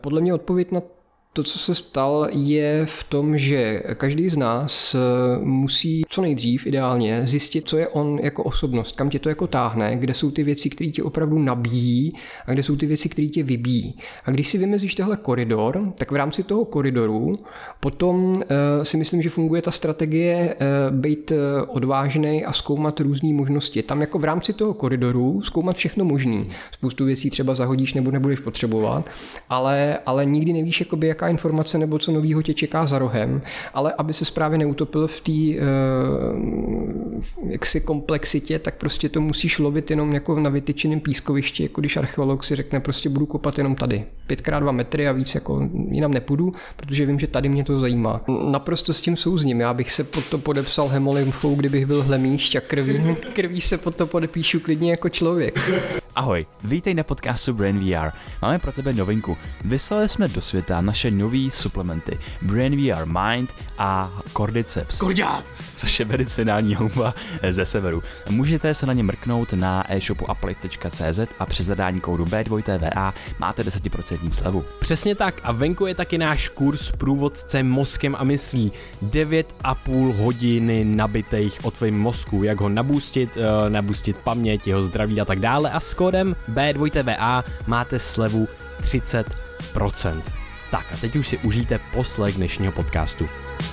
Podle mě odpověď na to, co se ptal, je v tom, že každý z nás musí co nejdřív ideálně zjistit, co je on jako osobnost, kam tě to jako táhne, kde jsou ty věci, které tě opravdu nabíjí a kde jsou ty věci, které tě vybíjí. A když si vymezíš tehle koridor, tak v rámci toho koridoru potom si myslím, že funguje ta strategie být odvážnej a zkoumat různé možnosti. Tam jako v rámci toho koridoru zkoumat všechno možný. Spoustu věcí třeba zahodíš nebo nebudeš potřebovat, ale nikdy nevíš, jakoby, jaká informace nebo co novýho tě čeká za rohem, ale aby se právě neutopil v té jaksi komplexitě, tak prostě to musíš lovit jenom jako na vytyčeném pískovišti, jako když archeolog si řekne, prostě budu kopat jenom tady. 5x2 metry a víc jako jinam nepůjdu, protože vím, že tady mě to zajímá. Naprosto s tím souzním. Já bych se pod to podepsal hemolymfou, kdybych byl hlemýšť a krví se pod to podepíšu klidně jako člověk. Ahoj, vítej na podcastu Brain VR. Máme pro tebe novinku. Vyslali jsme do světa naše nový suplementy Brain VR Mind a Cordyceps. Korďák! Což je medicinální houba ze severu. Můžete se na ně mrknout na e-shopu apply.cz a při zadání kódu B2TVA máte 10% slevu. Přesně tak a venku je taky náš kurz Průvodce mozkem a myslí. 9,5 hodiny nabitejch o tvém mozku, jak ho nabustit paměť, jeho zdraví a tak dále a s kódem B2TVA máte slevu 30%. Tak a teď už si užijte poslech dnešního podcastu.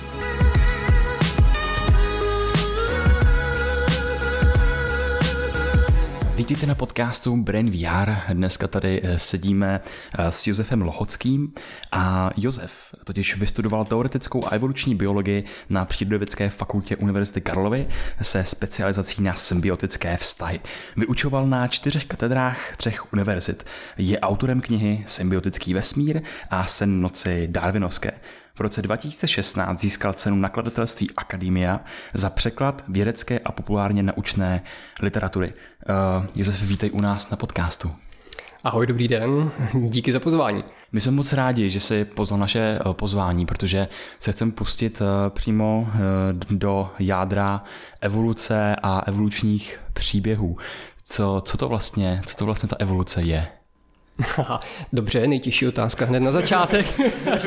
Vítejte na podcastu Brain VR. Dneska tady sedíme s Josefem Lohockým a Josef totiž vystudoval teoretickou a evoluční biologii na Přírodovědecké fakultě Univerzity Karlovy se specializací na symbiotické vztahy. Vyučoval na 4 katedrách 3 univerzit. Je autorem knihy Symbiotický vesmír a Sen noci darwinovské. V roce 2016 získal cenu nakladatelství Akademia za překlad vědecké a populárně naučné literatury. Josef, vítej u nás na podcastu. Ahoj, dobrý den, díky za pozvání. My jsme moc rádi, že jsi poznal naše pozvání, protože se chceme pustit přímo do jádra evoluce a evolučních příběhů. Co to vlastně ta evoluce je? Dobře, nejtěžší otázka hned na začátek.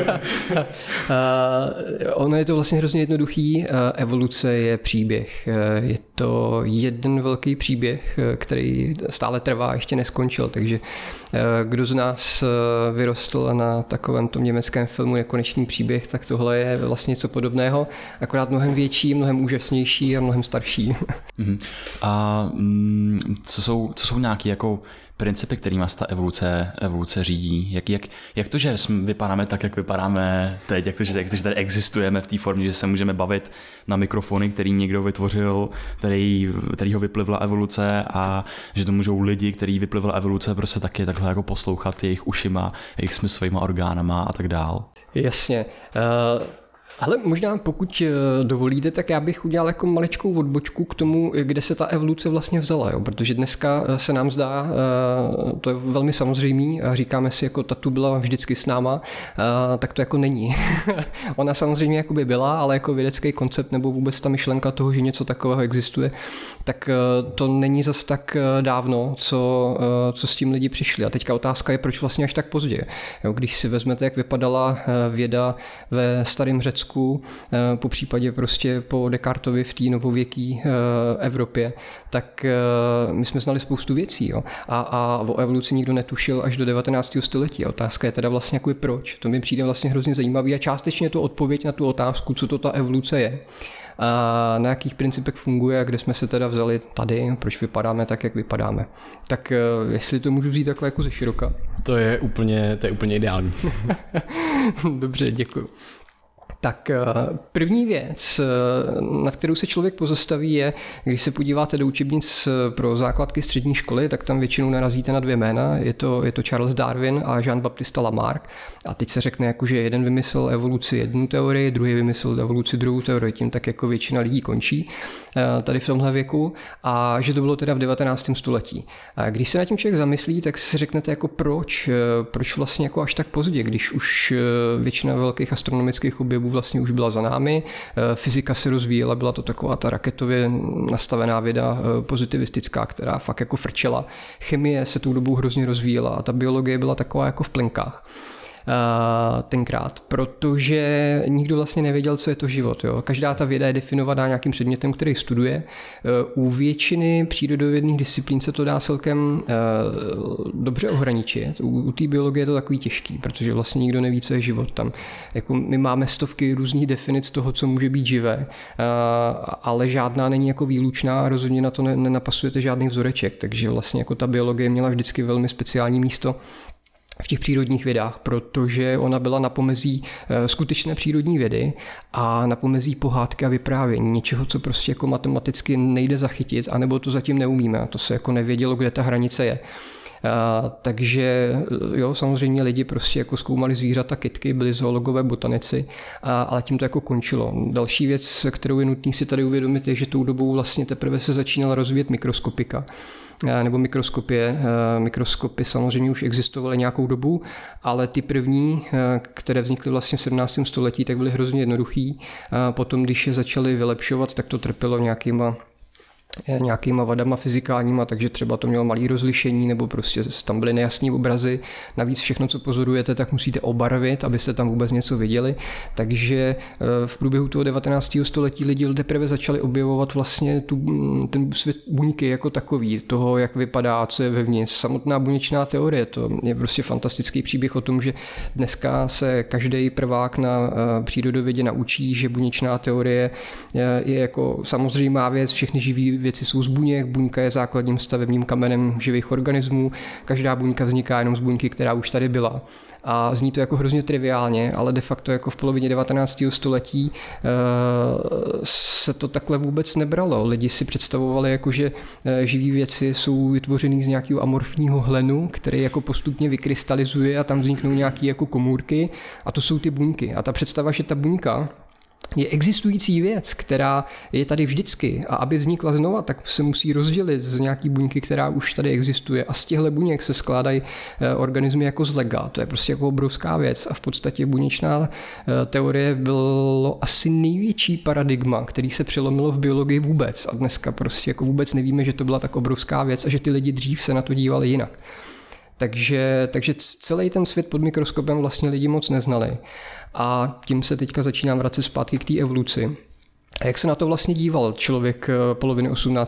Ono je to vlastně hrozně jednoduchý. Evoluce je příběh. Je to jeden velký příběh, který stále trvá a ještě neskončil. Takže kdo z nás vyrostl na takovém tom německém filmu Nekonečný příběh, tak tohle je vlastně něco podobného, akorát mnohem větší, mnohem úžasnější a mnohem starší. A co jsou nějaké jako principy, kterými ta evoluce řídí? Jak to, že vypadáme tak, jak vypadáme teď, jak to, že tady existujeme v té formě, že se můžeme bavit na mikrofony, který někdo vytvořil, který ho vyplivla evoluce a že to můžou lidi, který vyplivla evoluce, prostě taky takhle jako poslouchat jejich ušima, jejich smyslovýma orgánama a tak dál. Jasně. Ale možná pokud dovolíte, tak já bych udělal jako maličkou odbočku k tomu, kde se ta evoluce vlastně vzala, jo? Protože dneska se nám zdá, to je velmi samozřejmý a říkáme si, jako ta tu byla vždycky s náma, tak to jako není. Ona samozřejmě jakoby byla, ale jako vědecký koncept nebo vůbec ta myšlenka toho, že něco takového existuje, tak to není zas tak dávno, co s tím lidi přišli. A teďka otázka je, proč vlastně až tak pozdě. Jo? Když si vezmete, jak vypadala věda ve starém Řecku, po případě prostě po Descartovi v té novověké Evropě, tak my jsme znali spoustu věcí. Jo? A o evoluci nikdo netušil až do 19. století. A otázka je teda vlastně jako proč. To mi přijde vlastně hrozně zajímavý a částečně je to odpověď na tu otázku, co to ta evoluce je. A na jakých principech funguje a kde jsme se teda vzali tady, proč vypadáme tak, jak vypadáme. Tak jestli to můžu vzít takhle jako ze široka. To je úplně ideální. Dobře, děkuji. Tak první věc, na kterou se člověk pozastaví, je, když se podíváte do učebnic pro základky střední školy, tak tam většinou narazíte na 2 jména. Je to Charles Darwin a Jean-Baptiste Lamarck. A teď se řekne, jako, že jeden vymyslel evoluci jednu teorii, druhý vymyslel evoluci druhou teorii, tím tak jako většina lidí končí tady v tomhle věku. A že to bylo teda v 19. století. A když se nad tím člověk zamyslí, tak si řeknete, jako proč vlastně jako až tak pozdě, když už většina velkých astronomických objevů vlastně už byla za námi, fyzika se rozvíjela, byla to taková ta raketově nastavená věda pozitivistická, která fakt jako frčela. Chemie se tou dobou hrozně rozvíjela a ta biologie byla taková jako v plenkách. tenkrát, protože nikdo vlastně nevěděl, co je to život. Jo. Každá ta věda je definovaná nějakým předmětem, který studuje. U většiny přírodovědných disciplín se to dá celkem dobře ohraničit. U té biologie je to takový těžký, protože vlastně nikdo neví, co je život tam. Jako my máme stovky různých definic toho, co může být živé, ale žádná není jako výlučná a rozhodně na to nenapasujete žádný vzoreček, takže vlastně jako ta biologie měla vždycky velmi speciální místo v těch přírodních vědách, protože ona byla na pomezí skutečné přírodní vědy a na pomezí pohádky a vyprávění, něčeho, co prostě jako matematicky nejde zachytit, anebo to zatím neumíme, a to se jako nevědělo, kde ta hranice je. Takže jo, samozřejmě lidi prostě jako zkoumali zvířata, kytky, byli zoologové, botanici, ale tím to jako končilo. Další věc, kterou je nutný si tady uvědomit, je, že tou dobou vlastně teprve se začínala rozvíjet mikroskopika nebo mikroskopie. Mikroskopy samozřejmě už existovaly nějakou dobu, ale ty první, které vznikly vlastně v 17. století, tak byly hrozně jednoduchý. Potom, když je začali vylepšovat, tak to trpělo nějakýma vadama fyzikálníma, takže třeba to mělo malé rozlišení nebo prostě tam byly nejasné obrazy. Navíc všechno, co pozorujete, tak musíte obarvit, abyste tam vůbec něco viděli. Takže v průběhu toho 19. století lidi teprve začali objevovat vlastně ten svět buňky jako takový, toho, jak vypadá, co je vevnitř. Samotná buněčná teorie, to je prostě fantastický příběh o tom, že dneska se každý prvák na přírodovědě naučí, že buněčná teorie je jako samozřejmá věc, všechny živý věci jsou z buněk, buňka je základním stavebním kamenem živých organismů, každá buňka vzniká jenom z buňky, která už tady byla. A zní to jako hrozně triviálně, ale de facto jako v polovině 19. století se to takhle vůbec nebralo. Lidi si představovali, jako, že živý věci jsou vytvořený z nějakého amorfního hlenu, který jako postupně vykrystalizuje a tam vzniknou nějaké jako komůrky a to jsou ty buňky. A ta představa, že ta buňka je existující věc, která je tady vždycky a aby vznikla znova, tak se musí rozdělit z nějaký buňky, která už tady existuje a z těchto buněk se skládají organismy jako z lega. To je prostě jako obrovská věc a v podstatě buněčná teorie bylo asi největší paradigma, který se přelomilo v biologii vůbec a dneska prostě jako vůbec nevíme, že to byla tak obrovská věc a že ty lidi dřív se na to dívali jinak. Takže celý ten svět pod mikroskopem vlastně lidi moc neznali. A tím se teďka začínám vracet zpátky k té evoluci. A jak se na to vlastně díval člověk poloviny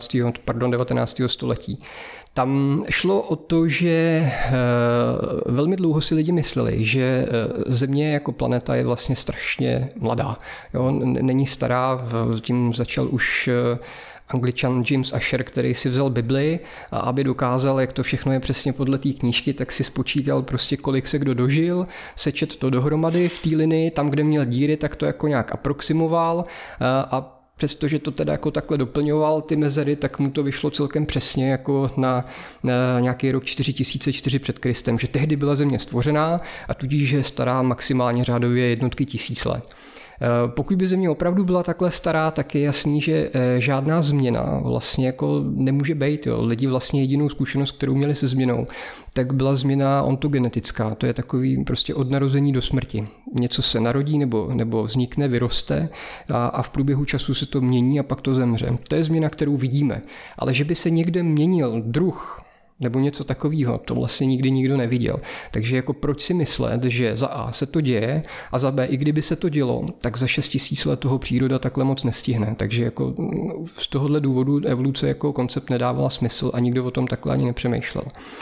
19. století? Tam šlo o to, že velmi dlouho si lidi mysleli, že Země jako planeta je vlastně strašně mladá. Jo? Není stará, tím začal už Angličan James Asher, který si vzal Bibli a aby dokázal, jak to všechno je přesně podle té knížky, tak si spočítal prostě, kolik se kdo dožil, sečet to dohromady v té linii, tam, kde měl díry, tak to jako nějak aproximoval a přestože to teda jako takhle doplňoval ty mezery, tak mu to vyšlo celkem přesně jako na nějaký rok 4004 před Kristem, že tehdy byla Země stvořená a tudíž je stará maximálně řádově jednotky tisíc let. Pokud by Země opravdu byla takhle stará, tak je jasný, že žádná změna vlastně jako nemůže být. Jo. Lidi vlastně jedinou zkušenost, kterou měli se změnou, tak byla změna ontogenetická. To je takový prostě od narození do smrti. Něco se narodí nebo vznikne, vyroste a v průběhu času se to mění a pak to zemře. To je změna, kterou vidíme. Ale že by se někde měnil druh nebo něco takového, to vlastně nikdy nikdo neviděl. Takže jako proč si myslet, že za A se to děje a za B, i kdyby se to dělo, tak za 6000 let toho příroda takhle moc nestihne. Takže jako z tohohle důvodu evoluce jako koncept nedávala smysl a nikdo o tom takhle ani nepřemýšlel.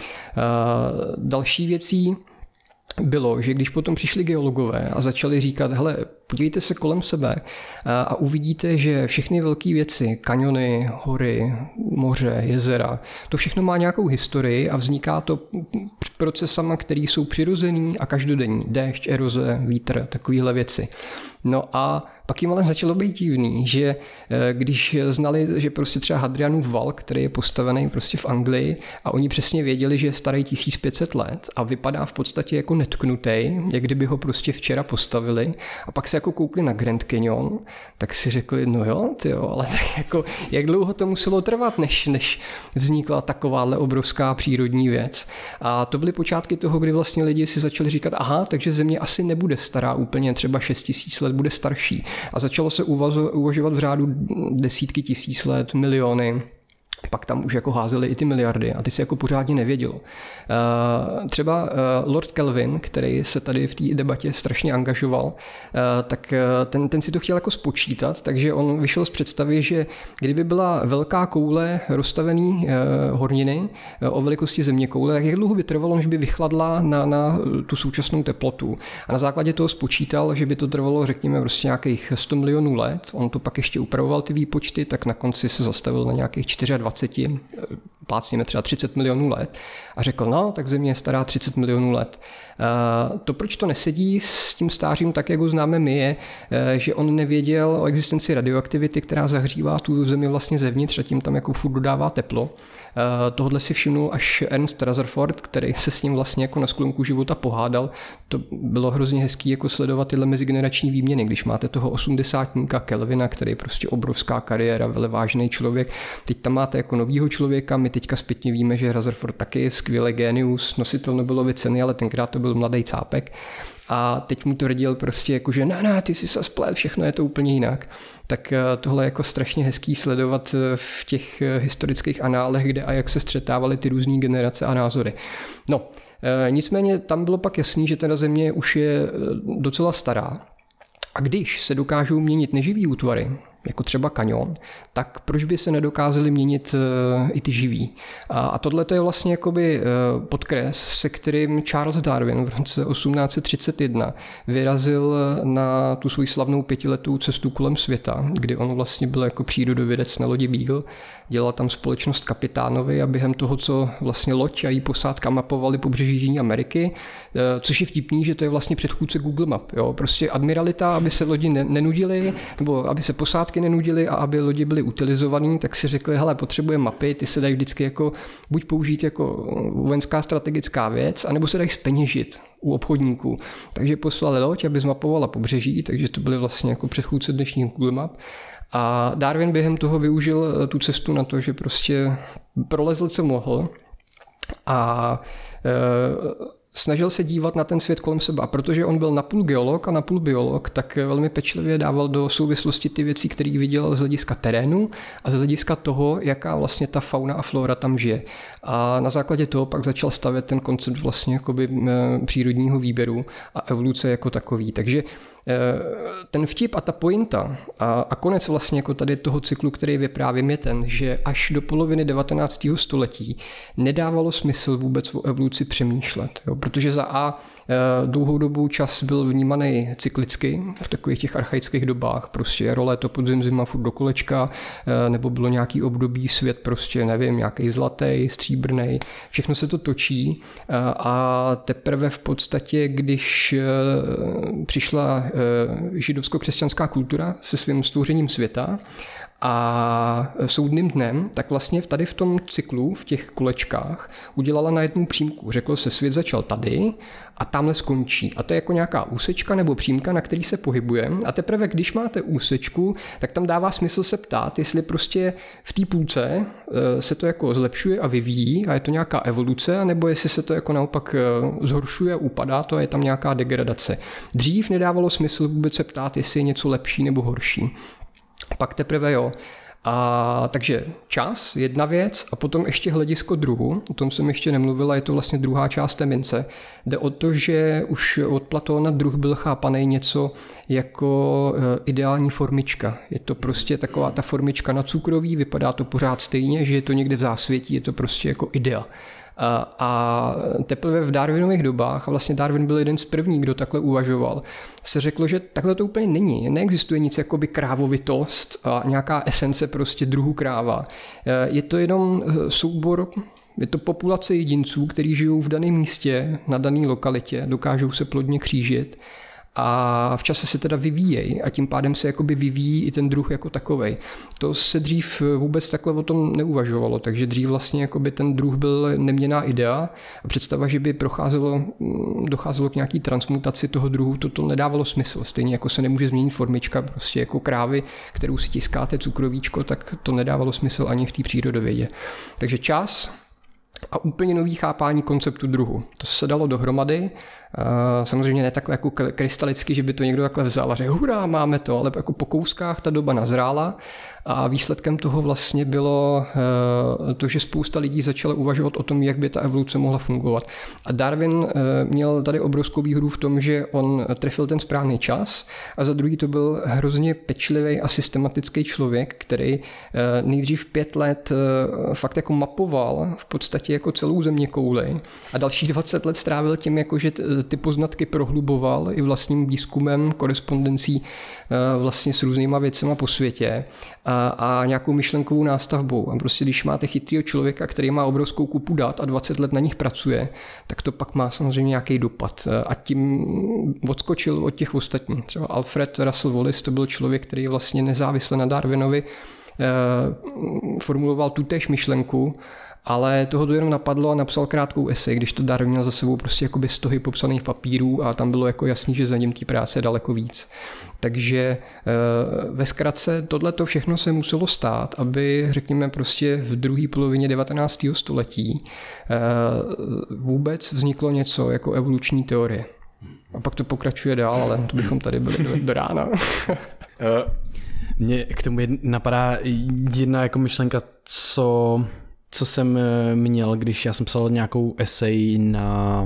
Další věcí bylo, že když potom přišli geologové a začali říkat, hele, podívejte se kolem sebe a uvidíte, že všechny velké věci, kaňony, hory, moře, jezera, to všechno má nějakou historii a vzniká to procesama, které jsou přirozený a každodenní. Déšť, eroze, vítr, takovéhle věci. No a pak jim ale začalo být divný, že když znali, že prostě třeba Hadrianův val, který je postavený prostě v Anglii a oni přesně věděli, že je starý 1500 let a vypadá v podstatě jako netknutý, jak kdyby ho prostě včera postavili a pak se jako koukli na Grand Canyon, tak si řekli, no jo, tyjo, ale tak jako jak dlouho to muselo trvat, než vznikla takováhle obrovská přírodní věc. A to byly počátky toho, kdy vlastně lidi si začali říkat, aha, takže Země asi nebude stará úplně třeba 6000 let, bude starší. A začalo se uvažovat v řádu desítky tisíc let, miliony. pak tam už jako házeli i ty miliardy a ty se jako pořádně nevědělo. Třeba Lord Kelvin, který se tady v té debatě strašně angažoval, tak ten si to chtěl jako spočítat, takže on vyšel z představy, že kdyby byla velká koule rozstavený horniny o velikosti zeměkoule, tak jak dlouho by trvalo, než by vychladla na tu současnou teplotu. A na základě toho spočítal, že by to trvalo, řekněme, prostě nějakých 100 milionů let. On to pak ještě upravoval ty výpočty, tak na konci se zastavil na nějakých 24, plácněme třeba 30 milionů let a řekl, no, tak Země je stará 30 milionů let. To, proč to nesedí s tím stářím tak, jak ho známe my, je, že on nevěděl o existenci radioaktivity, která zahřívá tu Zemi vlastně zevnitř a tím tam jako furt dodává teplo. Tohle si všimnul až Ernst Rutherford, který se s ním vlastně jako na sklonku života pohádal. To bylo hrozně hezký jako sledovat tyhle mezigenerační výměny, když máte toho 80níka Kelvina, který je prostě obrovská kariéra, velevážný člověk. Teď tam máte jako novýho člověka, my teďka zpětně víme, že Rutherford taky je skvělý génius, nositel Nobelovy ceny, ale tenkrát to byl mladý cápek. A teď mu tvrdil prostě jako, že ne, ty jsi se splet, všechno je to úplně jinak. Tak tohle je jako strašně hezký sledovat v těch historických análech, kde a jak se střetávaly ty různé generace a názory. No, nicméně tam bylo pak jasný, že teda Země už je docela stará. A když se dokážou měnit neživý útvary, jako třeba kanion, tak proč by se nedokázaly měnit i ty živý? A tohle je vlastně jakoby podkres, se kterým Charles Darwin v roce 1831 vyrazil na tu svou slavnou 5letou cestu kolem světa, kdy on vlastně byl jako přírodovědec na lodi Beagle, dělal tam společnost kapitánovi a během toho, co vlastně loď a její posádka mapovali pobřeží Jižní Ameriky, což je vtipný, že to je vlastně předchůdce Google Map. Jo? Prostě admiralita, aby se lodi nenudily, nebo aby se posádky nenudily a aby lodi byly utilizovaný, tak si řekli, hele, potřebujeme mapy, ty se dají vždycky jako buď použít jako vojenská strategická věc, anebo se dají zpeněžit u obchodníků. Takže poslali loď, aby zmapovala pobřeží, takže to byly vlastně jako předchůdce dnešních Google Map. A Darwin během toho využil tu cestu na to, že prostě prolezl, co mohl a snažil se dívat na ten svět kolem sebe. A protože on byl napůl geolog a napůl biolog, tak velmi pečlivě dával do souvislosti ty věci, které viděl z hlediska terénu a z hlediska toho, jaká vlastně ta fauna a flora tam žije. A na základě toho pak začal stavět ten koncept vlastně jakoby přírodního výběru a evoluce jako takový. Takže ten vtip a ta pointa a konec vlastně jako tady toho cyklu, který vyprávím, je ten, že až do poloviny 19. století nedávalo smysl vůbec o evoluci přemýšlet. Jo? Protože za A dlouhou dobu čas byl vnímaný cyklicky v takových těch archaických dobách, prostě jaro, léto, podzim, zima, furt do kolečka, nebo bylo nějaký období, svět prostě, nevím, nějaký zlatý, stříbrnej, všechno se to točí a teprve v podstatě, když přišla židovsko-křesťanská kultura se svým stvořením světa a soudným dnem, tak vlastně tady v tom cyklu, v těch kolečkách, udělala na jednu přímku. Řeklo se, svět začal tady a tamhle skončí. A to je jako nějaká úsečka nebo přímka, na který se pohybujeme. A teprve, když máte úsečku, tak tam dává smysl se ptát, jestli prostě v té půlce se to jako zlepšuje a vyvíjí a je to nějaká evoluce, nebo jestli se to jako naopak zhoršuje a upadá to a je tam nějaká degradace. Dřív nedávalo smysl vůbec se ptát, jestli je něco lepší nebo horší. Pak teprve jo. A takže čas, jedna věc a potom ještě hledisko druhu, o tom jsem ještě nemluvila, je to vlastně druhá část té mince. Jde o to, že už od Platóna druh byl chápaný něco jako ideální formička. Je to prostě taková ta formička na cukroví, vypadá to pořád stejně, že je to někde v zásvětí, je to prostě jako idea. A teprve v Darwinových dobách, a vlastně Darwin byl jeden z prvních, kdo takhle uvažoval, se řeklo, že takhle to úplně není. Neexistuje nic jakoby krávovitost a nějaká esence prostě druhu kráva. Je to jenom soubor, je to populace jedinců, kteří žijou v daném místě, na dané lokalitě, dokážou se plodně křížit a v čase se teda vyvíjejí a tím pádem se jakoby vyvíjí i ten druh jako takovej. To se dřív vůbec takhle o tom neuvažovalo, takže dřív vlastně jakoby ten druh byl neměnná idea a představa, že by docházelo k nějaký transmutaci toho druhu, to nedávalo smysl. Stejně jako se nemůže změnit formička prostě jako krávy, kterou si tiskáte cukrovíčko, tak to nedávalo smysl ani v té přírodovědě. Takže čas a úplně nový chápání konceptu druhu. To se dalo dohromady Samozřejmě ne takhle jako krystalicky, že by to někdo takhle vzal a řekl, hurá, máme to, ale jako po kouskách ta doba nazrála a výsledkem toho vlastně bylo to, že spousta lidí začala uvažovat o tom, jak by ta evoluce mohla fungovat. A Darwin měl tady obrovskou výhodu v tom, že on trefil ten správný čas a za druhý to byl hrozně pečlivý a systematický člověk, který nejdřív 5 let fakt jako mapoval v podstatě jako celou zeměkouli a dalších 20 let strávil tím, jako že ty poznatky prohluboval i vlastním výzkumem, korespondencí vlastně s různýma věcema po světě a nějakou myšlenkovou nástavbou. A prostě když máte chytrýho člověka, který má obrovskou kupu dat a 20 let na nich pracuje, tak to pak má samozřejmě nějaký dopad. A tím odskočil od těch ostatních. Třeba Alfred Russel Wallace to byl člověk, který vlastně nezávisle na Darwinovi formuloval tutéž myšlenku, ale toho to jenom napadlo a napsal krátkou esej, když to Darwin měl za sebou prostě jakoby stohy popsaných papírů a tam bylo jako jasný, že za ním té práce je daleko víc. Takže ve zkratce tohleto všechno se muselo stát, aby řekněme prostě v druhé polovině 19. století vůbec vzniklo něco jako evoluční teorie. A pak to pokračuje dál, ale to bychom tady byli do rána. Mně k tomu napadá jedna jako myšlenka, co jsem měl, když já jsem psal nějakou esej na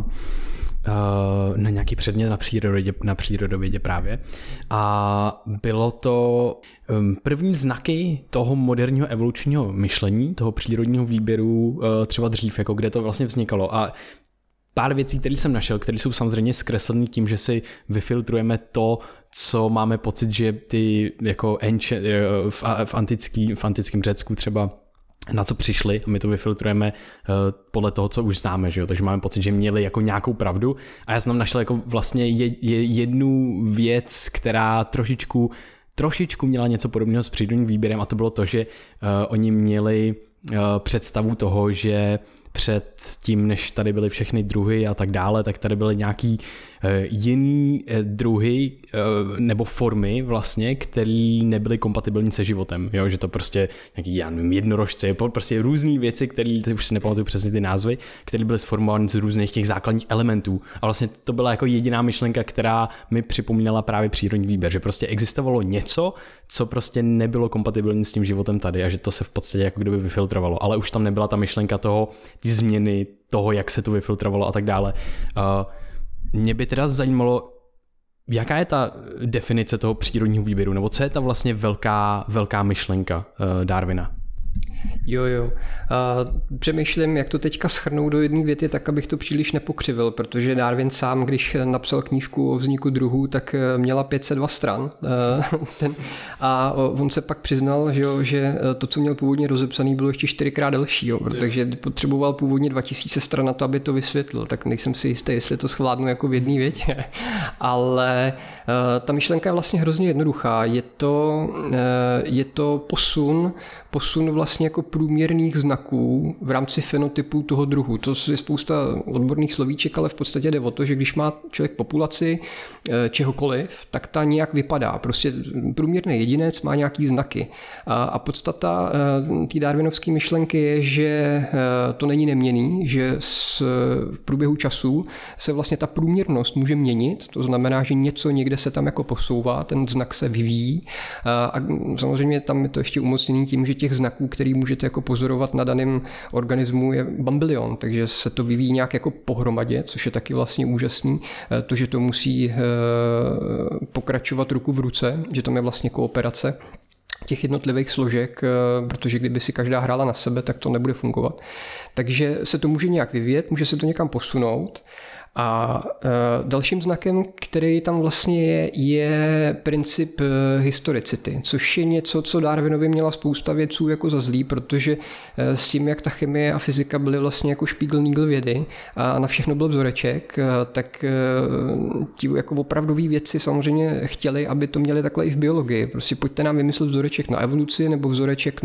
nějaký předmět na přírodovědě právě. A bylo to první znaky toho moderního evolučního myšlení, toho přírodního výběru třeba dřív, jako kde to vlastně vznikalo. A pár věcí, které jsem našel, které jsou samozřejmě zkreslené tím, že si vyfiltrujeme to, co máme pocit, že ty jako v antickém Řecku třeba na co přišli a my to vyfiltrujeme podle toho, co už známe, že jo? Takže máme pocit, že měli jako nějakou pravdu a já jsem tam našel jako vlastně jednu věc, která trošičku měla něco podobného s přírodním výběrem a to bylo to, že oni měli představu toho, že před tím, než tady byly všechny druhy a tak dále, tak tady byly nějaký jiný druhy nebo formy vlastně, které nebyly kompatibilní se životem, jo? Že to prostě nějaký, já nevím, jednorožci, prostě různé věci, které, už si nepamatuju přesně ty názvy, které byly sformovány z různých těch základních elementů. A vlastně to byla jako jediná myšlenka, která mi připomínala právě přírodní výběr, že prostě existovalo něco, co prostě nebylo kompatibilní s tím životem tady a že to se v podstatě jako kdyby vyfiltrovalo, ale už tam nebyla ta myšlenka toho, ty změny, toho, jak se to vyfiltrovalo a tak dále. Mě by teda zajímalo, jaká je ta definice toho přírodního výběru, nebo co je ta vlastně velká myšlenka Darwina? Jo. Přemýšlím, jak to teďka shrnout do jedné věty, tak abych to příliš nepokřivil, protože Darwin sám, když napsal knížku o vzniku druhů, tak měla 502 stran. A on se pak přiznal, že to, co měl původně rozepsaný, bylo ještě 4x delší, takže potřeboval původně 2000 stran na to, aby to vysvětlil. Tak nejsem si jistý, jestli to zvládnu jako v jedné větě. Ale ta myšlenka je vlastně hrozně jednoduchá. Je to posun vlastně jako průměrných znaků v rámci fenotypu toho druhu. To je spousta odborných slovíček, ale v podstatě jde o to, že když má člověk populaci čehokoliv, tak ta nějak vypadá. Prostě průměrný jedinec má nějaký znaky. A podstata té darwinovské myšlenky je, že to není neměnný, že v průběhu času se vlastně ta průměrnost může měnit, to znamená, že něco někde se tam jako posouvá, ten znak se vyvíjí a samozřejmě tam je to ještě umocněný tím, že těch znaků, který můžete jako pozorovat na daném organismu, je bambilion, takže se to vyvíjí nějak jako pohromadě, což je taky vlastně úžasný. To, že to musí pokračovat ruku v ruce, že tam je vlastně kooperace těch jednotlivých složek, protože kdyby si každá hrála na sebe, tak to nebude fungovat. Takže se to může nějak vyvíjet, může se to někam posunout. A dalším znakem, který tam vlastně je princip historicity, což je něco, co Darwinovi měla spousta vědců jako za zlý, protože s tím, jak ta chemie a fyzika byly vlastně jako špígl-nígl vědy a na všechno byl vzoreček, tak ti jako opravdoví vědci samozřejmě chtěli, aby to měli takhle i v biologii. Prostě pojďte nám vymyslet vzoreček na evoluci nebo vzoreček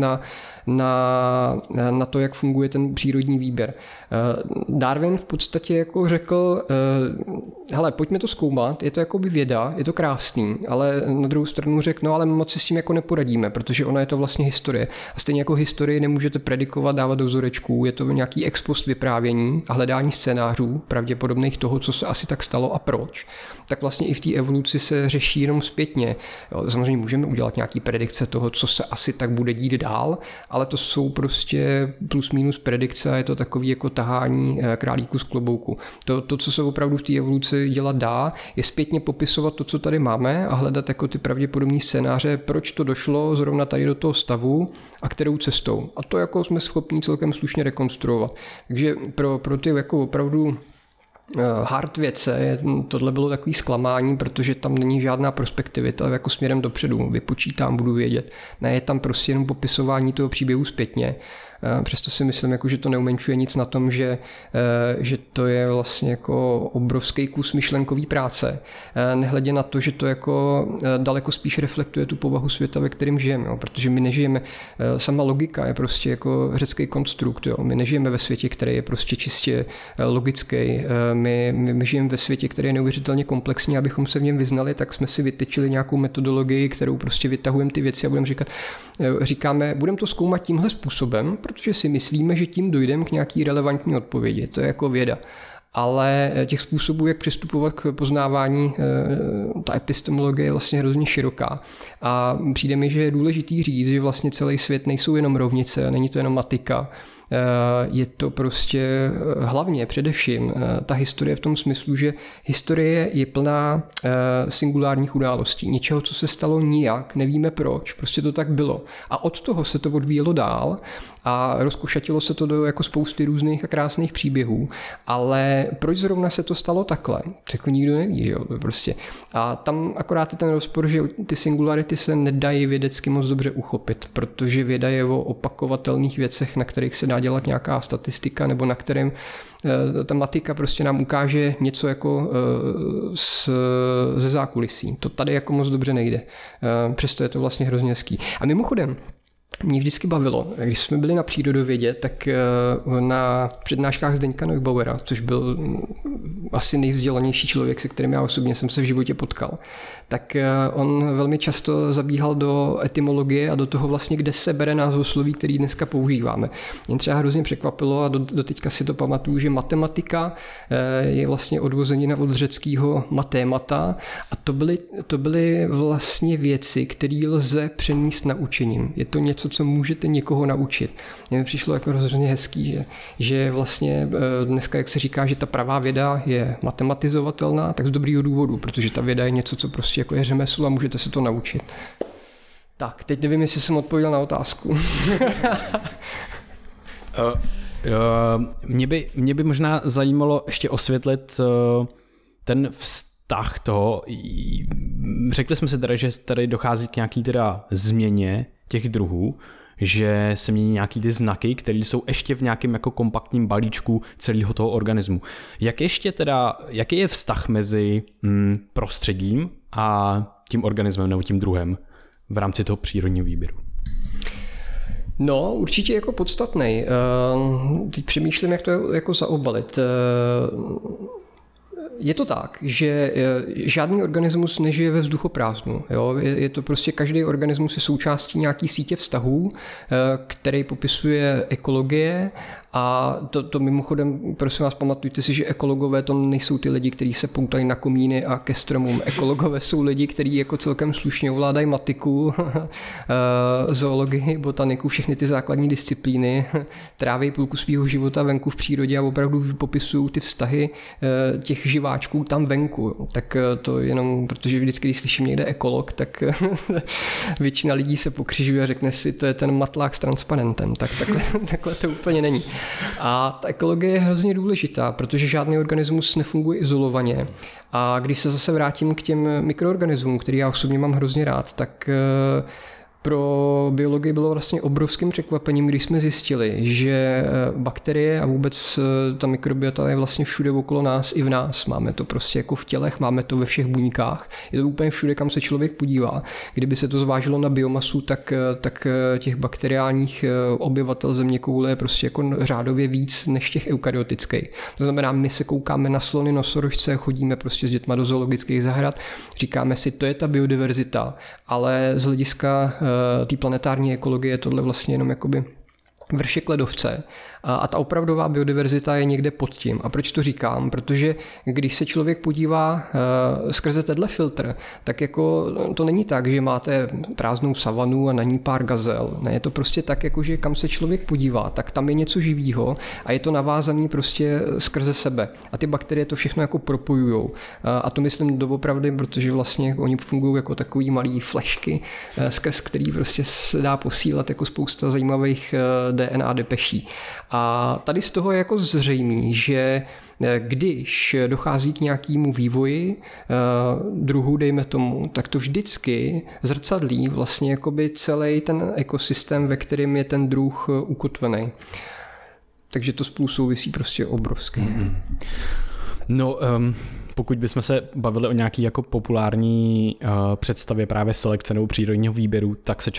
na to, jak funguje ten přírodní výběr. Darwin v podstatě jako řekl, hele, pojďme to zkoumat, je to jakoby věda, je to krásný, ale na druhou stranu řekl, no ale moc si s tím jako neporadíme, protože ona je to vlastně historie. A stejně jako historii nemůžete predikovat, dávat do vzorečků, je to nějaký ex post vyprávění a hledání scénářů pravděpodobných toho, co se asi tak stalo a proč. Tak vlastně i v té evoluci se řeší jenom zpětně. Jo, samozřejmě můžeme udělat nějaký predikce toho, co se asi tak bude dít dál, ale to jsou prostě plus minus predikce a je to takový jako tahání králíku z klobouku. To, co se opravdu v té evoluci dělat dá, je zpětně popisovat to, co tady máme a hledat jako ty pravděpodobní scénáře, proč to došlo zrovna tady do toho stavu a kterou cestou. A to jako jsme schopni celkem slušně rekonstruovat. Takže pro ty jako opravdu hard věce, tohle bylo takový zklamání, protože tam není žádná perspektivita jako směrem dopředu, vypočítám, budu vědět. Ne, je tam prostě jenom popisování toho příběhu zpětně. Přesto si myslím, jako, že to neumenšuje nic na tom, že to je vlastně jako obrovský kus myšlenkový práce. Nehledě na to, že to jako daleko spíš reflektuje tu povahu světa, ve kterém žijeme, jo? Protože my nežijeme, sama logika je prostě jako řecký konstrukt, jo? My nežijeme ve světě, který je prostě čistě logický, my žijeme ve světě, který je neuvěřitelně komplexní, abychom se v něm vyznali, tak jsme si vytyčili nějakou metodologii, kterou prostě vytahujeme ty věci a říkáme, budeme to zkoumat tímhle způsobem, protože si myslíme, že tím dojdeme k nějaký relevantní odpovědi. To je jako věda. Ale těch způsobů, jak přistupovat k poznávání, ta epistemologie je vlastně hrozně široká. A přijde mi, že je důležitý říct, že vlastně celý svět nejsou jenom rovnice, není to jenom matika. Je to prostě hlavně především ta historie v tom smyslu, že historie je plná singulárních událostí. Něčeho, co se stalo nijak, nevíme proč, prostě to tak bylo. A od toho se to odvíjelo dál a rozkošatilo se to do jako spousty různých a krásných příběhů. Ale proč zrovna se to stalo takhle? Jako nikdo neví, jo, prostě. A tam akorát je ten rozpor, že ty singularity se nedají vědecky moc dobře uchopit, protože věda je o opakovatelných věcech, na kterých se dá dělat nějaká statistika, nebo na kterém ta matika prostě nám ukáže něco jako ze zákulisí. To tady jako moc dobře nejde. Přesto je to vlastně hrozně hezký. A mimochodem, mě vždycky bavilo, když jsme byli na přírodovědě, tak na přednáškách Zdeňka Neubauera, což byl asi nejvzdělanější člověk, se kterým já osobně jsem se v životě potkal, tak on velmi často zabíhal do etymologie a do toho vlastně, kde se bere názvosloví, který dneska používáme. Mě třeba hrozně překvapilo a do teďka si to pamatuju, že matematika je vlastně odvozenina od řeckého matémata a to byly vlastně věci, které lze přenést naučením. Je to něco, co můžete někoho naučit. Mně mi přišlo jako rozhodně hezký, že vlastně dneska, jak se říká, že ta pravá věda je matematizovatelná, tak z dobrýho důvodu, protože ta věda je něco, co prostě jako je řemeslo a můžete se to naučit. Tak, teď nevím, jestli jsem odpověděl na otázku. Mě by možná zajímalo ještě osvětlit ten vztah toho. Řekli jsme si teda, že tady dochází k nějaký teda změně těch druhů, že se mění nějaký ty znaky, které jsou ještě v nějakém jako kompaktním balíčku celého toho organismu. Jaký je vztah mezi prostředím a tím organismem nebo tím druhem v rámci toho přírodního výběru? No, určitě jako podstatnej. Teď přemýšlím, jak to jako zaobalit. Je to tak, že žádný organismus nežije ve vzduchoprázdnu. Jo? Je to prostě každý organismus je součástí nějaký sítě vztahů, který popisuje ekologie a to mimochodem, prosím vás, pamatujte si, že ekologové to nejsou ty lidi, kteří se poutají na komíny a ke stromům. Ekologové jsou lidi, kteří jako celkem slušně ovládají matiku, zoologii, botaniku, všechny ty základní disciplíny, tráví půlku svého života venku v přírodě a opravdu popisují ty vztahy těch živáčků tam venku. Tak to jenom, protože vždycky, když slyším někde ekolog, tak většina lidí se pokřižuje a řekne si, to je ten matlák s transparentem. Tak takhle to úplně není. A ta ekologie je hrozně důležitá, protože žádný organismus nefunguje izolovaně. A když se zase vrátím k těm mikroorganismům, který já osobně mám hrozně rád, tak pro biologii bylo vlastně obrovským překvapením, když jsme zjistili, že bakterie a vůbec ta mikrobiota je vlastně všude okolo nás i v nás. Máme to prostě jako v tělech, máme to ve všech buňkách. Je to úplně všude, kam se člověk podívá. Kdyby se to zvážilo na biomasu, tak těch bakteriálních obyvatel zeměkoule je prostě jako řádově víc než těch eukaryotických. To znamená, my se koukáme na slony, nosorožce, chodíme prostě s dětma do zoologických zahrad, říkáme si, to je ta biodiverzita, ale z hlediska té planetární ekologie je tohle vlastně jenom jakoby vršek ledovce a ta opravdová biodiverzita je někde pod tím. A proč to říkám? Protože když se člověk podívá skrze tenhle filtr, tak jako to není tak, že máte prázdnou savanu a na ní pár gazel. Ne, je to prostě tak, jako že kam se člověk podívá, tak tam je něco živýho a je to navázaný prostě skrze sebe. A ty bakterie to všechno jako propojujou. A to myslím doopravdy, protože vlastně oni fungují jako takový malý flešky, skrz který prostě se dá posílat jako spousta zajímavých DNA depeší. A tady z toho je jako zřejmý, že když dochází k nějakému vývoji druhu, dejme tomu, tak to vždycky zrcadlí vlastně jakoby celý ten ekosystém, ve kterém je ten druh ukotvený. Takže to spolu souvisí prostě obrovsky. No, pokud bychom se bavili o nějaký jako populární představě právě selekce nebo přírodního výběru, tak se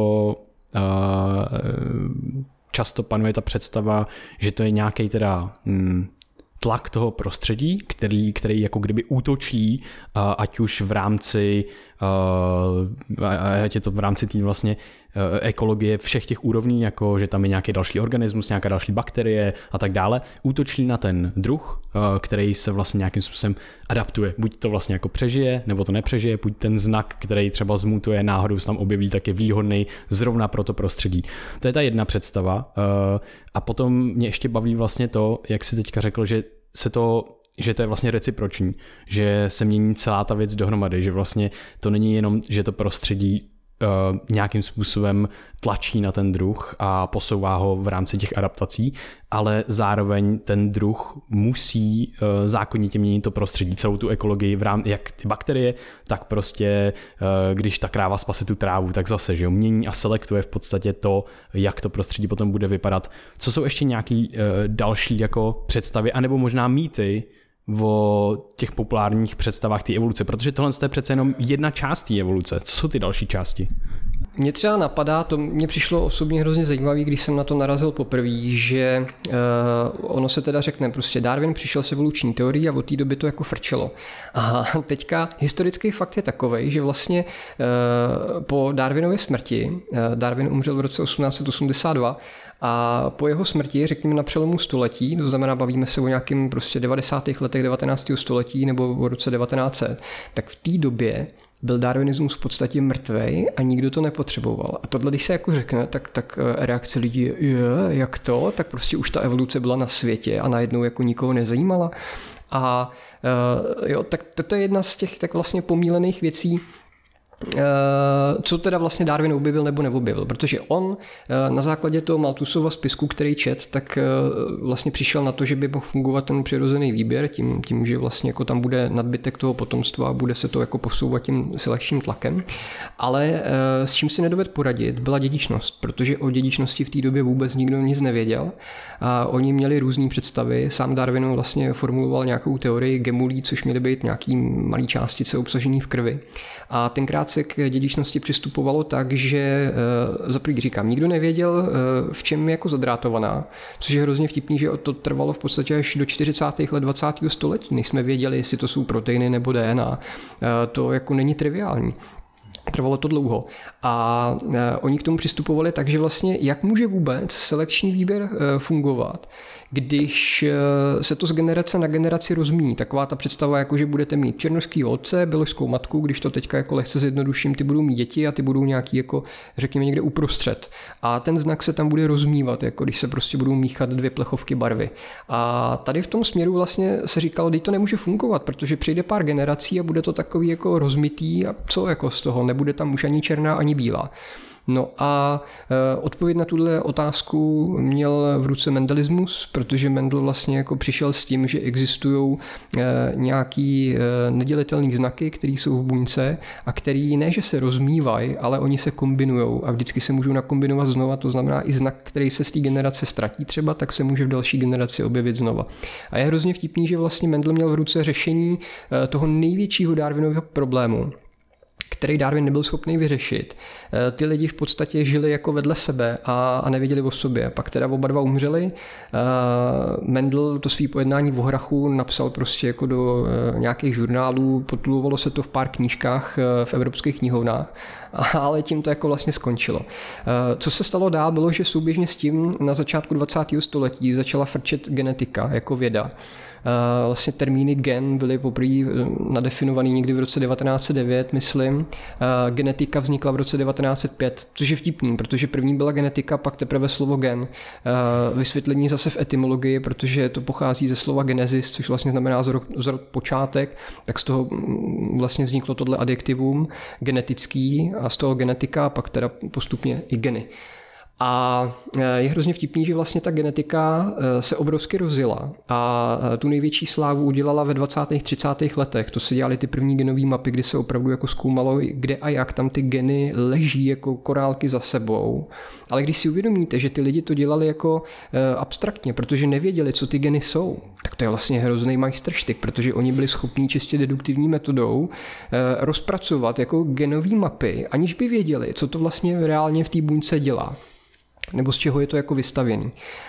často panuje ta představa, že to je nějaký teda tlak toho prostředí, který jako kdyby útočí, ať už v rámci ať je to v rámci té vlastně ekologie všech těch úrovní, jako že tam je nějaký další organismus, nějaká další bakterie a tak dále, útočí na ten druh, který se vlastně nějakým způsobem adaptuje. Buď to vlastně jako přežije, nebo to nepřežije, buď ten znak, který třeba zmutuje, náhodou se tam objeví, tak je výhodný zrovna pro to prostředí. To je ta jedna představa. A potom mě ještě baví vlastně to, jak si teďka řekl, že to je vlastně reciproční, že se mění celá ta věc dohromady, že vlastně to není jenom, že to prostředí nějakým způsobem tlačí na ten druh a posouvá ho v rámci těch adaptací, ale zároveň ten druh musí zákonitě měnit to prostředí, celou tu ekologii, jak ty bakterie, tak prostě když ta kráva spase tu trávu, tak zase, že jo, mění a selektuje v podstatě to, jak to prostředí potom bude vypadat. Co jsou ještě nějaký další jako představy, anebo možná mýty o těch populárních představách té evoluce, protože tohle je přece jenom jedna část té evoluce. Co jsou ty další části? Mně třeba napadá, to mě přišlo osobně hrozně zajímavý, když jsem na to narazil poprvé, že ono se teda řekne, prostě Darwin přišel s evoluční teorií a od té doby to jako frčelo. A teďka historický fakt je takovej, že vlastně po Darwinově smrti, Darwin umřel v roce 1882, a po jeho smrti, řekněme na přelomu století, to znamená bavíme se o nějakým prostě 90. letech 19. století nebo o roce 1900, tak v té době byl darwinismus v podstatě mrtvej a nikdo to nepotřeboval. A tohle, když se jako řekne, tak reakce lidí je, jak to? Tak prostě už ta evoluce byla na světě a najednou jako nikoho nezajímala. A jo, tak to je jedna z těch tak vlastně pomílených věcí, co teda vlastně Darwin objevil nebo neobjevil, protože on na základě toho Malthusova spisku, který čet, tak vlastně přišel na to, že by mohl fungovat ten přirozený výběr tím, že vlastně jako tam bude nadbytek toho potomstva a bude se to jako posouvat tím selekčním tlakem, ale s čím si nedovedl poradit, byla dědičnost, protože o dědičnosti v té době vůbec nikdo nic nevěděl a oni měli různé představy, sám Darwin vlastně formuloval nějakou teorii gemulí, což měly být nějaký malý částice obsažený v krvi a tenkrát se k dědičnosti přistupovalo tak, že zaprý říkám, nikdo nevěděl, v čem je jako zadrátovaná, což je hrozně vtipný, že to trvalo v podstatě až do 40. let 20. století, než jsme věděli, jestli to jsou proteiny nebo DNA. To jako není triviální. Trvalo to dlouho. A oni k tomu přistupovali tak, že vlastně jak může vůbec selekční výběr fungovat, když se to z generace na generaci rozmíní. Taková ta představa, jako že budete mít černošský otce, běložskou matku, když to teďka jako lehce zjednoduším, ty budou mít děti a ty budou nějaký jako řekněme někde uprostřed. A ten znak se tam bude rozmívat, jako když se prostě budou míchat dvě plechovky barvy. A tady v tom směru vlastně se říkalo, že to nemůže fungovat, protože přijde pár generací a bude to takový jako rozmitý a co jako z toho, nebude tam už ani černá, ani bílá. No a odpověď na tuhle otázku měl v ruce mendelismus, protože Mendel vlastně jako přišel s tím, že existují nějaký nedělitelný znaky, které jsou v buňce a který ne, že se rozmývají, ale oni se kombinujou a vždycky se můžou nakombinovat znova, to znamená i znak, který se z té generace ztratí třeba, tak se může v další generaci objevit znova. A je hrozně vtipný, že vlastně Mendel měl v ruce řešení toho největšího Darwinového problému, který Darwin nebyl schopný vyřešit. Ty lidi v podstatě žili jako vedle sebe a nevěděli o sobě. Pak teda oba dva umřeli. Mendel to svý pojednání o hrachu napsal prostě jako do nějakých žurnálů, potulovalo se to v pár knížkách v evropských knihovnách, ale tím to jako vlastně skončilo. Co se stalo dál, bylo, že souběžně s tím na začátku 20. století začala frčet genetika jako věda. Vlastně termíny gen byly poprvé nadefinovaný někdy v roce 1909, myslím. Genetika vznikla v roce 1905, což je vtipný, protože první byla genetika, pak teprve slovo gen. Vysvětlení zase v etymologii, protože to pochází ze slova genesis, což vlastně znamená zrod počátek, tak z toho vlastně vzniklo tohle adjektivum genetický a z toho genetika a pak teda postupně i geny. A je hrozně vtipný, že vlastně ta genetika se obrovsky rozjela a tu největší slávu udělala ve 20. 30. letech. To se dělaly ty první genové mapy, kdy se opravdu jako zkoumalo, kde a jak tam ty geny leží jako korálky za sebou. Ale když si uvědomíte, že ty lidi to dělali jako abstraktně, protože nevěděli, co ty geny jsou, tak to je vlastně hrozný majstrštyk, protože oni byli schopní čistě deduktivní metodou rozpracovat jako genové mapy, aniž by věděli, co to vlastně reálně v té buňce dělá, nebo z čeho je to jako vystavěný.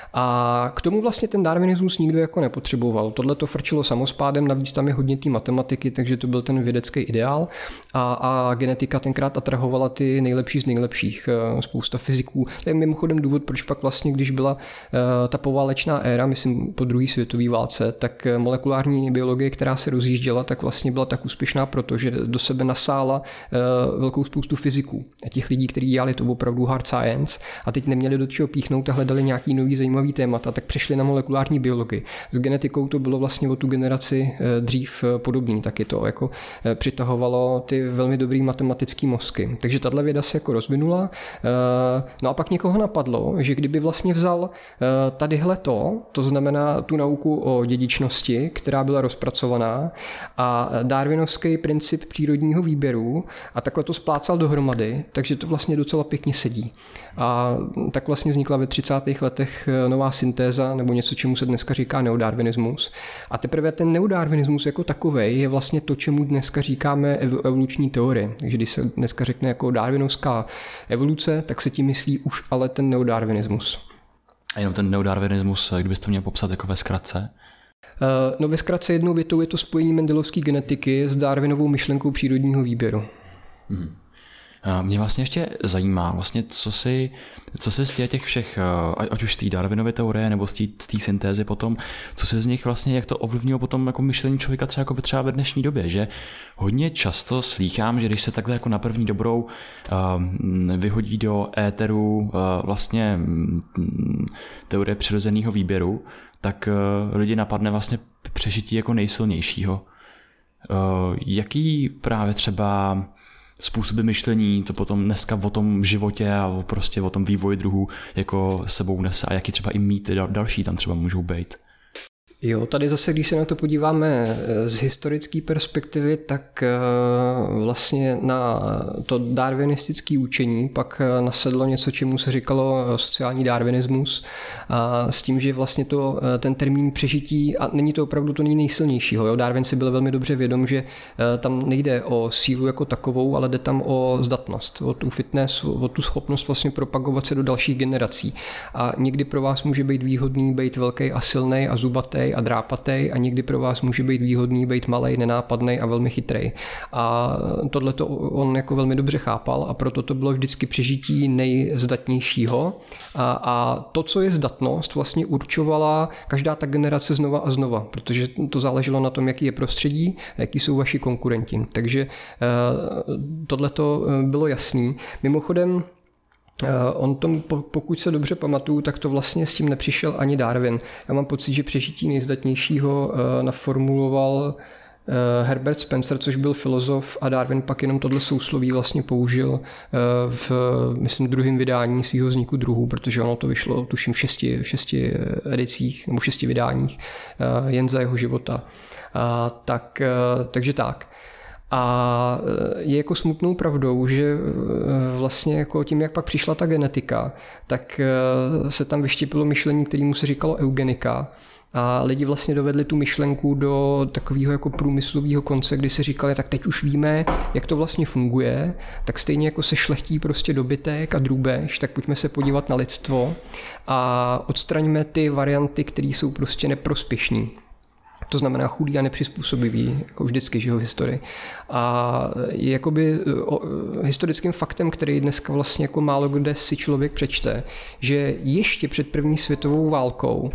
A k tomu vlastně ten darwinismus nikdo jako nepotřeboval. Tohle to frčilo samospádem, navíc tam je hodně té matematiky, takže to byl ten vědecký ideál a genetika tenkrát atrahovala ty nejlepší z nejlepších. Spousta fyziků. To je mimochodem důvod, proč pak vlastně, když byla ta poválečná éra, myslím po druhé světové válce, tak molekulární biologie, která se rozjížděla, tak vlastně byla tak úspěšná, protože do sebe nasála velkou spoustu fyziků a těch lidí, kteří dělali to opravdu hard science a teď neměli do čeho píchnout a hledali nějaký nový zajímavý témata, tak přešli na molekulární biologii. S genetikou to bylo vlastně o tu generaci dřív podobný, taky to jako přitahovalo ty velmi dobrý matematický mozky. Takže tahle věda se jako rozvinula. No a pak někoho napadlo, že kdyby vlastně vzal tadyhle to znamená tu nauku o dědičnosti, která byla rozpracovaná a darwinovský princip přírodního výběru a takhle to splácal dohromady, takže to vlastně docela pěkně sedí. A tak vlastně vznikla ve 30. letech nová syntéza, nebo něco, čemu se dneska říká neodarwinismus. A teprve ten neodarwinismus jako takovej je vlastně to, čemu dneska říkáme evoluční teorie. Takže když se dneska řekne jako darwinovská evoluce, tak se tím myslí už ale ten neodarwinismus. A jenom ten neodarwinismus, kdybys to měl popsat jako ve zkratce? No ve zkratce jednou větou je to spojení mendelovské genetiky s Darwinovou myšlenkou přírodního výběru. Mě vlastně ještě zajímá, vlastně, co si z těch všech, ať už z té Darwinovy teorie nebo z té syntézy potom, co se z nich vlastně, jak to ovlivnilo potom jako myšlení člověka třeba ve dnešní době, že hodně často slýchám, že když se takhle jako na první dobrou vyhodí do éteru vlastně teorie přirozeného výběru, tak lidi napadne vlastně přežití jako nejsilnějšího. Jaký právě třeba způsoby myšlení to potom dneska o tom životě a prostě o tom vývoji druhů jako sebou nese a jaký třeba i mýty další tam třeba můžou být? Jo, tady zase, když se na to podíváme z historické perspektivy, tak vlastně na to darwinistické učení pak nasedlo něco, čemu se říkalo sociální darwinismus, a s tím, že vlastně ten termín přežití, a není to opravdu to nejsilnějšího. Jo? Darwin si byl velmi dobře vědom, že tam nejde o sílu jako takovou, ale jde tam o zdatnost, o tu fitness, o tu schopnost vlastně propagovat se do dalších generací. A někdy pro vás může být výhodný být velký a silný a zubatý a drápatej a někdy pro vás může být výhodný být malej, nenápadnej a velmi chytrej. A tohleto on jako velmi dobře chápal a proto to bylo vždycky přežití nejzdatnějšího. A to, co je zdatnost, vlastně určovala každá ta generace znova a znova, protože to záleželo na tom, jaký je prostředí, jaký jsou vaši konkurenti. Takže tohleto bylo jasný. Mimochodem, on tom, pokud se dobře pamatuju, tak to vlastně s tím nepřišel ani Darwin. Já mám pocit, že přežití nejzdatnějšího naformuloval Herbert Spencer, což byl filozof, a Darwin pak jenom tohle sousloví vlastně použil v, myslím, druhém vydání svého vzniku druhů, protože ono to vyšlo, tuším, v 6 edicích nebo 6 vydáních jen za jeho života. Takže tak. A je jako smutnou pravdou, že vlastně jako tím, jak pak přišla ta genetika, tak se tam vyštěpilo myšlení, kterému se říkalo eugenika. A lidi vlastně dovedli tu myšlenku do takového jako průmyslového konce, kdy si říkali, tak teď už víme, jak to vlastně funguje, tak stejně jako se šlechtí prostě dobytek a drůbež, tak pojďme se podívat na lidstvo a odstraňme ty varianty, které jsou prostě neprospěšný. To znamená chudý a nepřizpůsobivý, jako vždycky, že v historii. A je jakoby historickým faktem, který dneska vlastně jako málo kde si člověk přečte, že ještě před první světovou válkou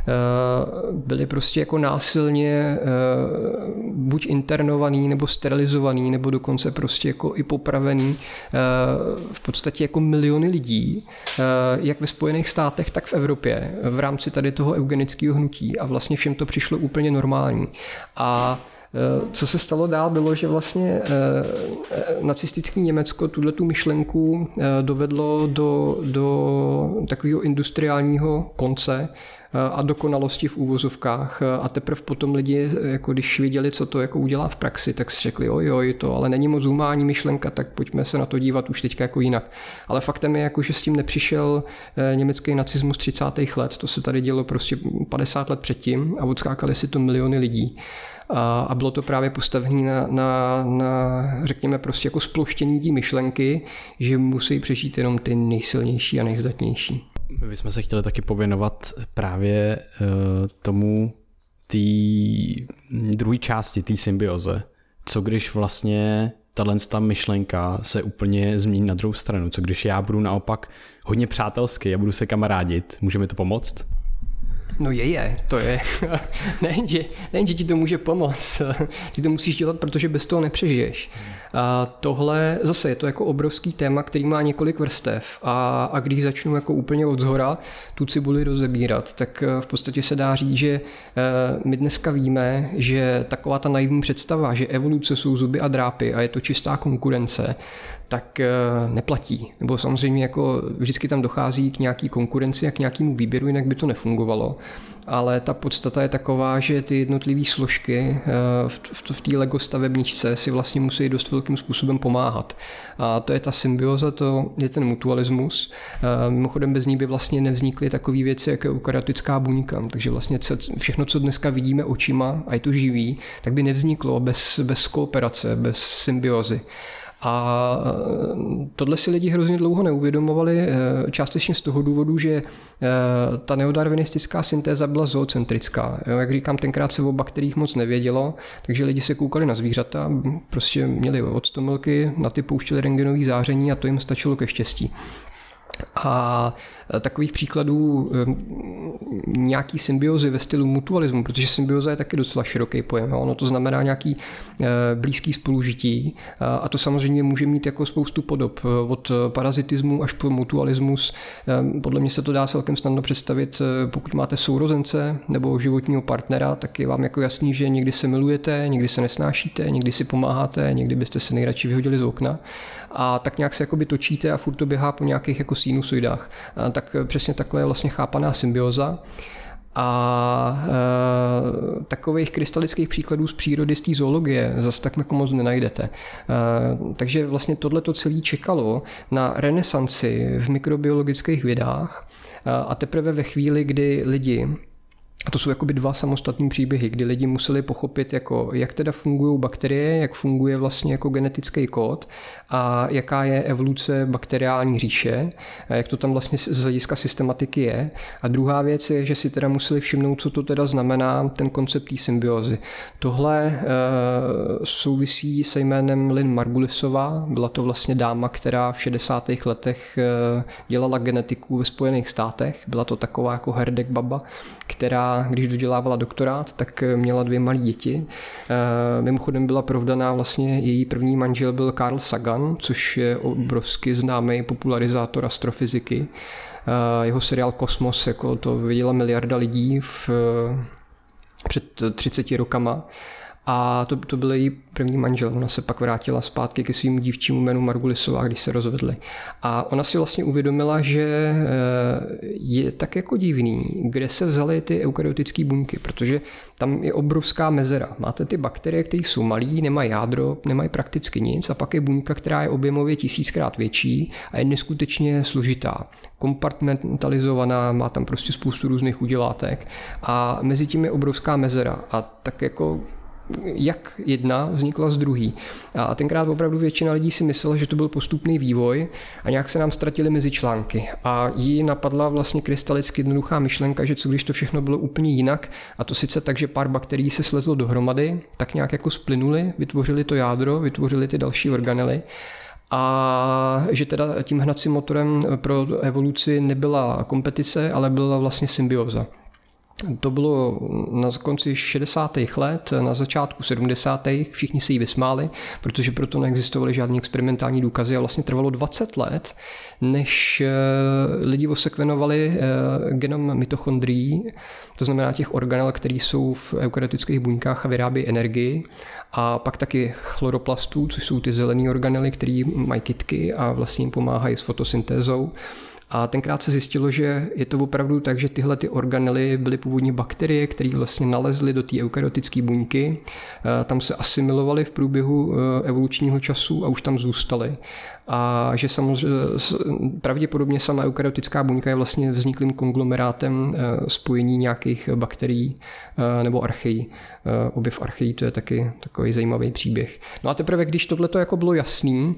byli prostě jako násilně buď internovaný, nebo sterilizovaný, nebo dokonce prostě jako i popravený v podstatě jako miliony lidí, jak ve Spojených státech, tak v Evropě, v rámci tady toho eugenického hnutí. A vlastně všem to přišlo úplně normální. A co se stalo dál, bylo, že vlastně nacistické Německo tu myšlenku dovedlo do takového industriálního konce a dokonalosti v úvozovkách, a teprve potom lidi, jako když viděli, co to jako udělá v praxi, tak si řekli, ojoj, to ale není moc humánní myšlenka, tak pojďme se na to dívat už teďka jako jinak. Ale faktem je, jako, že s tím nepřišel německý nacismus 30. let, to se tady dělo prostě 50 let předtím a odskákali si to miliony lidí. A bylo to právě postavené na řekněme prostě jako sploštění té myšlenky, že musí přežít jenom ty nejsilnější a nejzdatnější. My jsme se chtěli taky pověnovat právě tomu té druhé části, té symbioze. Co když vlastně ta myšlenka se úplně změní na druhou stranu? Co když já budu naopak hodně přátelský a budu se kamarádit? Může mi to pomoct? No to je. Nejen, že ti to může pomoct. Ty to musíš dělat, protože bez toho nepřežiješ. A tohle zase je to jako obrovský téma, který má několik vrstev a když začnu jako úplně od zhora tu cibuli rozebírat, tak v podstatě se dá říct, že my dneska víme, že taková ta naivní představa, že evoluce jsou zuby a drápy a je to čistá konkurence, tak neplatí. Nebo samozřejmě jako vždycky tam dochází k nějaký konkurenci a k nějakému výběru, jinak by to nefungovalo. Ale ta podstata je taková, že ty jednotlivé složky v té Lego stavebničce si vlastně musí dost velkým způsobem pomáhat. A to je ta symbioza, to je ten mutualismus. Mimochodem bez ní by vlastně nevznikly takové věci, jako eukaryotická buňka. Takže vlastně všechno, co dneska vidíme očima a je to živý, tak by nevzniklo bez kooperace, bez symbiozy. A tohle si lidi hrozně dlouho neuvědomovali, částečně z toho důvodu, že ta neodarwinistická syntéza byla zoocentrická. Jak říkám, tenkrát se o bakteriích moc nevědělo, takže lidi se koukali na zvířata, prostě měli octomilky, na ty pouštěli rentgenový záření a to jim stačilo ke štěstí. A takových příkladů nějaký symbiozy ve stylu mutualismu, protože symbioza je taky docela široký pojem, ono to znamená nějaký blízký spolužití a to samozřejmě může mít jako spoustu podob, od parazitismu až po mutualismus. Podle mě se to dá celkem snadno představit, pokud máte sourozence nebo životního partnera, tak je vám jako jasný, že někdy se milujete, někdy se nesnášíte, někdy si pomáháte, někdy byste se nejradši vyhodili z okna a tak nějak se jakoby točíte a furt to běhá po nějakých jako sinusoidách. Tak přesně takhle je vlastně chápaná symbioza. A takových krystalických příkladů z přírody, z té zoologie zase tak jako moc nenajdete. Takže vlastně tohleto celé čekalo na renesanci v mikrobiologických vědách a teprve ve chvíli, kdy lidi, a to jsou jakoby dva samostatní příběhy, kdy lidi museli pochopit, jako, jak teda fungují bakterie, jak funguje vlastně jako genetický kód a jaká je evoluce bakteriální říše, jak to tam vlastně z hlediska systematiky je. A druhá věc je, že si teda museli všimnout, co to teda znamená ten koncept té symbiozy. Tohle souvisí se jménem Lynn Margulisová. Byla to vlastně dáma, která v 60. letech dělala genetiku ve Spojených státech. Byla to taková jako herdek baba, která když dodělávala doktorát, tak měla 2 malé děti. Mimochodem byla provdaná, vlastně její první manžel byl Carl Sagan, což je obrovsky známý popularizátor astrofyziky. Jeho seriál Kosmos, jako to viděla miliarda lidí před 30 rokama. A to byl její první manžel. Ona se pak vrátila zpátky ke svým dívčímu jménu Margulisová, když se rozvedli. A ona si vlastně uvědomila, že je tak jako divný, kde se vzaly ty eukaryotické buňky, protože tam je obrovská mezera. Máte ty bakterie, které jsou malý, nemají jádro, nemají prakticky nic, a pak je buňka, která je objemově 1000krát větší a je neskutečně složitá. Kompartmentalizovaná, má tam prostě spoustu různých udělátek a mezi tím je obrovská mezera. A tak jako jak jedna vznikla z druhý. A tenkrát opravdu většina lidí si myslela, že to byl postupný vývoj a nějak se nám ztratily mezi články. A jí napadla vlastně krystalicky jednoduchá myšlenka, že co když to všechno bylo úplně jinak, a to sice tak, že pár bakterií se sletlo dohromady, tak nějak jako splynuli, vytvořili to jádro, vytvořili ty další organely. A že teda tím hnacím motorem pro evoluci nebyla kompetice, ale byla vlastně symbioza. To bylo na konci 60. let, na začátku 70. Všichni se jí vysmáli, protože proto neexistovaly žádné experimentální důkazy a vlastně trvalo 20 let, než lidi osekvenovali genom mitochondrií, to znamená těch organel, které jsou v eukaryotických buňkách a vyrábí energii, a pak taky chloroplastů, což jsou ty zelené organely, které mají kytky a vlastně jim pomáhají s fotosyntézou. A tenkrát se zjistilo, že je to opravdu tak, že tyhle ty organely byly původně bakterie, které vlastně nalezly do té eukaryotické buňky, tam se asimilovaly v průběhu evolučního času a už tam zůstaly. A že samozřejmě pravděpodobně sama eukaryotická buňka je vlastně vzniklým konglomerátem spojení nějakých bakterií nebo archeí. Objev archeí, to je taky takový zajímavý příběh. No a teprve, když tohleto jako bylo jasný,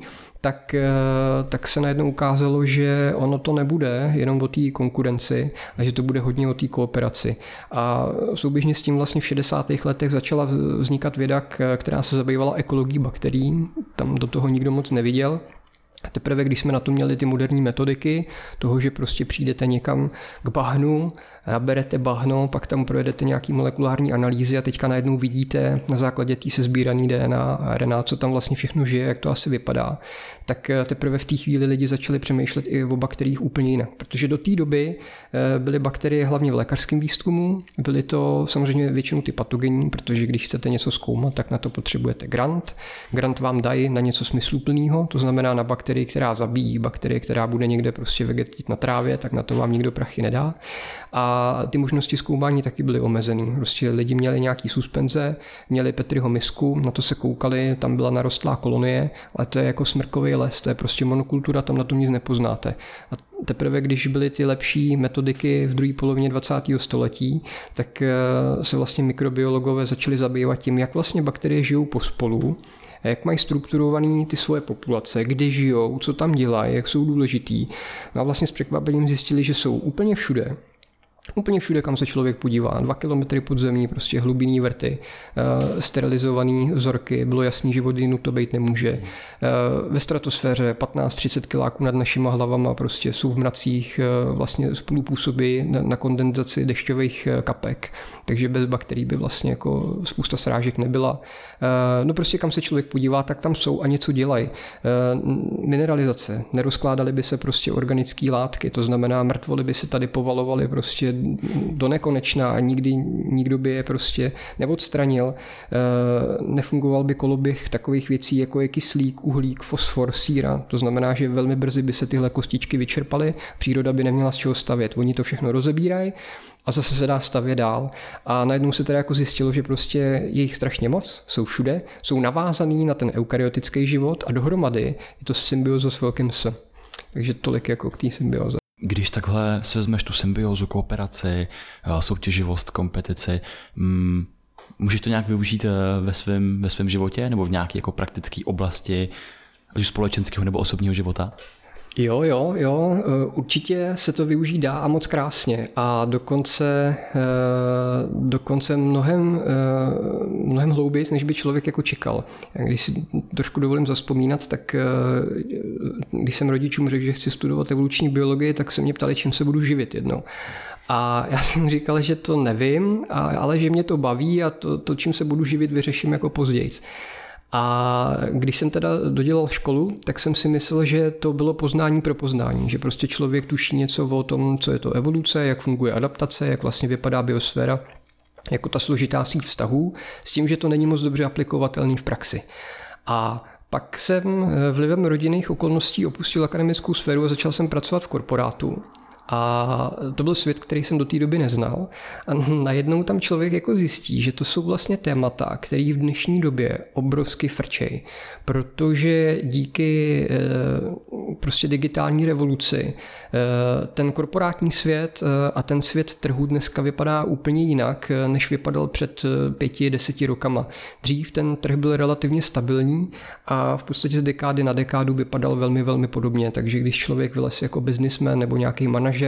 tak se najednou ukázalo, že ono to nebude jenom o té konkurenci a že to bude hodně o té kooperaci. A souběžně s tím vlastně v 60. letech začala vznikat věda, která se zabývala ekologií bakterií. Tam do toho nikdo moc neviděl. A teprve, když jsme na to měli ty moderní metodiky, toho, že prostě přijdete někam k bahnu, naberete bahno, pak tam projedete nějaký molekulární analýzy a teďka najednou vidíte na základě té sesbírané DNA a RNA, co tam vlastně všechno žije, jak to asi vypadá, tak teprve v té chvíli lidi začali přemýšlet i o bakteriích úplně jinak. Protože do té doby byly bakterie hlavně v lékařském výzkumu, byly to samozřejmě většinou ty patogenní, protože když chcete něco zkoumat, tak na to potřebujete grant. Grant vám dají na něco smysluplného, to znamená na bakterii, která zabíjí, bakterie, která bude někde prostě vegetit na trávě, tak na to vám nikdo prachy nedá. A ty možnosti zkoumání taky byly omezený. Prostě lidi měli nějaký suspenze, měli Petriho misku, na to se koukali, tam byla narostlá kolonie, ale to je jako smrkový les, to je prostě monokultura, tam na tom nic nepoznáte. A teprve, když byly ty lepší metodiky v druhé polovině 20. století, tak se vlastně mikrobiologové začali zabývat tím, jak vlastně bakterie žijou pospolu, jak mají strukturovaný ty svoje populace, kde žijou, co tam dělají, jak jsou důležitý. No a vlastně s překvapením zjistili, že jsou úplně všude. Úplně všude, kam se člověk podívá. 2 kilometry pod zemí, prostě hlubinný vrty, sterilizovaný vzorky, bylo jasný, že od jinou to být nemůže. Ve stratosféře 15-30 kiláků nad našima hlavama prostě jsou v mracích, vlastně spolupůsobí na kondenzaci dešťových kapek, takže bez bakterií by vlastně jako spousta srážek nebyla. No prostě kam se člověk podívá, tak tam jsou a něco dělají. Mineralizace, nerozkládaly by se prostě organické látky, to znamená mrtvoly by se tady povalovaly prostě do nekonečna a nikdo by je prostě neodstranil. Nefungoval by koloběh takových věcí, jako je kyslík, uhlík, fosfor, síra. To znamená, že velmi brzy by se tyhle kostičky vyčerpaly, příroda by neměla z čeho stavět. Oni to všechno rozebírají a zase se dá stavět dál. A najednou se teda jako zjistilo, že prostě je jich strašně moc, jsou všude, jsou navázaný na ten eukaryotický život a dohromady je to symbioza s velkým S. Takže tolik jako k té symbioze. Když takhle si vezmeš tu symbiozu, kooperaci, soutěživost, kompetici, můžeš to nějak využít ve svém životě nebo v nějaké jako praktické oblasti, ať už společenského nebo osobního života? Jo, určitě se to využít dá a moc krásně a dokonce mnohem hlouběji, než by člověk jako čekal. Když si trošku dovolím zavzpomínat, tak když jsem rodičům řekl, že chci studovat evoluční biologii, tak se mě ptali, čím se budu živit jednou. A já jsem říkal, že to nevím, ale že mě to baví a to čím se budu živit, vyřeším jako později. A když jsem teda dodělal školu, tak jsem si myslel, že to bylo poznání pro poznání, že prostě člověk tuší něco o tom, co je to evoluce, jak funguje adaptace, jak vlastně vypadá biosféra. jako ta složitá síť vztahů, s tím, že to není moc dobře aplikovatelný v praxi. A pak jsem vlivem rodinných okolností opustil akademickou sféru a začal jsem pracovat v korporátu. A to byl svět, který jsem do té doby neznal. A najednou tam člověk jako zjistí, že to jsou vlastně témata, které v dnešní době obrovsky frčejí. Protože díky prostě digitální revoluci ten korporátní svět a ten svět trhu dneska vypadá úplně jinak, než vypadal před 5-10 rokama. Dřív ten trh byl relativně stabilní a v podstatě z dekády na dekádu vypadal velmi, velmi podobně. Takže když člověk vylez jako businessman nebo nějaký manažer,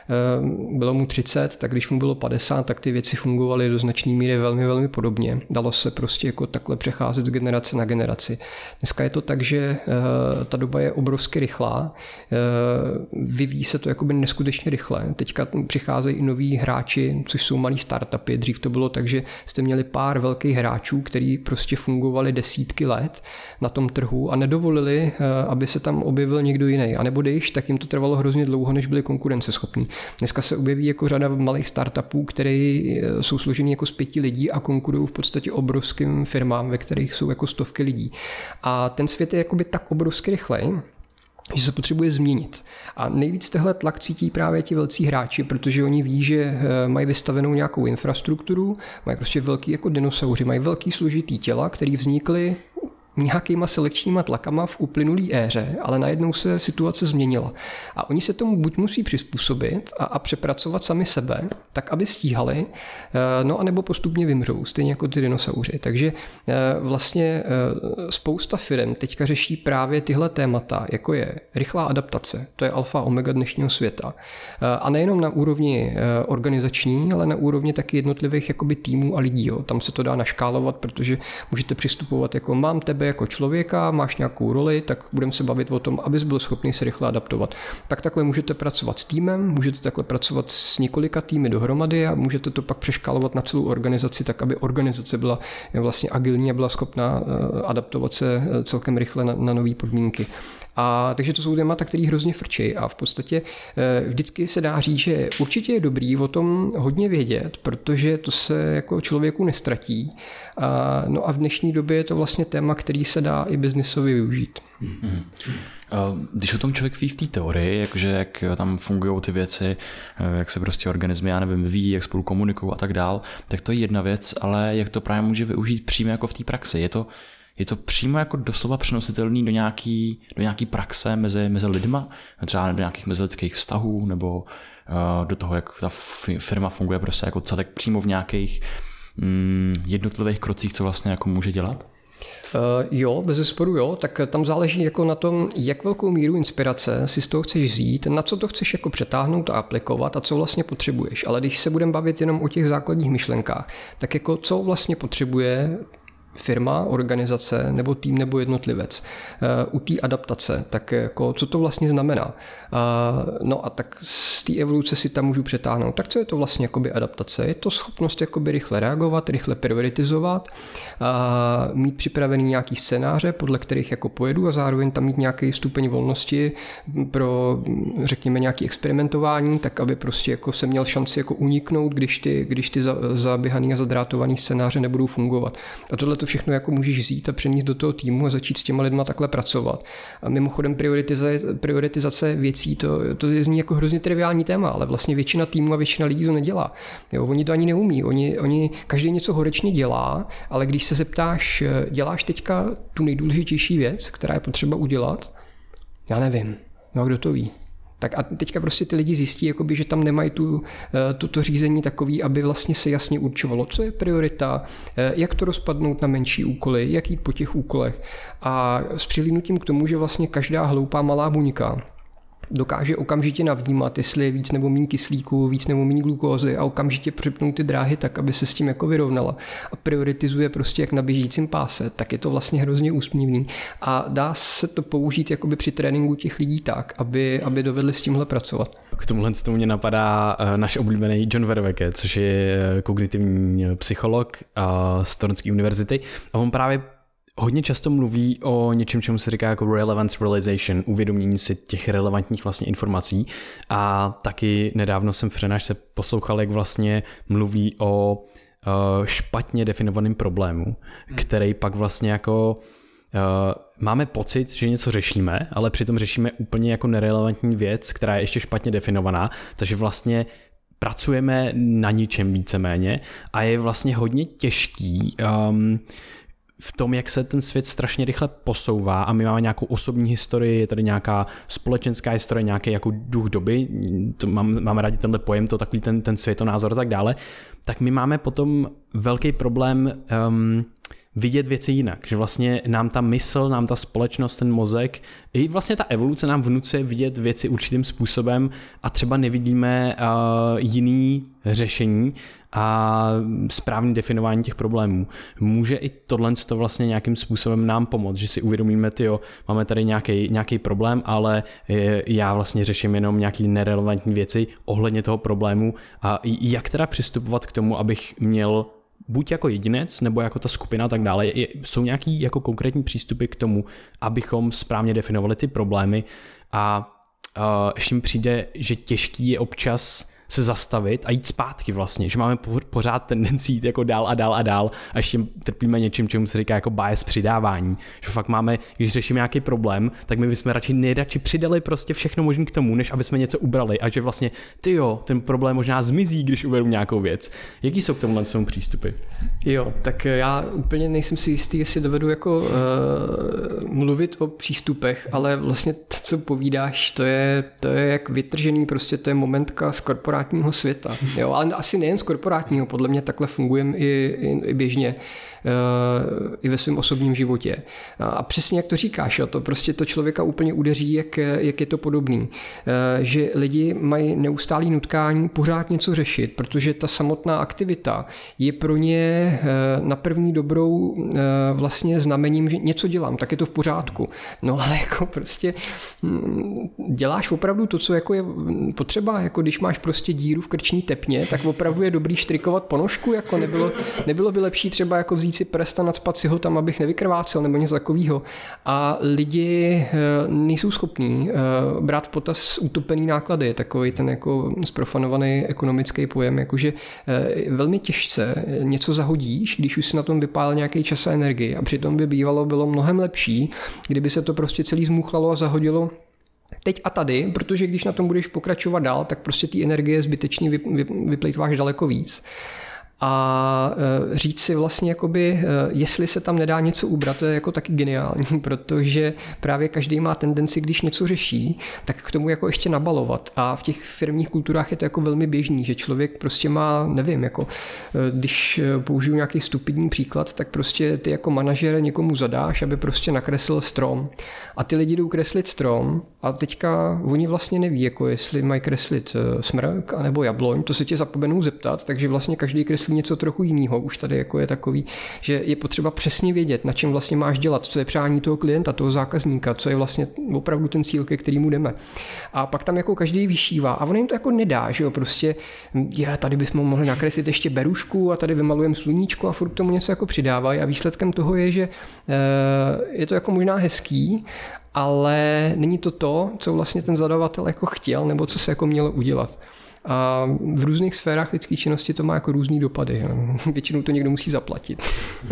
bylo mu 30, tak když mu bylo 50, tak ty věci fungovaly do značné míry velmi, velmi podobně. Dalo se prostě jako takhle přecházet z generace na generaci. Dneska je to tak, že ta doba je obrovsky rychlá, vyvíjí se to jakoby neskutečně rychle. Teďka přicházejí i noví hráči, což jsou malí startupy. Dřív to bylo tak, že jste měli pár velkých hráčů, kteří prostě fungovali desítky let na tom trhu a nedovolili, aby se tam objevil někdo jiný. A nebo když, tak jim to trvalo hrozně dlouho, než byli konkurenceschopní. Dneska se objeví jako řada malých startupů, které jsou složený jako z 5 lidí a konkurují v podstatě obrovským firmám, ve kterých jsou jako stovky lidí. A ten svět je jakoby tak obrovsky rychlej, že se potřebuje změnit. A nejvíc tehle tlak cítí právě ti velcí hráči, protože oni ví, že mají vystavenou nějakou infrastrukturu, mají prostě velký jako dinosauři, mají velký složitý těla, které vznikly nějakýma selekčníma tlakama v uplynulý éře, ale najednou se situace změnila. A oni se tomu buď musí přizpůsobit a přepracovat sami sebe, tak aby stíhali, no a nebo postupně vymřou, stejně jako ty dinosauři. Takže vlastně spousta firm teďka řeší právě tyhle témata, jako je rychlá adaptace, to je alfa omega dnešního světa. A nejenom na úrovni organizační, ale na úrovni taky jednotlivých jakoby týmů a lidí. Jo. Tam se to dá naškálovat, protože můžete přistupovat jako mám tebe jako člověka, máš nějakou roli, tak budeme se bavit o tom, abys byl schopný se rychle adaptovat. Tak takhle můžete pracovat s týmem, můžete takhle pracovat s několika týmy dohromady a můžete to pak přeškálovat na celou organizaci, tak aby organizace byla vlastně agilní a byla schopná adaptovat se celkem rychle na nové podmínky. A takže to jsou témata, které hrozně frčí a v podstatě vždycky se dá říct, že určitě je dobrý o tom hodně vědět, protože to se jako člověku nestratí. No a v dnešní době je to vlastně téma, který se dá i biznisově využít. Když o tom člověk ví v té teorii, jakože jak tam fungují ty věci, jak se prostě organismy, já nevím, vyvíjí, jak spolu komunikují a tak dál, tak to je jedna věc, ale jak to právě může využít přímo jako v té praxi. Je to přímo jako doslova přenositelný do nějaký praxe mezi lidma, třeba do nějakých mezilidských vztahů, nebo do toho, jak ta firma funguje prostě jako celek přímo v nějakých jednotlivých krocích, co vlastně jako může dělat? Jo, bezesporu jo, tak tam záleží jako na tom, jak velkou míru inspirace si z toho chceš vzít, na co to chceš jako přetáhnout a aplikovat a co vlastně potřebuješ. Ale když se budeme bavit jenom o těch základních myšlenkách, tak jako co vlastně potřebuje firma, organizace nebo tým nebo jednotlivec. U té adaptace, tak jako, co to vlastně znamená? No a tak z té evoluce si tam můžu přetáhnout. Tak co je to vlastně jakoby adaptace? Je to schopnost jakoby rychle reagovat, rychle prioritizovat, mít připravený nějaký scénáře, podle kterých jako pojedu a zároveň tam mít nějaký stupeň volnosti pro, řekněme, nějaké experimentování, tak aby prostě jako se měl šanci jako uniknout, když ty zaběhaný a zadrátovaný scénáře nebudou fungovat. A tohle to všechno jako můžeš vzít a přenést do toho týmu a začít s těma lidma takhle pracovat. A mimochodem prioritizace věcí, to zní jako hrozně triviální téma, ale vlastně většina týmů a většina lidí to nedělá. Jo, oni to ani neumí. Oni každý něco horečně dělá, ale když se zeptáš, děláš teďka tu nejdůležitější věc, která je potřeba udělat? Já nevím. No, kdo to ví? Tak a teďka prostě ty lidi zjistí, jakoby, že tam nemají to řízení takový, aby vlastně se jasně určovalo, co je priorita, jak to rozpadnout na menší úkoly, jak jít po těch úkolech. A s přihlédnutím k tomu, že vlastně každá hloupá malá buňka dokáže okamžitě navnímat, jestli je víc nebo méně kyslíku, víc nebo méně glukózy a okamžitě přepnout ty dráhy tak, aby se s tím jako vyrovnala a prioritizuje prostě jak na běžícím páse, tak je to vlastně hrozně úsměvný a dá se to použít jakoby při tréninku těch lidí tak, aby dovedli s tímhle pracovat. K tomuhle tomu mě napadá náš oblíbený John Verweke, což je kognitivní psycholog z Toronské univerzity a on právě hodně často mluví o něčem, čemu se říká jako relevance realization, uvědomění si těch relevantních vlastně informací a taky nedávno jsem v přednášce poslouchal, jak vlastně mluví o špatně definovaným problému, který pak vlastně jako máme pocit, že něco řešíme, ale přitom řešíme úplně jako nerelevantní věc, která je ještě špatně definovaná, takže vlastně pracujeme na ničem víceméně a je vlastně hodně těžký v tom, jak se ten svět strašně rychle posouvá a my máme nějakou osobní historii, je tady nějaká společenská historie, nějaký jako duch doby, to máme rádi tenhle pojem, to takový ten světonázor a tak dále, tak my máme potom velký problém vidět věci jinak, že vlastně nám ta mysl, nám ta společnost, ten mozek, i vlastně ta evoluce nám vnucuje vidět věci určitým způsobem a třeba nevidíme jiný řešení a správné definování těch problémů. Může i tohle vlastně nějakým způsobem nám pomoct, že si uvědomíme, máme tady nějaký problém, ale já vlastně řeším jenom nějaký nerelevantní věci ohledně toho problému a jak teda přistupovat k tomu, abych měl buď jako jedinec, nebo jako ta skupina a tak dále. Jsou nějaký jako konkrétní přístupy k tomu, abychom správně definovali ty problémy a ještě mi přijde, že těžký je občas se zastavit a jít zpátky vlastně, že máme pořád tendenci jít jako dál a dál a dál a ještě trpíme něčím, čemu se říká jako bias přidávání, že fakt máme, když řešíme nějaký problém, tak my bychom nejradši přidali prostě všechno možné k tomu, než aby jsme něco ubrali a že vlastně ten problém možná zmizí, když uberu nějakou věc. Jaký jsou k tomuhle přístupy? Jo, tak já úplně nejsem si jistý, jestli dovedu jako mluvit o přístupech, ale vlastně to, co povídáš, to je jak vytržený, prostě to je momentka z korporátního světa. Jo, ale asi nejen z korporátního, podle mě takhle fungujeme i běžně, i ve svém osobním životě. A přesně jak to říkáš, jo, to prostě to člověka úplně udeří, jak je to podobný. Že lidi mají neustálý nutkání pořád něco řešit, protože ta samotná aktivita je pro ně na první dobrou vlastně znamením, že něco dělám, tak je to v pořádku. No ale jako prostě děláš opravdu to, co jako je potřeba, jako když máš prostě díru v krční tepně, tak opravdu je dobrý štrikovat ponožku, jako nebylo by lepší třeba jako vzít si prst a nacpat si ho tam, abych nevykrvácel nebo něco takového. A lidi nejsou schopní brát v potaz utopený náklady, takový ten jako zprofanovaný ekonomický pojem, jakože velmi těžce něco zahodíš, když už si na tom vypálil nějaký čas a energii a přitom by bylo mnohem lepší, kdyby se to prostě celý zmuchlalo a zahodilo teď a tady, protože když na tom budeš pokračovat dál, tak prostě ty energie zbytečně vyplejtváš daleko víc. A říct si vlastně jakoby, jestli se tam nedá něco ubrat, to je jako taky geniální, protože právě každý má tendenci, když něco řeší, tak k tomu jako ještě nabalovat. A v těch firmních kulturách je to jako velmi běžný, že člověk prostě má, nevím, jako když použiju nějaký stupidní příklad, tak prostě ty jako manažer někomu zadáš, aby prostě nakreslil strom. A ty lidi jdou kreslit strom a teďka oni vlastně neví, jako jestli mají kreslit smrk anebo jabloň, to se tě zapomenou zeptat, takže vlastně každý kreslí něco trochu jiného. Už tady jako je takový, že je potřeba přesně vědět, na čem vlastně máš dělat, co je přání toho klienta, toho zákazníka, co je vlastně opravdu ten cíl, ke kterému jdeme. A pak tam jako každý vyšívá a on jim to jako nedá, že jo, prostě tady bychom mohli nakreslit ještě berušku a tady vymalujeme sluníčko a furt k tomu něco jako přidávají a výsledkem toho je, že je to jako možná hezký, ale není to, co vlastně ten zadavatel jako chtěl, nebo co se jako mělo udělat. A v různých sférách lidské činnosti to má jako různý dopady. Většinou to někdo musí zaplatit.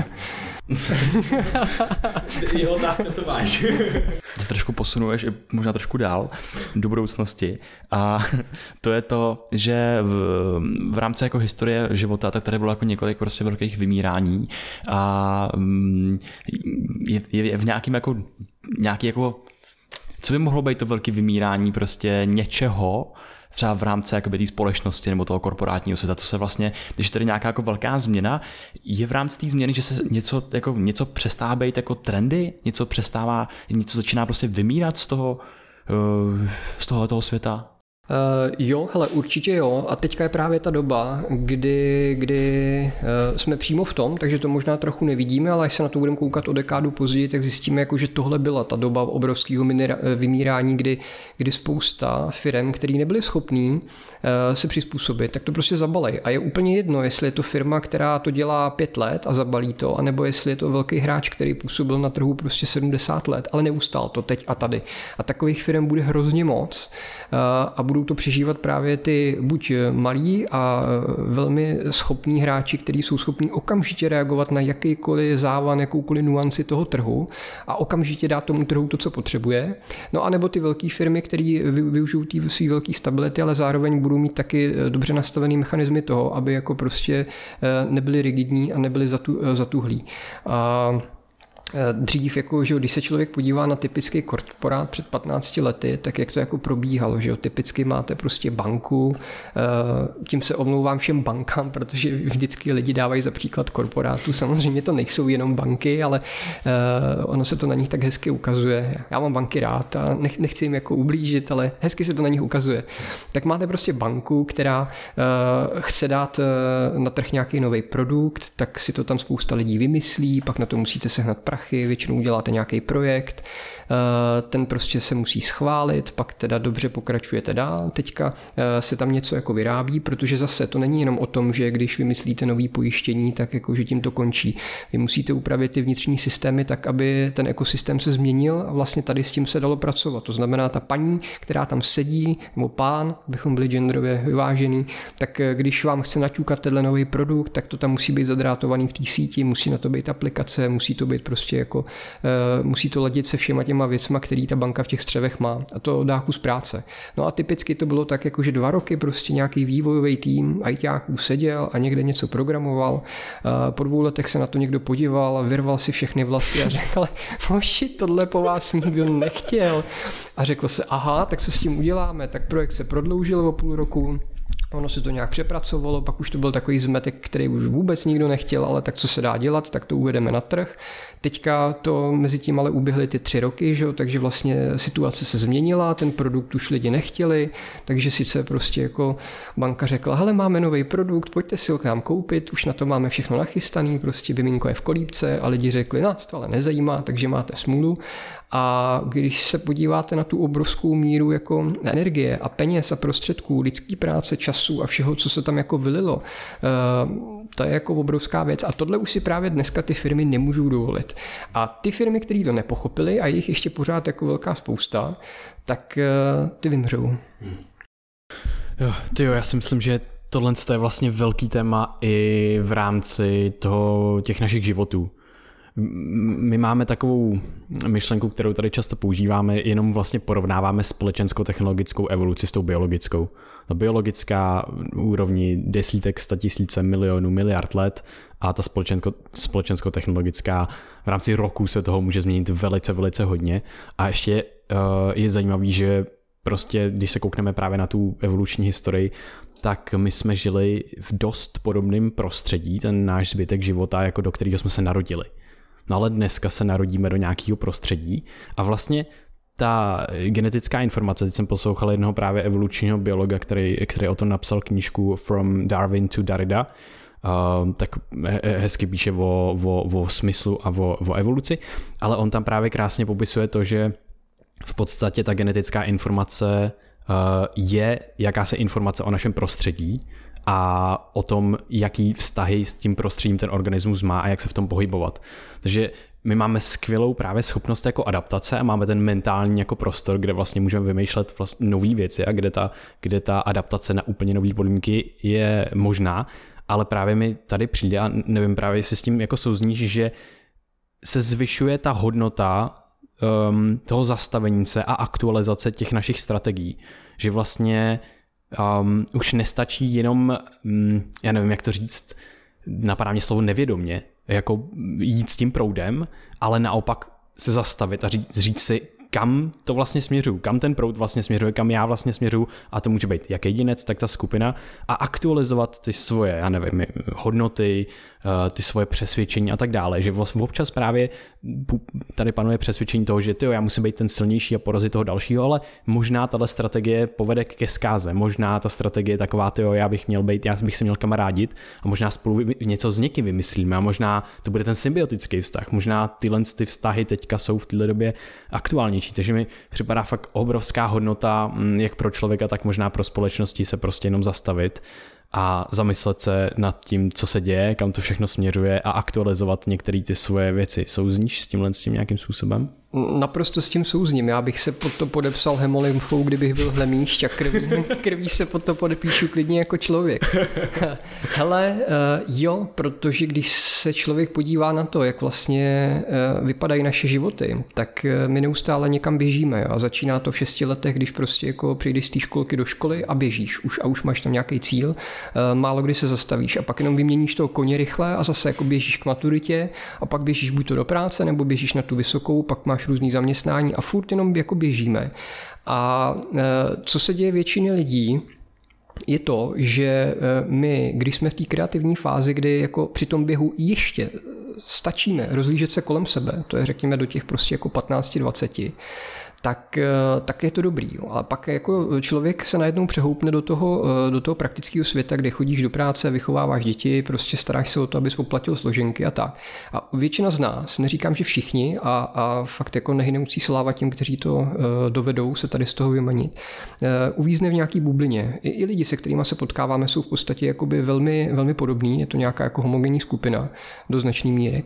Je otázka, co máš. Se trošku posunuješ i možná trošku dál do budoucnosti a to je to, že v rámci jako historie života tak tady bylo jako několik prostě velkých vymírání a je v nějaký jako co by mohlo být to velké vymírání prostě něčeho, třeba v rámci jakoby té společnosti nebo toho korporátního světa, to se vlastně, když tady nějaká jako velká změna, je v rámci té změny, že se něco přestává být jako trendy, něco začíná prostě vymírat z tohoto světa? Jo, hele, určitě jo. A teďka je právě ta doba, kdy jsme přímo v tom, takže to možná trochu nevidíme, ale až se na to budeme koukat o dekádu později, tak zjistíme, jako, že tohle byla ta doba obrovského vymírání, kdy spousta firem, který nebyly schopní se přizpůsobit, tak to prostě zabalej. A je úplně jedno, jestli je to firma, která to dělá 5 let a zabalí to, anebo jestli je to velký hráč, který působil na trhu prostě 70 let, ale neustál to teď a tady. A takových firm bude hrozně moc a budou budou to přežívat právě ty buď malí a velmi schopní hráči, kteří jsou schopní okamžitě reagovat na jakýkoliv závan, jakoukoliv nuanci toho trhu a okamžitě dát tomu trhu to, co potřebuje. No a nebo ty velké firmy, které využijou své velké stability, ale zároveň budou mít taky dobře nastavený mechanismy toho, aby jako prostě nebyli rigidní a nebyli zatuhlí. Dřív, jako, že když se člověk podívá na typický korporát před 15 lety, tak jak to jako probíhalo, že jo? Typicky máte prostě banku, tím se omlouvám všem bankám, protože vždycky lidi dávají za příklad korporátu, samozřejmě to nejsou jenom banky, ale ono se to na nich tak hezky ukazuje. Já mám banky rád a nechci jim jako ublížit, ale hezky se to na nich ukazuje. Tak máte prostě banku, která chce dát na trh nějaký nový produkt, tak si to tam spousta lidí vymyslí, pak na to musíte sehnat prachy, většinou uděláte nějaký projekt, ten prostě se musí schválit, pak teda dobře pokračujete dál, teďka se tam něco jako vyrábí, protože zase to není jenom o tom, že když vymyslíte nový pojištění, tak jako, že tím to končí. Vy musíte upravit ty vnitřní systémy tak, aby ten ekosystém se změnil a vlastně tady s tím se dalo pracovat. To znamená ta paní, která tam sedí, nebo pán, abychom byli genderově vyvážený, tak když vám chce naťukat tenhle nový produkt, tak to tam musí být zadrátovaný v té síti, musí na to být aplikace, musí to být prostě jako, musí to ladit se všema těma věcma, který ta banka v těch střevech má, a to dá kus práce. No a typicky to bylo tak, jako že 2 roky prostě nějaký vývojový tým ajťáků seděl a někde něco programoval. Po 2 letech se na to někdo podíval a vyrval si všechny vlasy a řekl, ale tohle po vás nikdo nechtěl. A řeklo se, aha, tak co s tím uděláme? Tak projekt se prodloužil o půl roku. Ono se to nějak přepracovalo, pak už to byl takový zmetek, který už vůbec nikdo nechtěl, ale tak co se dá dělat, tak to uvedeme na trh. Teďka to mezi tím ale uběhly ty 3 roky, že? Takže vlastně situace se změnila, ten produkt už lidi nechtěli, takže sice prostě jako banka řekla, hele, máme nový produkt, pojďte si ho k nám koupit, už na to máme všechno nachystaný, prostě miminko je v kolíbce a lidi řekli, nás to ale nezajímá, takže máte smůlu. A když se podíváte na tu obrovskou míru jako energie a peněz a prostředků, lidský práce, času a všeho, co se tam jako vylilo, to je jako obrovská věc a tohle už si právě dneska ty firmy nemůžou dovolit. A ty firmy, které to nepochopily a jich ještě pořád jako velká spousta, tak ty vymřou. Jo, já si myslím, že tohle je vlastně velký téma i v rámci těch našich životů. My máme takovou myšlenku, kterou tady často používáme, jenom vlastně porovnáváme společenskou technologickou evoluci s tou biologickou. Ta biologická úrovni desítek, statisíce, milionů, miliard let a ta společensko-technologická v rámci roku se toho může změnit velice, velice hodně. A ještě je zajímavý, že prostě, když se koukneme právě na tu evoluční historii, tak my jsme žili v dost podobném prostředí, ten náš zbytek života, jako do kterého jsme se narodili. No ale dneska se narodíme do nějakého prostředí a vlastně ta genetická informace, teď jsem poslouchal jednoho právě evolučního biologa, který o tom napsal knížku From Darwin to Derrida, tak hezky píše o smyslu a o evoluci, ale on tam právě krásně popisuje to, že v podstatě ta genetická informace je jakási informace o našem prostředí a o tom, jaký vztahy s tím prostředím ten organismus má a jak se v tom pohybovat. Takže my máme skvělou právě schopnost jako adaptace a máme ten mentální jako prostor, kde vlastně můžeme vymýšlet vlastně nové věci a kde ta adaptace na úplně nové podmínky je možná, ale právě mi tady přijde a nevím právě, jestli s tím jako souzníš, že se zvyšuje ta hodnota toho zastavení se a aktualizace těch našich strategií, že vlastně už nestačí jenom, já nevím, jak to říct, napadá mě slovo nevědomě, jako jít s tím proudem, ale naopak se zastavit a říct si, kam to vlastně směřuju, kam ten proud vlastně směřuje, kam já vlastně směřuju, a to může být jak jedinec, tak ta skupina, a aktualizovat ty svoje, já nevím, hodnoty, ty svoje přesvědčení a tak dále, že vlastně občas právě tady panuje přesvědčení toho, že já musím být ten silnější a porazit toho dalšího, ale možná tahle strategie povede ke zkáze, možná ta strategie je taková, já bych se měl kamarádit a možná spolu něco s někým vymyslíme a možná to bude ten symbiotický vztah, možná tyhle vztahy teďka jsou v této době aktuálnější, takže mi připadá fakt obrovská hodnota, jak pro člověka, tak možná pro společnosti se prostě jenom zastavit a zamyslet se nad tím, co se děje, kam to všechno směřuje a aktualizovat některé ty svoje věci. Souzníš s tím nějakým způsobem? Naprosto s tím souzním. Já bych se pod to podepsal hemolymfou, kdybych byl hlemýšť a krví se pod to podepíšu klidně jako člověk. Hele, jo, protože když se člověk podívá na to, jak vlastně vypadají naše životy, tak my neustále někam běžíme a začíná to v 6 letech, když prostě jako přijdeš z té školky do školy a běžíš už máš tam nějaký cíl, málo kdy se zastavíš a pak jenom vyměníš toho koně rychle a zase jako běžíš k maturitě a pak běžíš buď to do práce nebo běžíš na tu vysokou, pak máš různý zaměstnání a furt jenom jako běžíme. A co se děje většině lidí, je to, že my, když jsme v té kreativní fázi, kdy jako při tom běhu ještě stačíme rozlížet se kolem sebe, to je řekněme do těch prostě jako 15-20, tak je to dobrý. Jo. Ale pak jako člověk se najednou přehoupne do toho praktického světa, kde chodíš do práce, vychováváš děti, prostě staráš se o to, abys poplatil složenky a tak. A většina z nás, neříkám, že všichni, a fakt jako nehynoucí sláva těm, kteří to dovedou se tady z toho vymanit, uvízne v nějaký bublině. I lidi, se kterými se potkáváme, jsou v podstatě jakoby velmi, velmi podobní, je to nějaká jako homogenní skupina do značné míry.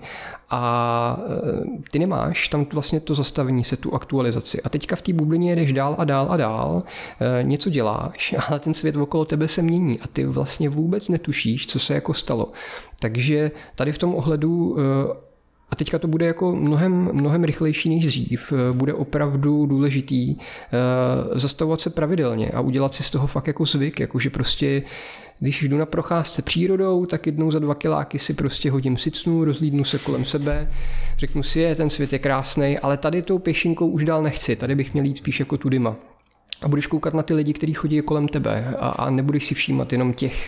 A ty nemáš tam vlastně to zastavení se, tu aktualizaci. A teďka v té bublině jdeš dál a dál a dál, něco děláš, ale ten svět okolo tebe se mění a ty vlastně vůbec netušíš, co se jako stalo. Takže tady v tom ohledu, a teďka to bude jako mnohem rychlejší než dřív, bude opravdu důležitý zastavovat se pravidelně a udělat si z toho fakt jako zvyk, jakože prostě když jdu na procházce přírodou, tak jednou za 2 kiláky si prostě hodím sicnu, rozhlídnu se kolem sebe, řeknu si, ten svět je krásnej, ale tady tou pěšinkou už dál nechci, tady bych měl jít spíš jako tudyma. A budeš koukat na ty lidi, kteří chodí kolem tebe a nebudeš si všímat jenom těch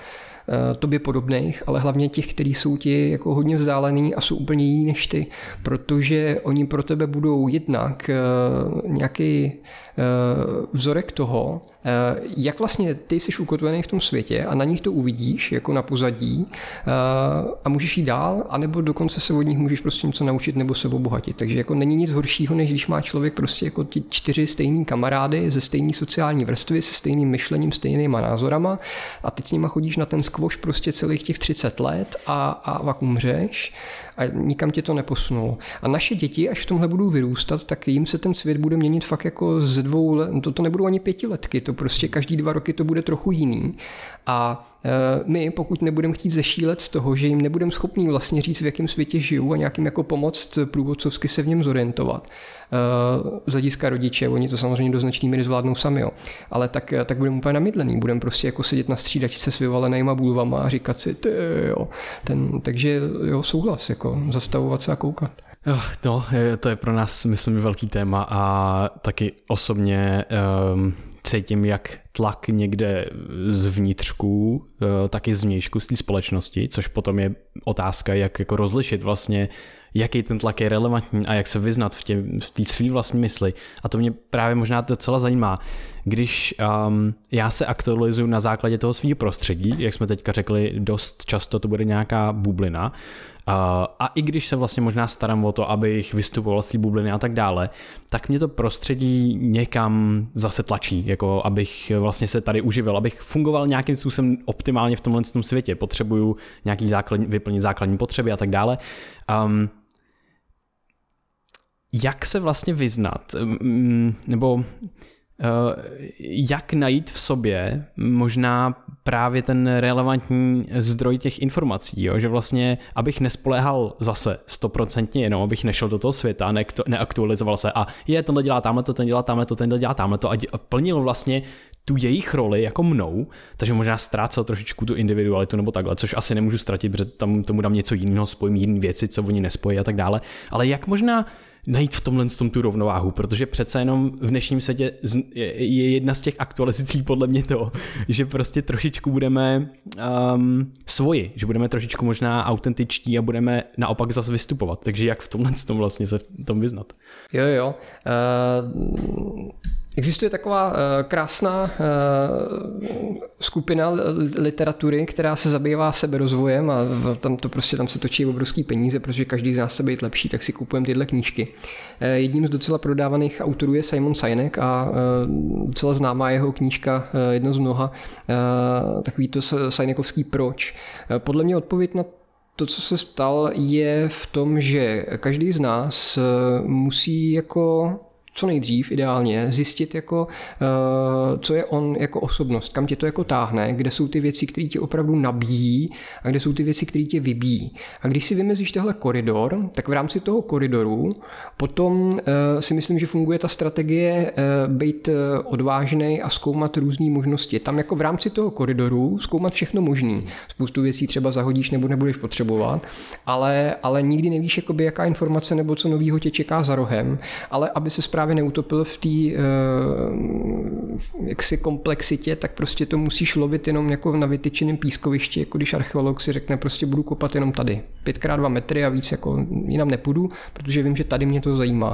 tobě podobných, ale hlavně těch, kteří jsou ti jako hodně vzdálený a jsou úplně jiní než ty, protože oni pro tebe budou jednak nějaký vzorek toho, jak vlastně ty jsi ukotvený v tom světě a na nich to uvidíš jako na pozadí a můžeš jít dál, anebo dokonce se od nich můžeš prostě něco naučit nebo se obohatit. Takže jako není nic horšího, než když má člověk prostě jako ti 4 stejný kamarády ze stejné sociální vrstvy, se stejným myšlením, stejnýma názorama a teď s nima chodíš na ten skvoš prostě celých těch 30 let a pak umřeš a nikam tě to neposunulo. A naše děti, až v tomhle budou vyrůstat, tak jim se ten svět bude měnit fakt jako ze 2 let, to nebudou ani 5letky, to prostě každý 2 roky to bude trochu jiný. A my, pokud nebudeme chtít zešílet z toho, že jim nebudeme schopní vlastně říct, v jakém světě žijou a nějakým jako pomoct průvodcovsky se v něm zorientovat, z hlediska rodiče, oni to samozřejmě do značný míry zvládnou sami, jo. Ale tak budeme úplně namydlený, budeme prostě jako sedět na střídačce s vyvalenýma bulvama a říkat si, takže jo, souhlas, jako zastavovat se a koukat. No, to je pro nás, myslím, velký téma a taky osobně cítím jak tlak někde zvnitřku, tak i zvnějšku z té společnosti, což potom je otázka, jak jako rozlišit vlastně, jaký ten tlak je relevantní a jak se vyznat v té svý vlastní mysli. A to mě právě možná docela zajímá, když já se aktualizuju na základě toho svého prostředí, jak jsme teďka řekli, dost často to bude nějaká bublina, a i když se vlastně možná starám o to, abych vystupoval z té bubliny a tak dále, tak mě to prostředí někam zase tlačí, jako abych vlastně se tady uživil, abych fungoval nějakým způsobem optimálně v tomhle světě. Potřebuju nějaký vyplnit základní potřeby a tak dále. Jak se vlastně vyznat, nebo jak najít v sobě možná právě ten relevantní zdroj těch informací, jo? Že vlastně, abych nespoléhal zase 100% jenom, abych nešel do toho světa a neaktualizoval se a tenhle dělá tamhleto, ten dělá tamhleto, tenhle dělá tamhleto a plnil vlastně tu jejich roli jako mnou, takže možná ztrácel trošičku tu individualitu nebo takhle, což asi nemůžu ztratit, protože tam tomu dám něco jiného, spojím jiné věci, co oni nespojí a tak dále, ale jak možná najít v tomhle tu rovnováhu, protože přece jenom v dnešním světě je jedna z těch aktualizací podle mě to, že prostě trošičku budeme svoji, že budeme trošičku možná autentičtí a budeme naopak zase vystupovat, takže jak v tomhle vlastně se v tom vyznat? Jo. Existuje taková krásná skupina literatury, která se zabývá seberozvojem a tam se točí obrovský peníze, protože každý z nás chce být lepší, tak si kupujeme tyhle knížky. Jedním z docela prodávaných autorů je Simon Sinek a docela známá jeho knížka, jedno z mnoha, takový to Sinekovský proč. Podle mě odpověď na to, co se ptal, je v tom, že každý z nás musí jako co nejdřív ideálně zjistit, jako, co je on jako osobnost, kam tě to jako táhne, kde jsou ty věci, které tě opravdu nabíjí a kde jsou ty věci, které tě vybíjí. A když si vymezíš tehle koridor, tak v rámci toho koridoru potom si myslím, že funguje ta strategie být odvážnej a zkoumat různé možnosti. Tam jako v rámci toho koridoru zkoumat všechno možný. Spoustu věcí třeba zahodíš nebo nebudeš potřebovat, ale nikdy nevíš, jakoby, jaká informace nebo co novýho tě čeká za rohem, ale aby se právě neutopil v té jaksi komplexitě, tak prostě to musíš lovit jenom jako na vytyčeném pískovišti, jako když archeolog si řekne, prostě budu kopat jenom tady. 5x2 metry a víc jako jinam nepůjdu, protože vím, že tady mě to zajímá.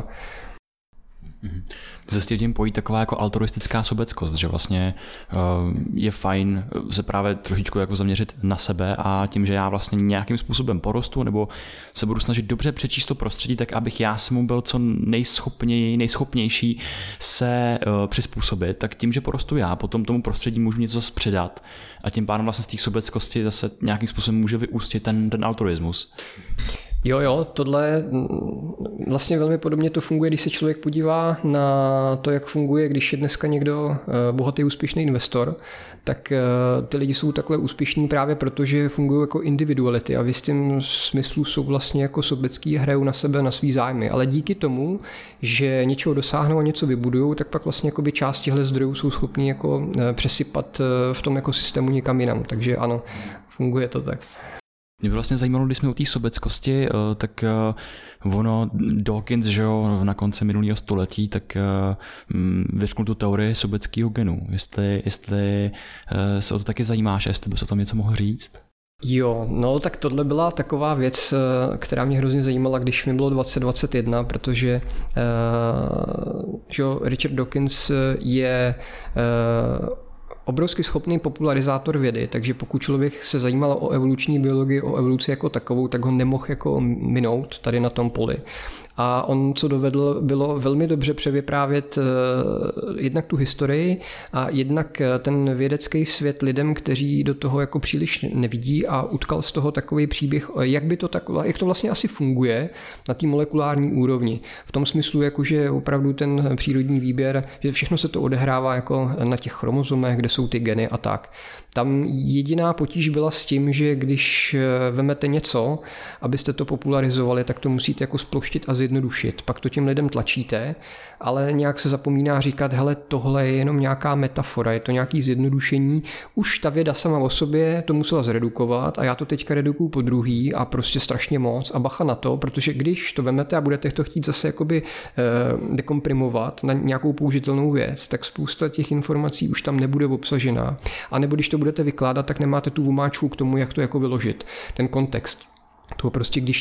Se s tím pojí taková jako altruistická sobeckost, že vlastně je fajn se právě trošičku jako zaměřit na sebe a tím, že já vlastně nějakým způsobem porostu nebo se budu snažit dobře přečíst to prostředí, tak abych já se mu byl co nejschopnější se přizpůsobit, tak tím, že porostu já, potom tomu prostředí můžu něco zase předat a tím pádem vlastně z té sobeckosti zase nějakým způsobem může vyústit ten altruismus. Jo, tohle vlastně velmi podobně to funguje, když se člověk podívá na to, jak funguje, když je dneska někdo bohatý, úspěšný investor, tak ty lidi jsou takhle úspěšní právě proto, že fungují jako individuality a v jistém smyslu jsou vlastně jako sobecký, hrajou na sebe, na svý zájmy, ale díky tomu, že něčeho dosáhnou a něco vybudujou, tak pak vlastně jakoby část těchto zdrojů jsou schopní jako přesypat v tom ekosystému někam jinam, takže ano, funguje to tak. Mě by vlastně zajímalo, když jsme u té sobeckosti, tak ono Dawkins, že jo, na konci minulého století, tak vyřknul tu teorii sobeckého genu. Jestli se o to taky zajímáš, jestli bys o tom něco mohl říct? Jo, no tak tohle byla taková věc, která mě hrozně zajímala, když mi bylo 2021, protože že Richard Dawkins je obrovsky schopný popularizátor vědy, takže pokud člověk se zajímal o evoluční biologii, o evoluci jako takovou, tak ho nemohl jako minout tady na tom poli. A on, co dovedl, bylo velmi dobře převyprávět jednak tu historii a jednak ten vědecký svět lidem, kteří do toho jako příliš nevidí a utkal z toho takový příběh, jak to vlastně asi funguje na té molekulární úrovni. V tom smyslu, jakože opravdu ten přírodní výběr, že všechno se to odehrává jako na těch chromozomech, kde jsou ty geny a tak. Tam jediná potíž byla s tím, že když vemete něco, abyste to popularizovali, tak to musíte jako sploštit a zjednodušit. Pak to těm lidem tlačíte, ale nějak se zapomíná říkat, hele, tohle je jenom nějaká metafora, je to nějaký zjednodušení. Už ta věda sama o sobě to musela zredukovat a já to teďka redukuju po druhý a prostě strašně moc a bacha na to, protože když to vemete a budete to chtít zase jakoby dekomprimovat na nějakou použitelnou věc, tak spousta těch informací už tam nebude obsažená. A nebo když to budete vykládat, tak nemáte tu vomáčku k tomu, jak to jako vyložit. Ten kontext. To prostě, když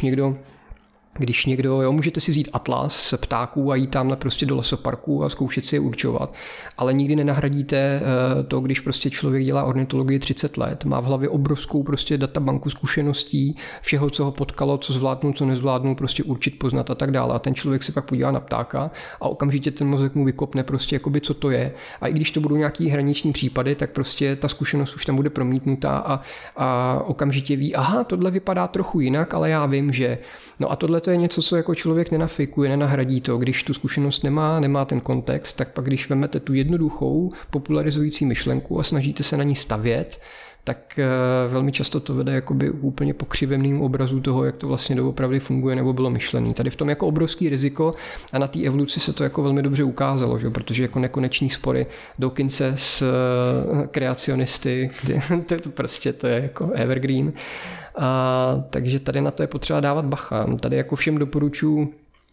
někdo, jo, můžete si vzít atlas ptáků a jít tamhle prostě do lesoparku a zkoušet si je určovat, ale nikdy nenahradíte to, když prostě člověk dělá ornitologii 30 let, má v hlavě obrovskou prostě databanku zkušeností, všeho, co ho potkalo, co zvládnul, co nezvládnul, prostě určit, poznat a tak dále. A ten člověk se pak podívá na ptáka a okamžitě ten mozek mu vykopne prostě jakoby, co to je. A i když to budou nějaký hraniční případy, tak prostě ta zkušenost už tam bude promítnutá a okamžitě ví, aha, tohle vypadá trochu jinak, ale já vím, že no a tohle to je něco, co jako člověk nenafikuje, nenahradí to. Když tu zkušenost nemá ten kontext, tak pak když vezmete tu jednoduchou popularizující myšlenku a snažíte se na ní stavět, tak velmi často to vede jakoby úplně pokřiveným obrazu toho, jak to vlastně doopravdy funguje nebo bylo myšlený. Tady v tom jako obrovský riziko a na té evoluci se to jako velmi dobře ukázalo, že? Protože jako nekonečný spory Dawkinse s kreacionisty, to je jako evergreen. Takže tady na to je potřeba dávat bacha. Tady jako všem doporučuji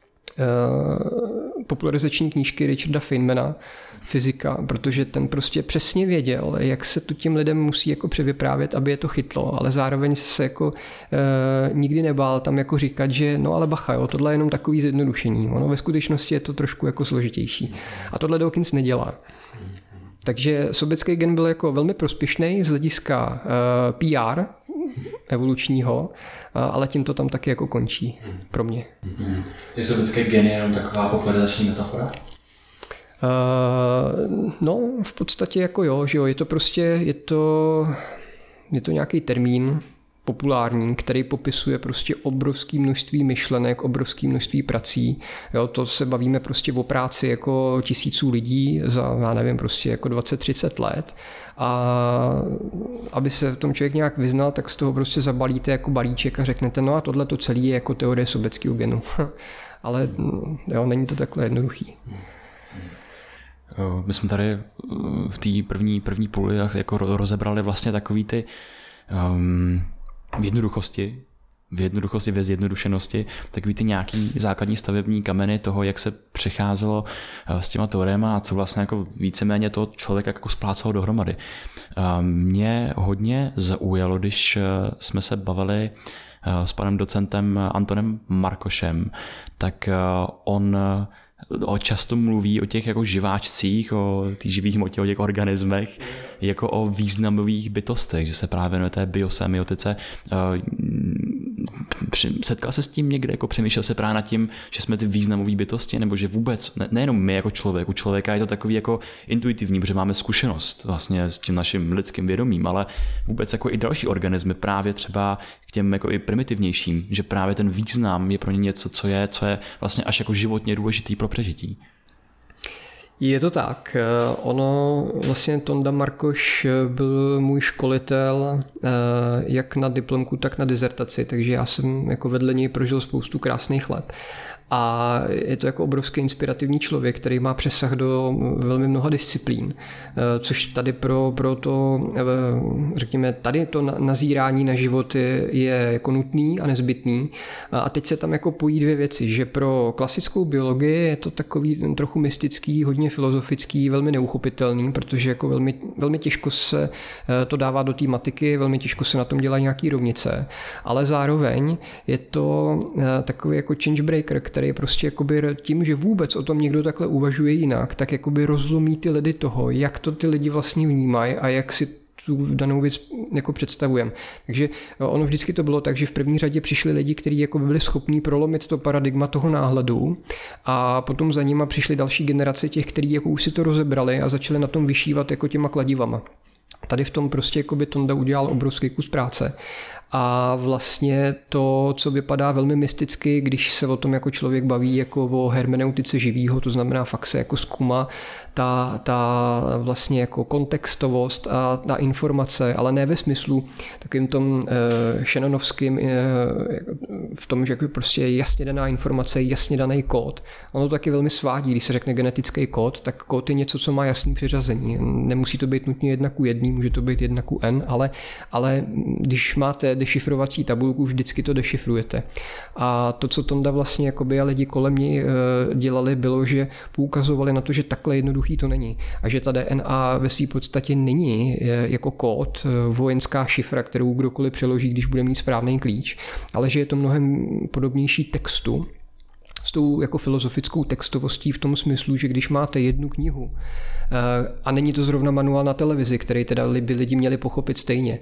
popularizační knížky Richarda Feynmana, fyzika, protože ten prostě přesně věděl, jak se to těm lidem musí jako převyprávět, aby je to chytlo, ale zároveň se jako nikdy nebál tam jako říkat, že no ale bacha, jo, tohle je jenom takový zjednodušení. Ono ve skutečnosti je to trošku jako složitější. A tohle Dawkins nedělá. Takže sobecký gen byl jako velmi prospěšný z hlediska PR evolučního, ale tím to tam taky jako končí pro mě. Je sobecký gen jenom taková popularizační metafora? No, v podstatě jako jo, že jo, je to prostě, je to nějaký termín, populární, který popisuje prostě obrovské množství myšlenek, obrovské množství prací. Jo, to se bavíme prostě o práci jako tisíců lidí za, já nevím, prostě jako 20-30 let. A aby se v tom člověk nějak vyznal, tak z toho prostě zabalíte jako balíček a řeknete, no a tohle to celé je jako teorie sobeckého genu. Ale jo, není to takhle jednoduchý. My jsme tady v té první půli jako rozebrali vlastně takový ty v jednoduchosti, ve zjednodušenosti, takový ty nějaký základní stavební kameny toho, jak se přecházelo s těma teorema a co vlastně jako víceméně to člověka jako splácelo dohromady. Mě hodně zaujalo, když jsme se bavili s panem docentem Antonem Markošem, tak on často mluví o těch jako živáčcích, o těch živých hmotě, o těch organismech, jako o významových bytostech, že se právě věnuje té biosemiotice. Setkal se s tím někde, jako přemýšlel se právě nad tím, že jsme ty významové bytosti, nebo že vůbec, nejenom my jako člověk, u člověka je to takový jako intuitivní, protože máme zkušenost vlastně s tím naším lidským vědomím, ale vůbec jako i další organismy, právě třeba k těm jako i primitivnějším, že právě ten význam je pro ně něco, co je vlastně až jako životně důležitý pro přežití. Je to tak. Ono vlastně Tonda Markoš byl můj školitel jak na diplomku, tak na dizertaci, takže já jsem jako vedle něj prožil spoustu krásných let. A je to jako obrovský inspirativní člověk, který má přesah do velmi mnoha disciplín, což tady pro to, řekněme, tady to nazírání na život je jako nutný a nezbytný. A teď se tam jako pojí dvě věci, že pro klasickou biologii je to takový trochu mystický, hodně filozofický, velmi neuchopitelný, protože jako velmi těžko se to dává do té matiky, velmi těžko se na tom dělá nějaký rovnice, ale zároveň je to takový jako change breaker, který prostě jakoby tím, že vůbec o tom někdo takhle uvažuje jinak, tak jakoby rozlomí ty ledy toho, jak to ty lidi vlastně vnímají a jak si tu danou věc jako představujeme. Takže ono vždycky to bylo tak, že v první řadě přišli lidi, kteří jako by byli schopní prolomit to paradigma toho náhledu a potom za nima přišly další generace těch, kteří jako už si to rozebrali a začali na tom vyšívat jako těma kladivama. Tady v tom prostě jakoby Tonda udělal obrovský kus práce. A vlastně to, co vypadá velmi mysticky, když se o tom jako člověk baví jako o hermeneutice živýho, to znamená fakt se jako zkoumá ta vlastně jako kontextovost a ta informace, ale ne ve smyslu takovým tom šannonovským v tom, že jako prostě je jasně daná informace, jasně daný kód. Ono to taky velmi svádí, když se řekne genetický kód, tak kód je něco, co má jasný přiřazení. Nemusí to být nutně 1:1, může to být 1:n, ale když máte dešifrovací tabulku, vždycky to dešifrujete. A to, co Tonda vlastně jakoby a lidi kolem něj dělali, bylo, že poukazovali na to, že takhle jednoduchý to není. A že ta DNA ve své podstatě není jako kód, vojenská šifra, kterou kdokoliv přeloží, když bude mít správný klíč, ale že je to mnohem podobnější textu, s tou jako filozofickou textovostí v tom smyslu, že když máte jednu knihu a není to zrovna manuál na televizi, který teda by lidi měli pochopit stejně,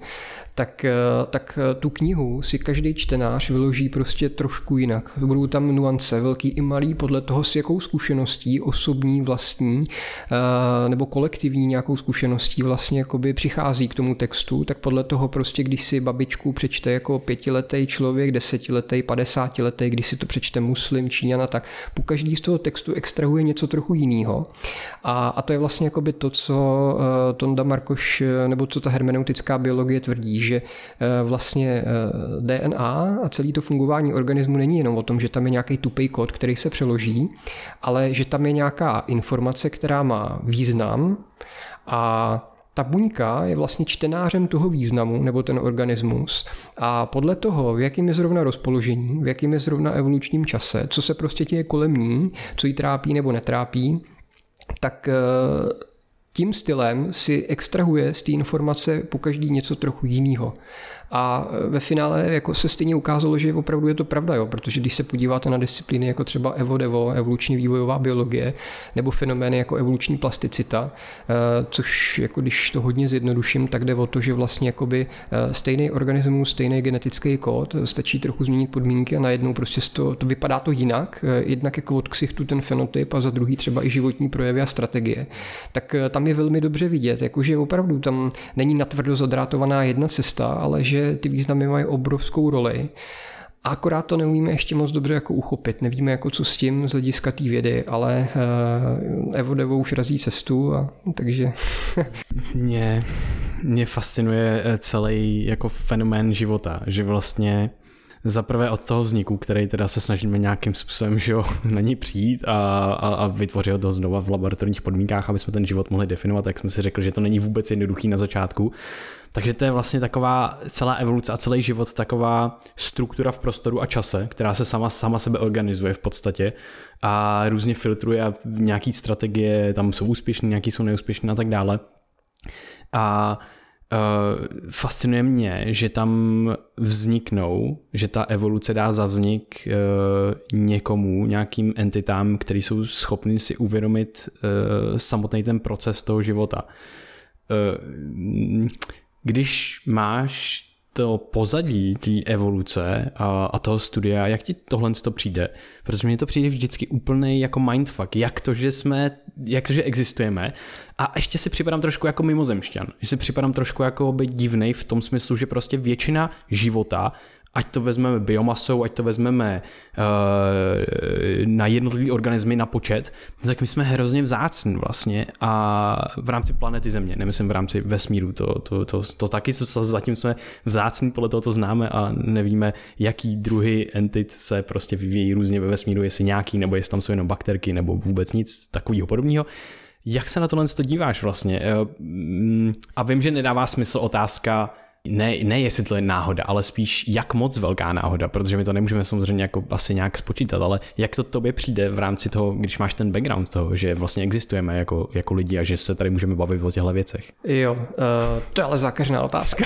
tak tu knihu si každý čtenář vyloží prostě trošku jinak. Budou tam nuance, velký i malý, podle toho, s jakou zkušeností, osobní, vlastní nebo kolektivní nějakou zkušeností vlastně jakoby přichází k tomu textu, tak podle toho prostě, když si babičku přečte jako 5letý člověk, 10letý, 50letý, když si to přečte muslim, Číňana, tak po každý z toho textu extrahuje něco trochu jiného. A to je vlastně jakoby to, co Tonda Markoš, nebo co ta hermeneutická biologie tvrdí, že vlastně DNA a celé to fungování organismu není jenom o tom, že tam je nějaký tupý kód, který se přeloží, ale že tam je nějaká informace, která má význam a ta buňka je vlastně čtenářem toho významu, nebo ten organismus, a podle toho, v jakým je zrovna rozpoložení, v jakým je zrovna evolučním čase, co se prostě děje kolem ní, co jí trápí nebo netrápí, tak tím stylem si extrahuje z té informace pokaždý něco trochu jiného. A ve finále jako se stejně ukázalo, že opravdu je to pravda, jo? Protože když se podíváte na disciplíny jako třeba evo-devo, evoluční vývojová biologie, nebo fenomény jako evoluční plasticita, což jako když to hodně zjednoduším, tak jde o to, že vlastně jakoby stejný organismus, stejný genetický kód, stačí trochu změnit podmínky a najednou prostě to vypadá to jinak, jednak jako od ksichtu ten fenotyp a za druhý třeba i životní projevy a strategie. Tak tam tam je velmi dobře vidět, jakože opravdu tam není natvrdo zadrátovaná jedna cesta, ale že ty významy mají obrovskou roli. A akorát to neumíme ještě moc dobře jako uchopit. Nevíme, jako co s tím z hlediska té vědy, ale Evo Devo už razí cestu, a takže... Mě fascinuje celý jako fenomén života, že vlastně zaprvé od toho vzniku, který teda se snažíme nějakým způsobem, že jo, na ní přijít a vytvořit to znova v laboratorních podmínkách, aby jsme ten život mohli definovat, tak jsme si řekli, že to není vůbec jednoduchý na začátku. Takže to je vlastně taková celá evoluce a celý život, taková struktura v prostoru a čase, která se sama sebe organizuje v podstatě a různě filtruje a nějaký strategie tam jsou úspěšné, nějaký jsou neúspěšné a tak dále. A fascinuje mě, že tam vzniknou, že ta evoluce dá za vznik někomu, nějakým entitám, který jsou schopni si uvědomit samotný ten proces toho života. Když máš to pozadí té evoluce a toho studia, jak ti tohle to přijde? Protože mně to přijde vždycky úplný jako mindfuck, jak to, že existujeme, a ještě si připadám trošku jako mimozemšťan, že si připadám trošku jako být divnej v tom smyslu, že prostě většina života, ať to vezmeme biomasou, ať to vezmeme na jednotlivý organismy na počet, tak my jsme hrozně vzácní vlastně a v rámci planety Země, nemyslím v rámci vesmíru, to taky zatím jsme vzácní, podle toho to známe a nevíme, jaký druhy entit se prostě vyvíjí různě ve vesmíru, jestli nějaký, nebo jestli tam jsou jenom bakterky, nebo vůbec nic takového podobného. Jak se na tohle díváš vlastně? A vím, že nedává smysl otázka, ne jestli to je náhoda, ale spíš jak moc velká náhoda, protože my to nemůžeme samozřejmě jako asi nějak spočítat, ale jak to tobě přijde v rámci toho, když máš ten background toho, že vlastně existujeme jako lidi a že se tady můžeme bavit o těchto věcech? Jo, to je ale zákeřná otázka.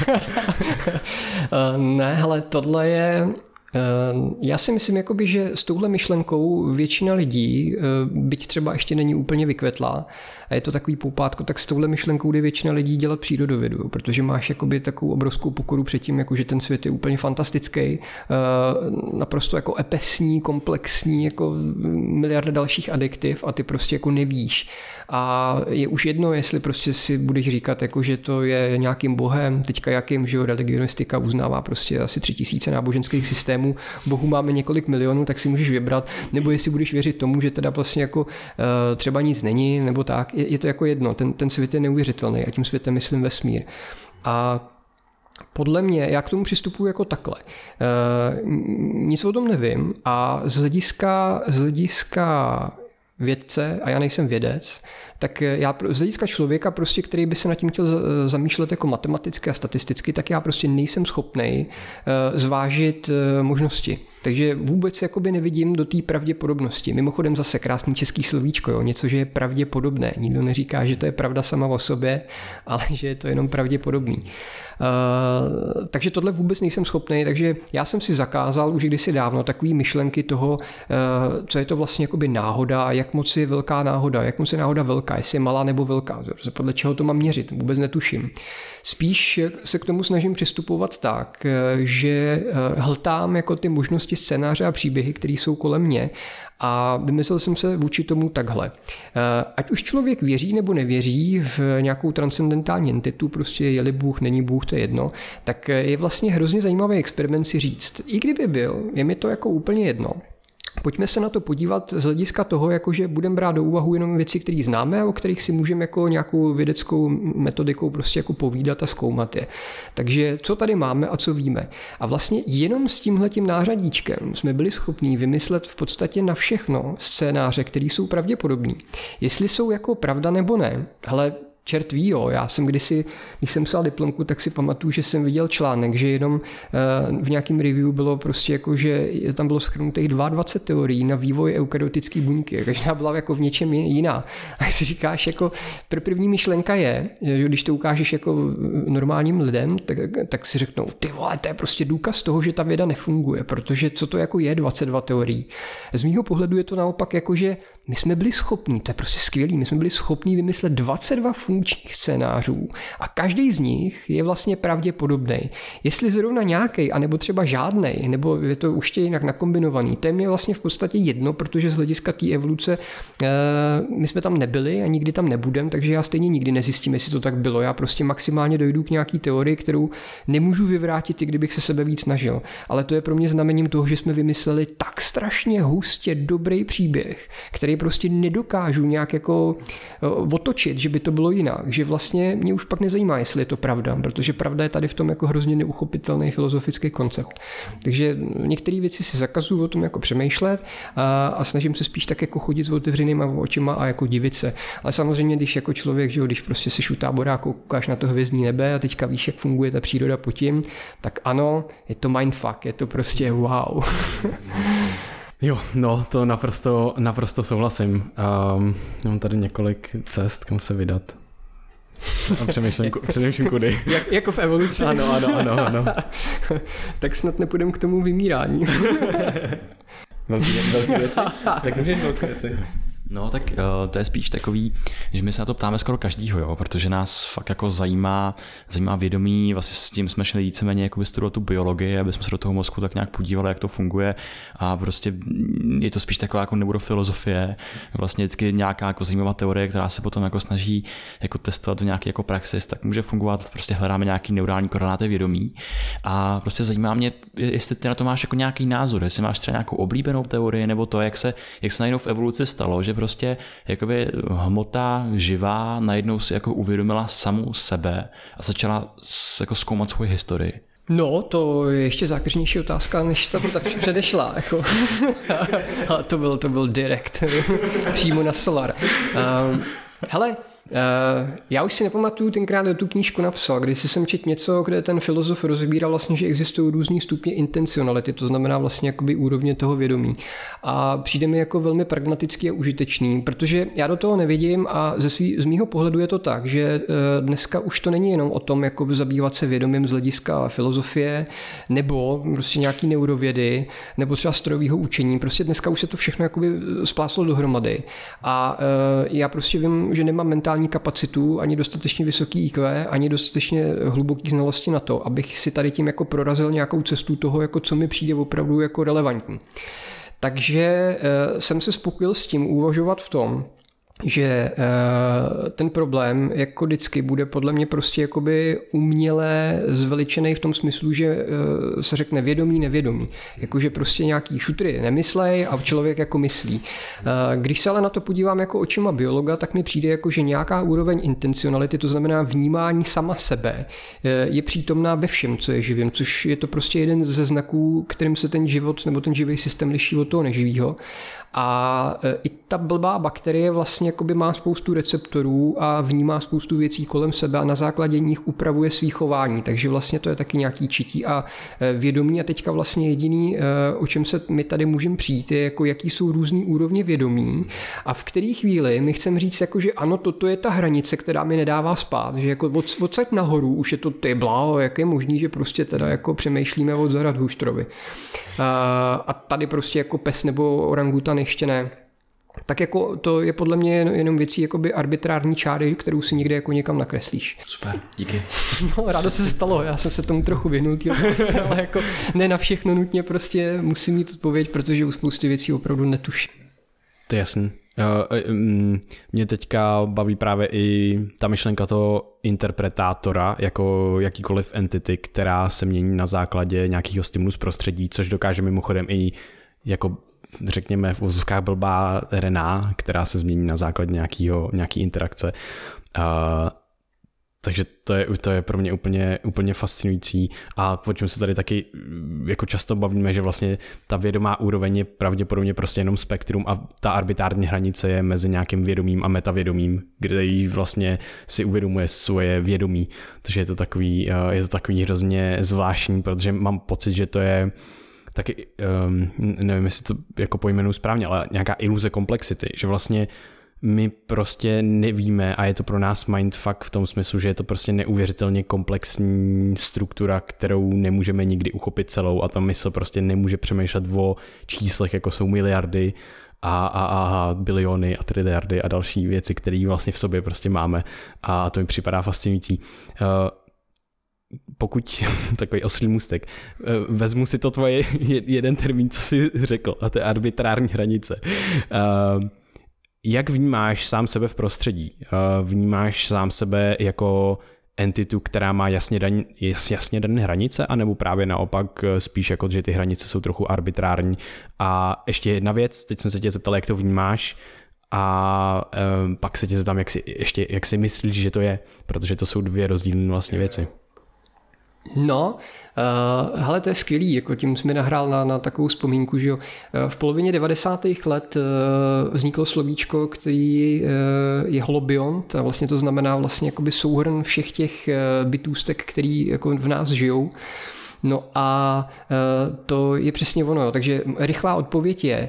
Ne, hele, tohle je... Já si myslím, jakoby, že s touhle myšlenkou většina lidí, byť třeba ještě není úplně vykvetlá a je to takový poupátko, tak s touhle myšlenkou jde většina lidí dělat přírodovědu, protože máš jakoby takovou obrovskou pokoru před tím, jako, že ten svět je úplně fantastický, naprosto jako epesní, komplexní, jako miliarda dalších adjektiv a ty prostě jako nevíš. A je už jedno, jestli prostě si budeš říkat, jako, že to je nějakým bohem, teďka jakým, že religionistika uznává prostě asi 3000 náboženských systémů, bohu máme několik milionů, tak si můžeš vybrat, nebo jestli budeš věřit tomu, že teda vlastně jako třeba nic není, nebo tak, je to jako jedno, ten svět je neuvěřitelný a tím světem myslím vesmír. A podle mě, já k tomu přistupuji jako takhle. Nic o tom nevím a z hlediska vědce, a já nejsem vědec, tak já z hlediska člověka, prostě, který by se nad tím chtěl zamýšlet jako matematicky a statisticky, tak já prostě nejsem schopnej zvážit možnosti. Takže vůbec jakoby nevidím do té pravděpodobnosti. Mimochodem zase krásný český slovíčko, jo? Něco, že je pravděpodobné. Nikdo neříká, že to je pravda sama o sobě, ale že je to jenom pravděpodobný. Takže tohle vůbec nejsem schopný, takže já jsem si zakázal už kdysi dávno takový myšlenky toho, co je to vlastně jakoby náhoda a jak moc je velká náhoda, jak moc je náhoda velká, jestli je malá nebo velká, podle čeho to mám měřit, vůbec netuším. Spíš se k tomu snažím přistupovat tak, že hltám jako ty možnosti scénáře a příběhy, které jsou kolem mě a vymyslel jsem se vůči tomu takhle. Ať už člověk věří nebo nevěří v nějakou transcendentální entitu, prostě je-li Bůh, není Bůh, to je jedno, tak je vlastně hrozně zajímavý experiment si říct. I kdyby byl, je mi to jako úplně jedno. Pojďme se na to podívat z hlediska toho, jakože budeme brát do úvahu jenom věci, které známe a o kterých si můžeme jako nějakou vědeckou metodikou prostě jako povídat a zkoumat je. Takže co tady máme a co víme. A vlastně jenom s tímhletím nářadíčkem jsme byli schopní vymyslet v podstatě na všechno scénáře, které jsou pravděpodobní. Jestli jsou jako pravda nebo ne, hele, čert ví, jo. Já jsem kdysi, když jsem psal diplomku, tak si pamatuju, že jsem viděl článek, že jenom v nějakém review bylo prostě jako, že tam bylo shrnutých 22 teorií na vývoj eukaryotické buňky. Každá byla jako v něčem jiná. A si říkáš, jako první myšlenka je, že když to ukážeš jako normálním lidem, tak si řeknou, ty vole, to je prostě důkaz toho, že ta věda nefunguje, protože co to jako je 22 teorií. Z mýho pohledu je to naopak jako, že my jsme byli schopní, to je prostě skvělý, my jsme byli schopní vymyslet 22 funkčních scénářů a každý z nich je vlastně pravděpodobný. Jestli zrovna nějaký, anebo třeba žádnej, nebo je to už jinak nakombinovaný, to je mě vlastně v podstatě jedno, protože z hlediska té evoluce my jsme tam nebyli a nikdy tam nebudem, takže já stejně nikdy nezjistím, jestli to tak bylo. Já prostě maximálně dojdu k nějaký teorii, kterou nemůžu vyvrátit, i kdybych se sebe víc snažil. Ale to je pro mě znamením toho, že jsme vymysleli tak strašně hustě dobrý příběh, který prostě nedokážu nějak jako otočit, že by to bylo jinak. Že vlastně mě už pak nezajímá, jestli je to pravda, protože pravda je tady v tom jako hrozně neuchopitelný filozofický koncept. Takže některé věci si zakazuju o tom jako přemýšlet a snažím se spíš tak jako chodit s otevřenýma očima a jako divit se. Ale samozřejmě, když jako člověk, že když prostě seš u táboráku, koukáš na to hvězdný nebe a teďka víš, jak funguje ta příroda pod tím, tak ano, je to mindfuck, je to prostě wow. Jo, no to naprosto souhlasím. Mám tady několik cest, kam se vydat. A přemýšlím kudy. Jako v evoluci. Ano. Tak snad nepůjdem k tomu vymírání. Velký věci? Tak můžeš velké věci. No tak to je spíš takový, že my se na to ptáme skoro každýho, jo, protože nás fakt jako zajímá vědomí, vlastně s tím jsme šli víceméně jako vystudovat tu biologii, aby jsme se do toho mozku tak nějak podívali, jak to funguje a prostě je to spíš taková jako neurofilozofie, vlastně vždycky nějaká jako zajímavá teorie, která se potom jako snaží jako testovat do nějaký jako praxis, tak může fungovat, prostě hledáme nějaký neurální koreláty vědomí a prostě zajímá mě, jestli ty na to máš jako nějaký názor, jestli máš třeba nějakou oblíbenou teorii nebo to, jak se najednou v evoluci stalo, že prostě jakoby hmota živá najednou si jako uvědomila samou sebe a začala jako zkoumat svoji historii. No, to je ještě zákeřnější otázka, než ta předešla. Jako. to byl direkt, přímo na solar. Hele, já už si nepamatuju, tenkrát tu knížku napsal, když jsem četl něco, kde ten filozof rozebíral vlastně, že existují různý stupně intencionality, to znamená vlastně jakoby úrovně toho vědomí. A přijde mi jako velmi pragmatický a užitečný, protože já do toho nevidím a z mýho pohledu je to tak, že dneska už to není jenom o tom, jako zabývat se vědomím z hlediska filozofie, nebo prostě nějaký neurovědy, nebo třeba strojového učení. Prostě dneska už se to všechno jakoby spláslo dohromady. A já prostě vím, že nemám mentální kapacitu, ani dostatečně vysoký IQ, ani dostatečně hluboký znalosti na to, abych si tady tím jako prorazil nějakou cestu toho, jako co mi přijde opravdu jako relevantní. Takže jsem se spokojil s tím uvažovat v tom, že ten problém jako vždycky bude podle mě prostě jakoby uměle zveličený v tom smyslu, že se řekne vědomí, nevědomí. Jakože prostě nějaký šutry nemyslej a člověk jako myslí. Když se ale na to podívám jako očima biologa, tak mi přijde jako, že nějaká úroveň intencionality, to znamená vnímání sama sebe, je přítomná ve všem, co je živým, což je to prostě jeden ze znaků, kterým se ten život nebo ten živý systém liší od toho neživýho. A i ta blbá bakterie vlastně jakoby má spoustu receptorů a vnímá spoustu věcí kolem sebe a na základě nich upravuje svý chování. Takže vlastně to je taky nějaký čití a vědomí. A teďka vlastně jediný, o čem se my tady můžeme přijít, je jako jaký jsou různý úrovně vědomí a v který chvíli my chceme říct, jako, že ano, toto je ta hranice, která mi nedává spát. Že jako odsaď nahoru už je to ty bláho, jak je možný, že prostě teda jako přemýšlíme od zarad hůštrovi. A tady prostě jako pes nebo orangutan ještě ne. Tak jako to je podle mě jenom věcí jakoby arbitrární čáry, kterou si někde jako někam nakreslíš. Super, díky. No, rádo se stalo, já jsem se tomu trochu vyhnul, ale jako ne na všechno nutně prostě musím mít odpověď, protože u spousty věcí opravdu netuším. To je jasný. Mě teďka baví právě i ta myšlenka toho interpretátora jako jakýkoliv entity, která se mění na základě nějakého stimulus prostředí, což dokáže mimochodem i jako řekněme v uvozovkách blbá RNA, která se změní na základě nějaký interakce. Takže to je pro mě úplně fascinující a o čem se tady taky jako často bavíme, že vlastně ta vědomá úroveň je pravděpodobně prostě jenom spektrum a ta arbitrární hranice je mezi nějakým vědomím a metavědomím, kde jí vlastně si uvědomuje svoje vědomí. Takže je to takový hrozně zvláštní, protože mám pocit, že to je taky, nevím, jestli to jako pojmenuji správně, ale nějaká iluze komplexity, že vlastně my prostě nevíme a je to pro nás mindfuck v tom smyslu, že je to prostě neuvěřitelně komplexní struktura, kterou nemůžeme nikdy uchopit celou a ta mysl prostě nemůže přemýšlet o číslech, jako jsou miliardy a biliony a triliardy a další věci, které vlastně v sobě prostě máme a to mi připadá fascinující. Pokud takový oslý můstek, vezmu si to tvoje jeden termín, co jsi řekl, a to je arbitrární hranice. Jak vnímáš sám sebe v prostředí? Vnímáš sám sebe jako entitu, která má jasně dané hranice, anebo právě naopak spíš jako, že ty hranice jsou trochu arbitrární? A ještě jedna věc, teď jsem se tě zeptal, jak to vnímáš, a pak se tě zeptám, jak si myslíš, že to je, protože to jsou dvě rozdílné vlastně věci. No, hele, to je skvělý, jako tím jsi mi nahrál na takovou vzpomínku, že jo. V polovině 90. let vzniklo slovíčko, který je holobiont a vlastně to znamená vlastně jakoby souhrn všech těch bytůstek, který jako v nás žijou. No a to je přesně ono, jo. Takže rychlá odpověď je,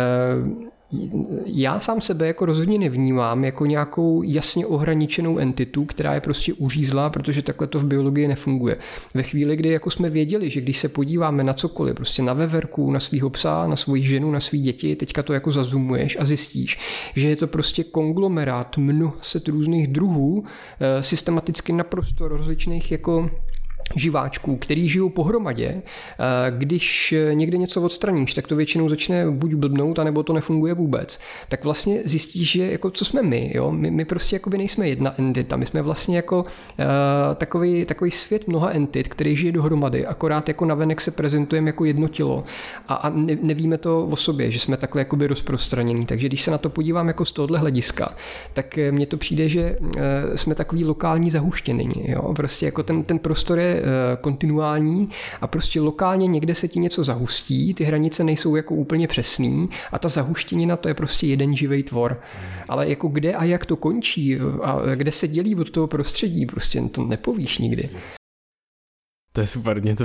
já sám sebe jako rozhodně nevnímám jako nějakou jasně ohraničenou entitu, která je prostě uřízlá, protože takhle to v biologii nefunguje. Ve chvíli, kdy jako jsme věděli, že když se podíváme na cokoliv, prostě na veverku, na svýho psa, na svoji ženu, na svý děti, teďka to jako zazumuješ a zjistíš, že je to prostě konglomerát mnoha set různých druhů, systematicky naprosto rozličných jako živáčků, který žijou pohromadě. Když někde něco odstraníš, tak to většinou začne buď blbnout, anebo to nefunguje vůbec. Tak vlastně zjistíš, že jako co jsme my, jo? My prostě jakoby nejsme jedna entita, my jsme vlastně jako takový svět mnoha entit, který žije dohromady, akorát jako navenek se prezentujeme jako jedno tělo a nevíme to o sobě, že jsme takhle jakoby rozprostranění. Takže když se na to podívám jako z tohohle hlediska, tak mně to přijde, že jsme takový lokální zahuštění, jo? Prostě jako ten prostor je kontinuální a prostě lokálně někde se ti něco zahustí, ty hranice nejsou jako úplně přesný a ta zahuštěnina to je prostě jeden živý tvor. Ale jako kde a jak to končí a kde se dělí od toho prostředí, prostě to nepovíš nikdy. To je super, mě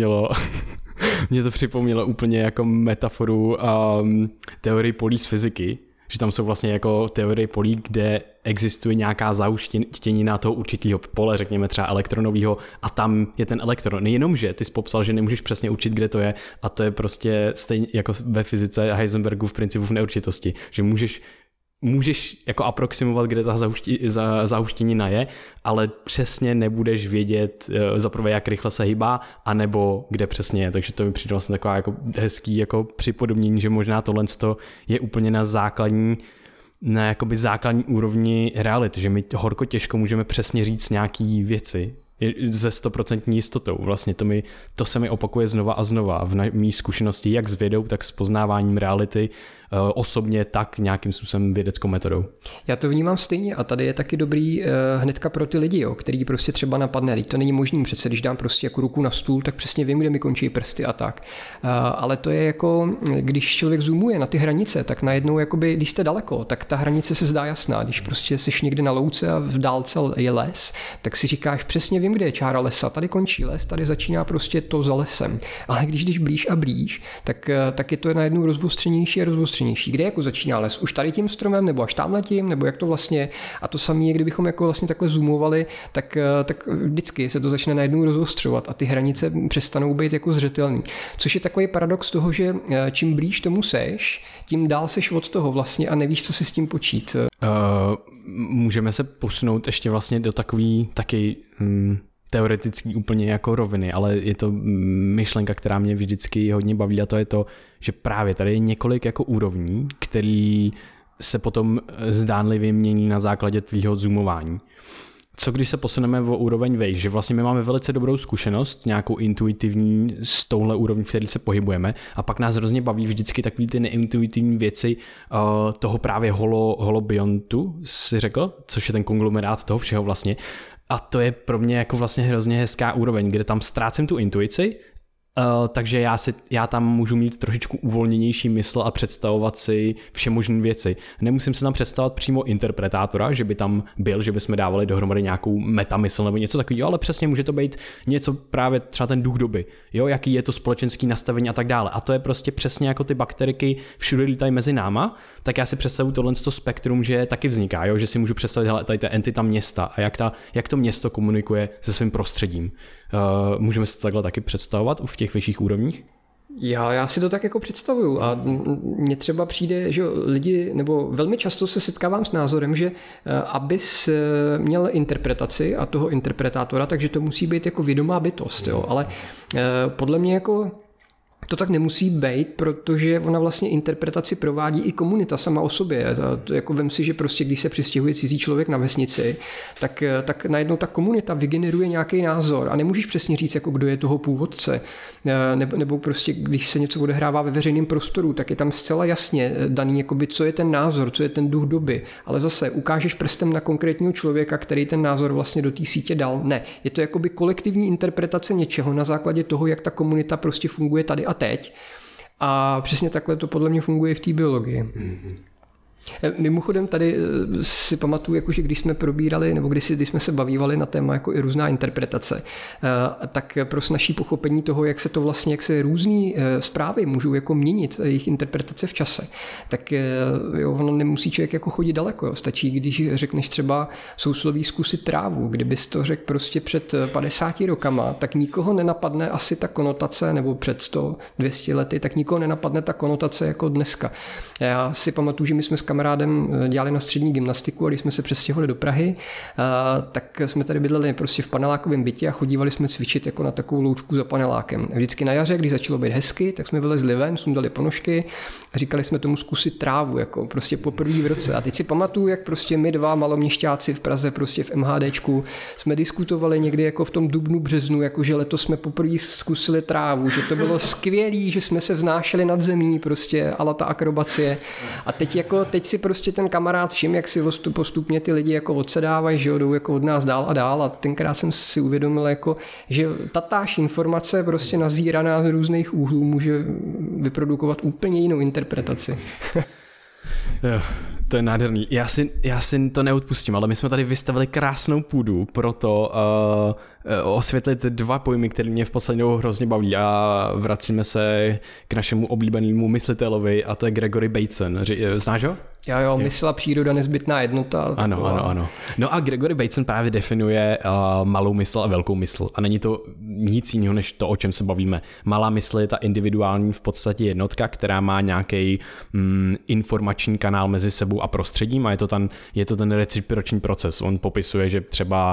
to připomnělo úplně jako metaforu teorii polí z fyziky, že tam jsou vlastně jako teorie polí, kde existuje nějaká zahuštěnina toho určitého pole, řekněme třeba elektronového, a tam je ten elektron. Nejenom, že ty jsi popsal, že nemůžeš přesně určit, kde to je, a to je prostě stejně jako ve fyzice Heisenbergův principu v neurčitosti, že můžeš jako aproximovat, kde ta zahuštěnina je, ale přesně nebudeš vědět zaprvé, jak rychle se hýbá, anebo kde přesně je. Takže to mi přijde vlastně taková jako hezký jako připodobnění, že možná tohle je úplně na základní úrovni reality, že my horko těžko můžeme přesně říct nějaký věci ze 100% jistotou. Vlastně to se mi opakuje znova a znova v mý zkušenosti jak s vědou, tak s poznáváním reality osobně, tak nějakým způsobem vědeckou metodou. Já to vnímám stejně a tady je taky dobrý hnedka pro ty lidi, jo, který prostě třeba napadne. To není možný přece, když dám prostě jako ruku na stůl, tak přesně vím, kde mi končí prsty a tak. Ale to je jako, když člověk zoomuje na ty hranice, tak najednou, jakoby, když jste daleko, tak ta hranice se zdá jasná. Když prostě jsi někde na louce a v dálce je les, tak si říkáš, přesně vím, kde je čára lesa. Tady končí les, tady začíná prostě to za lesem. Ale když blíž a blíž, tak je to najednou rozvostřenější a rozvostřenější. Kde jako začíná les? Už tady tím stromem, nebo až tamhletím, nebo jak to vlastně? A to samé je, kdybychom jako vlastně takhle zoomovali, tak vždycky se to začne najednou rozostřovat a ty hranice přestanou být jako zřetelný. Což je takový paradox toho, že čím blíž tomu seš, tím dál seš od toho vlastně a nevíš, co si s tím počít. Můžeme se posunout ještě vlastně do takový taky teoretický úplně jako roviny, ale je to myšlenka, která mě vždycky hodně baví, a to je to, že právě tady je několik jako úrovní, který se potom zdánlivě mění na základě tvýho zoomování. Co když se posuneme o úroveň vejš, že vlastně my máme velice dobrou zkušenost, nějakou intuitivní s touhle úrovní, v které se pohybujeme, a pak nás hrozně baví vždycky takový ty neintuitivní věci toho právě holobiontu, si řekl, což je ten konglomerát toho všeho vlastně. A to je pro mě jako vlastně hrozně hezká úroveň, kde tam ztrácím tu intuici, takže já tam můžu mít trošičku uvolněnější mysl a představovat si všemožné věci. Nemusím se tam představovat přímo interpretátora, že by tam byl, že bychom dávali dohromady nějakou metamysl nebo něco takového, ale přesně může to být něco právě třeba ten duch doby, jo, jaký je to společenský nastavení a tak dále. A to je prostě přesně jako ty bakteriky všude lítají mezi náma, tak já si představuji tohle spektrum, že taky vzniká, jo, že si můžu představit, hele, tady ta entita města a jak to město komunikuje se svým prostředím. Můžeme si to takhle taky představovat v těch vyšších úrovních? Já si to tak jako představuju a mně třeba přijde, že lidi, nebo velmi často se setkávám s názorem, že abys měl interpretaci a toho interpretátora, takže to musí být jako vědomá bytost, jo, ale podle mě jako to tak nemusí být, protože ona vlastně interpretaci provádí i komunita sama o sobě. Jako vem si, že prostě když se přistěhuje cizí člověk na vesnici, tak najednou ta komunita vygeneruje nějaký názor a nemůžeš přesně říct, jako kdo je toho původce. Nebo prostě, když se něco odehrává ve veřejném prostoru, tak je tam zcela jasně daný, jakoby, co je ten názor, co je ten duch doby. Ale zase ukážeš prstem na konkrétního člověka, který ten názor vlastně do té sítě dal. Ne, je to jakoby kolektivní interpretace něčeho na základě toho, jak ta komunita prostě funguje tady a teď. A přesně takhle to podle mě funguje v té biologii. Mm-hmm. Mimochodem tady si pamatuju, jako, že když jsme probírali, nebo když jsme se bavívali na téma jako i různá interpretace, tak pro naší pochopení toho, jak se různý zprávy můžou jako měnit jejich interpretace v čase, tak jo, ono nemusí člověk jako chodit daleko. Jo. Stačí, když řekneš třeba sousloví zkusit trávu, kdybys to řekl prostě před 50 rokama, tak nikoho nenapadne asi ta konotace, nebo před 100-200 lety, tak nikoho nenapadne ta konotace jako dneska. Já si pamatuju, že my jsme s kamarádem dělali na střední gymnastiku a když jsme se přestěhovali do Prahy, tak jsme tady bydleli prostě v panelákovém bytě a chodívali jsme cvičit jako na takovou loučku za panelákem. Vždycky na jaře, když začalo být hezky, tak jsme vylezli ven, sundali ponožky a říkali jsme tomu zkusit trávu, jako prostě poprvé v roce. A teď si pamatuju, jak prostě my dva maloměšťáci v Praze prostě v MHDčku jsme diskutovali někdy jako v tom dubnu, březnu, jako že letos jsme poprvé zkusili trávu, že to bylo skvělý, že jsme se vznášeli nad zemí prostě ala ta akrobacie. A teď si prostě ten kamarád všim, jak si postupně ty lidi jako odsedávají, že jdou jako od nás dál a dál a tenkrát jsem si uvědomil, jako, že tatáž informace prostě nazíraná z různých úhlů může vyprodukovat úplně jinou interpretaci. Jo, to je nádherný. Já si to neodpustím, ale my jsme tady vystavili krásnou půdu pro to osvětlit dva pojmy, které mě v poslední době hrozně baví a vracíme se k našemu oblíbenému myslitelovi a to je Gregory Bateson. Znáš ho? Jo, mysl a příroda nezbytná jednota. Ano. No a Gregory Bateson právě definuje malou mysl a velkou mysl a není to nic jiného, než to, o čem se bavíme. Malá mysl je ta individuální v podstatě jednotka, která má nějaký informační kanál mezi sebou a prostředím a je to ten reciproční proces. On popisuje, že třeba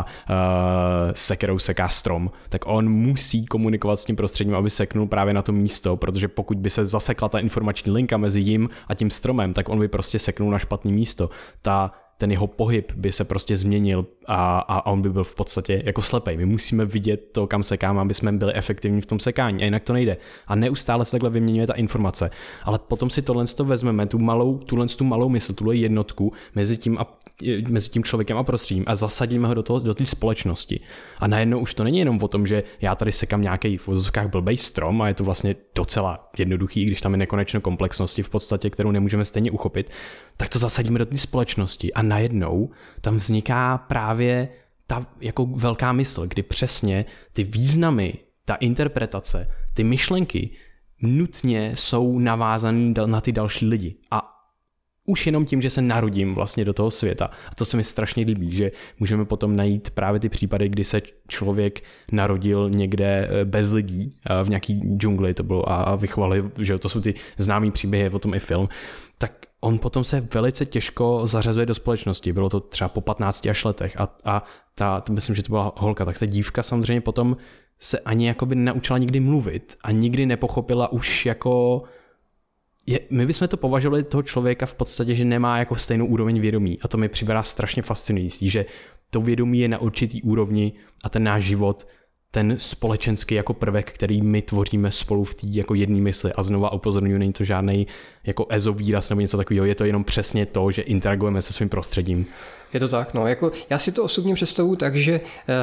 sekerou seká strom, tak on musí komunikovat s tím prostředím, aby seknul právě na to místo, protože pokud by se zasekla ta informační linka mezi jim a tím stromem, tak on by prostě seknul na špatné místo. Ten jeho pohyb by se prostě změnil a on by byl v podstatě jako slepej. My musíme vidět to, kam sekáme, aby jsme byli efektivní v tom sekání a jinak to nejde. A neustále se takhle vyměňuje ta informace. Ale potom si tohle vezmeme, tu malou mysl, tuhle jednotku mezi tím člověkem a prostředím a zasadíme ho do té společnosti. A najednou už to není jenom o tom, že já tady sekám nějaký v vozovkách blbej strom a je to vlastně docela jednoduchý, když tam je nekonečno komplexnosti v podstatě, kterou nemůžeme stejně uchopit, tak to zasadíme do té společnosti a najednou tam vzniká právě ta jako velká mysl, kdy přesně ty významy, ta interpretace, ty myšlenky nutně jsou navázané na ty další lidi. A už jenom tím, že se narodím vlastně do toho světa. A to se mi strašně líbí, že můžeme potom najít právě ty případy, kdy se člověk narodil někde bez lidí, v nějaký džungli to bylo a vychovali, že to jsou ty známý příběhy, o tom i film, tak on potom se velice těžko zařazuje do společnosti. Bylo to třeba po 15 až letech a myslím, že to byla holka, tak ta dívka samozřejmě potom se ani jakoby neučila nikdy mluvit a nikdy nepochopila už jako my bychom to považovali toho člověka v podstatě, že nemá jako stejnou úroveň vědomí a to mi připadá strašně fascinující, že to vědomí je na určitý úrovni a ten náš život, ten společenský jako prvek, který my tvoříme spolu v té jako jedné mysli a znova upozorňuji, není to žádný jako ezovýraz nebo něco takového, je to jenom přesně to, že interagujeme se svým prostředím. Je to tak, no, jako já si to osobně představuji tak, že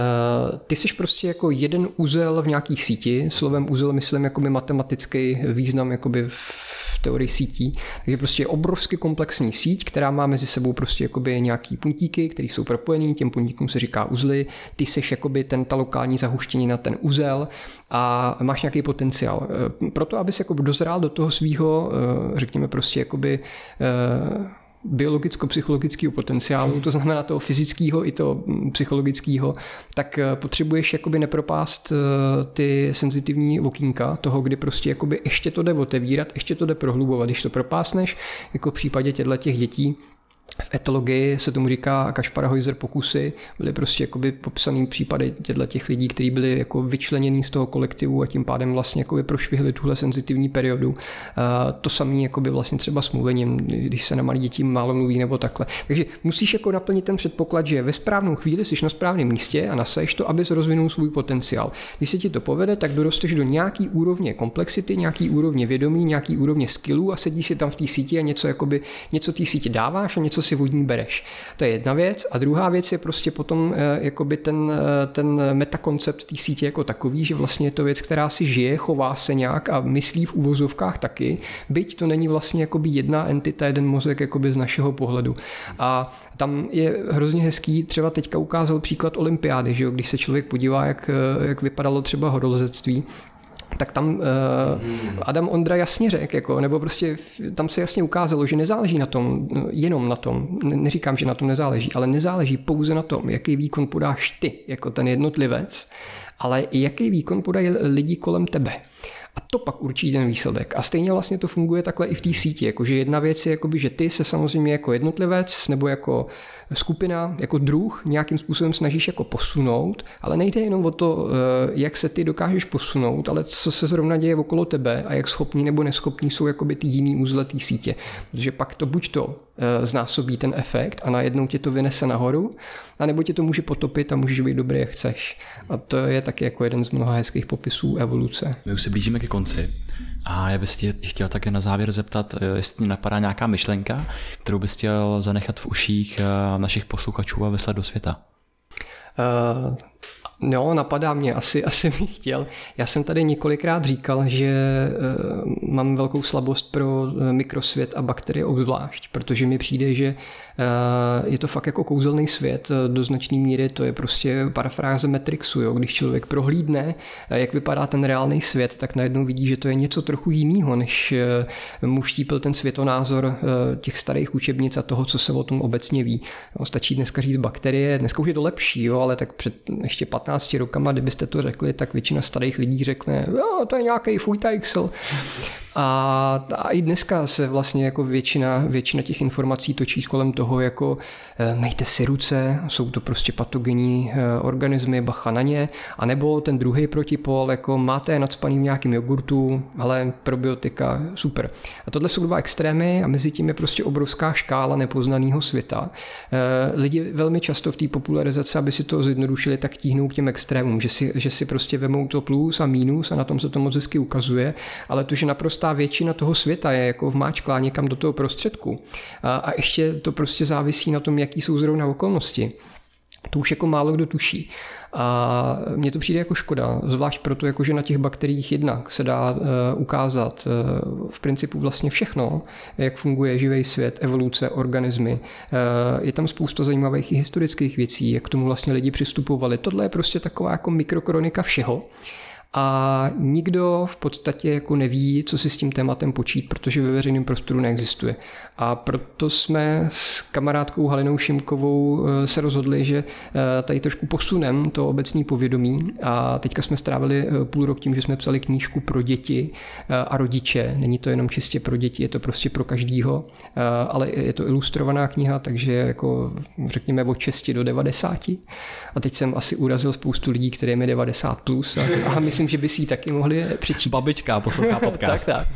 ty jsi prostě jako jeden uzel v nějaký síti, slovem uzel myslím jakoby matematický význam jakoby v teorii sítí, takže prostě je obrovsky komplexní síť, která má mezi sebou prostě jakoby nějaký puntíky, které jsou propojený, těm puntíkům se říká uzly, ty seš jakoby ta lokální zahuštění na ten uzel a máš nějaký potenciál. Proto, abys jako dozrál do toho svýho, řekněme prostě jakoby biologicko-psychologického potenciálu, to znamená toho fyzického i toho psychologického, tak potřebuješ jakoby nepropást ty senzitivní okýnka toho, kdy prostě jakoby ještě to jde otevírat, ještě to jde prohlubovat. Když to propásneš, jako v případě těch dětí, v etologii se tomu říká Kaspar-Heuser pokusy, byly prostě jakoby popsaný případy těch lidí, kteří byli jako vyčlenění z toho kolektivu a tím pádem vlastně jakoby prošvihli tuhle senzitivní periodu. To samé jakoby vlastně třeba s mluvením, když se na malé děti málo mluví nebo takhle. Takže musíš jako naplnit ten předpoklad, že ve správnou chvíli jsi na správném místě a nasaješ to, abys rozvinul svůj potenciál. Když se ti to povede, tak dorosteš do nějaký úrovně komplexity, nějaký úrovně vědomí, nějaký úrovně skillů a sedíš si tam v té síti a něco té síti dáváš a něco si od ní bereš. To je jedna věc. A druhá věc je prostě potom jakoby ten metakoncept té sítě jako takový, že vlastně je to věc, která si žije, chová se nějak a myslí v uvozovkách taky, byť to není vlastně jakoby jedna entita, jeden mozek jakoby z našeho pohledu. A tam je hrozně hezký, třeba teďka ukázal příklad olympiády, že jo? Když se člověk podívá, jak vypadalo třeba horolezectví, tak tam Adam Ondra jasně řekl, jako, nebo prostě tam se jasně ukázalo, že nezáleží na tom, jenom na tom, neříkám, že na tom nezáleží, ale nezáleží pouze na tom, jaký výkon podáš ty, jako ten jednotlivec, ale i jaký výkon podají lidi kolem tebe. A to pak určí ten výsledek. A stejně vlastně to funguje takhle i v té síti, jakože jedna věc je, jakoby, že ty se samozřejmě jako jednotlivec nebo jako skupina, jako druh nějakým způsobem snažíš jako posunout, ale nejde jenom o to, jak se ty dokážeš posunout, ale co se zrovna děje okolo tebe a jak schopní nebo neschopní jsou jakoby ty jiný uzle té sítě. Protože pak to buď to znásobí ten efekt a najednou tě to vynese nahoru, anebo tě to může potopit a můžeš být dobrý, jak chceš. A to je taky jako jeden z mnoha hezkých popisů evoluce. My už se blížíme ke konci a já bych se tě chtěl také na závěr zeptat, jestli ti napadá nějaká myšlenka, kterou bys chtěl zanechat v uších našich posluchačů a vyslat do světa. No, napadá mě, asi bych chtěl. Já jsem tady několikrát říkal, že mám velkou slabost pro mikrosvět a bakterie obzvlášť, protože mi přijde, že je to fakt jako kouzelný svět do značné míry, to je prostě parafráze Matrixu, jo? Když člověk prohlídne, jak vypadá ten reálný svět, tak najednou vidí, že to je něco trochu jiného, než mu štípil ten světonázor těch starých učebnic a toho, co se o tom obecně ví. No, stačí dneska říct bakterie, dneska už je to lepší, jo? Ale tak před ještě 15 rokama, kdybyste to řekli, tak většina starých lidí řekne, jo, to je nějaký fujtajxel. A i dneska se vlastně jako většina těch informací točí kolem toho, jako mejte si ruce, jsou to prostě patogenní organismy, bacha na ně, anebo ten druhý protipol, jako máte je nacpaný v nějakém jogurtu, ale probiotika, super. A tohle jsou dva extrémy a mezi tím je prostě obrovská škála nepoznaného světa. Lidi velmi často v té popularizaci, aby si to zjednodušili, tak tíhnou k těm extrémům, že si prostě vemou to plus a mínus a na tom se to moc hezky ukazuje, ale to, že naprostá většina toho světa je jako vmáčklá někam do toho prostředku a ještě to prostě závisí na tom, jaký jsou zrovna okolnosti. To už jako málo kdo tuší. A mně to přijde jako škoda, zvlášť proto, jako že na těch bakteriích jednak se dá ukázat v principu vlastně všechno, jak funguje živý svět, evoluce, organismy. Je tam spousta zajímavých i historických věcí, jak k tomu vlastně lidi přistupovali. Tohle je prostě taková jako mikrokronika všeho. A nikdo v podstatě jako neví, co si s tím tématem počít, protože ve veřejném prostoru neexistuje. A proto jsme s kamarádkou Halinou Šimkovou se rozhodli, že tady trošku posunem to obecní povědomí a teďka jsme strávili půl rok tím, že jsme psali knížku pro děti a rodiče. Není to jenom čistě pro děti, je to prostě pro každýho, ale je to ilustrovaná kniha, takže jako řekněme od 6 do 90. A teď jsem asi urazil spoustu lidí, kterým je 90 plus a myslím, že by si ji taky mohli přečíst. Babička poslouchá podcast. tak.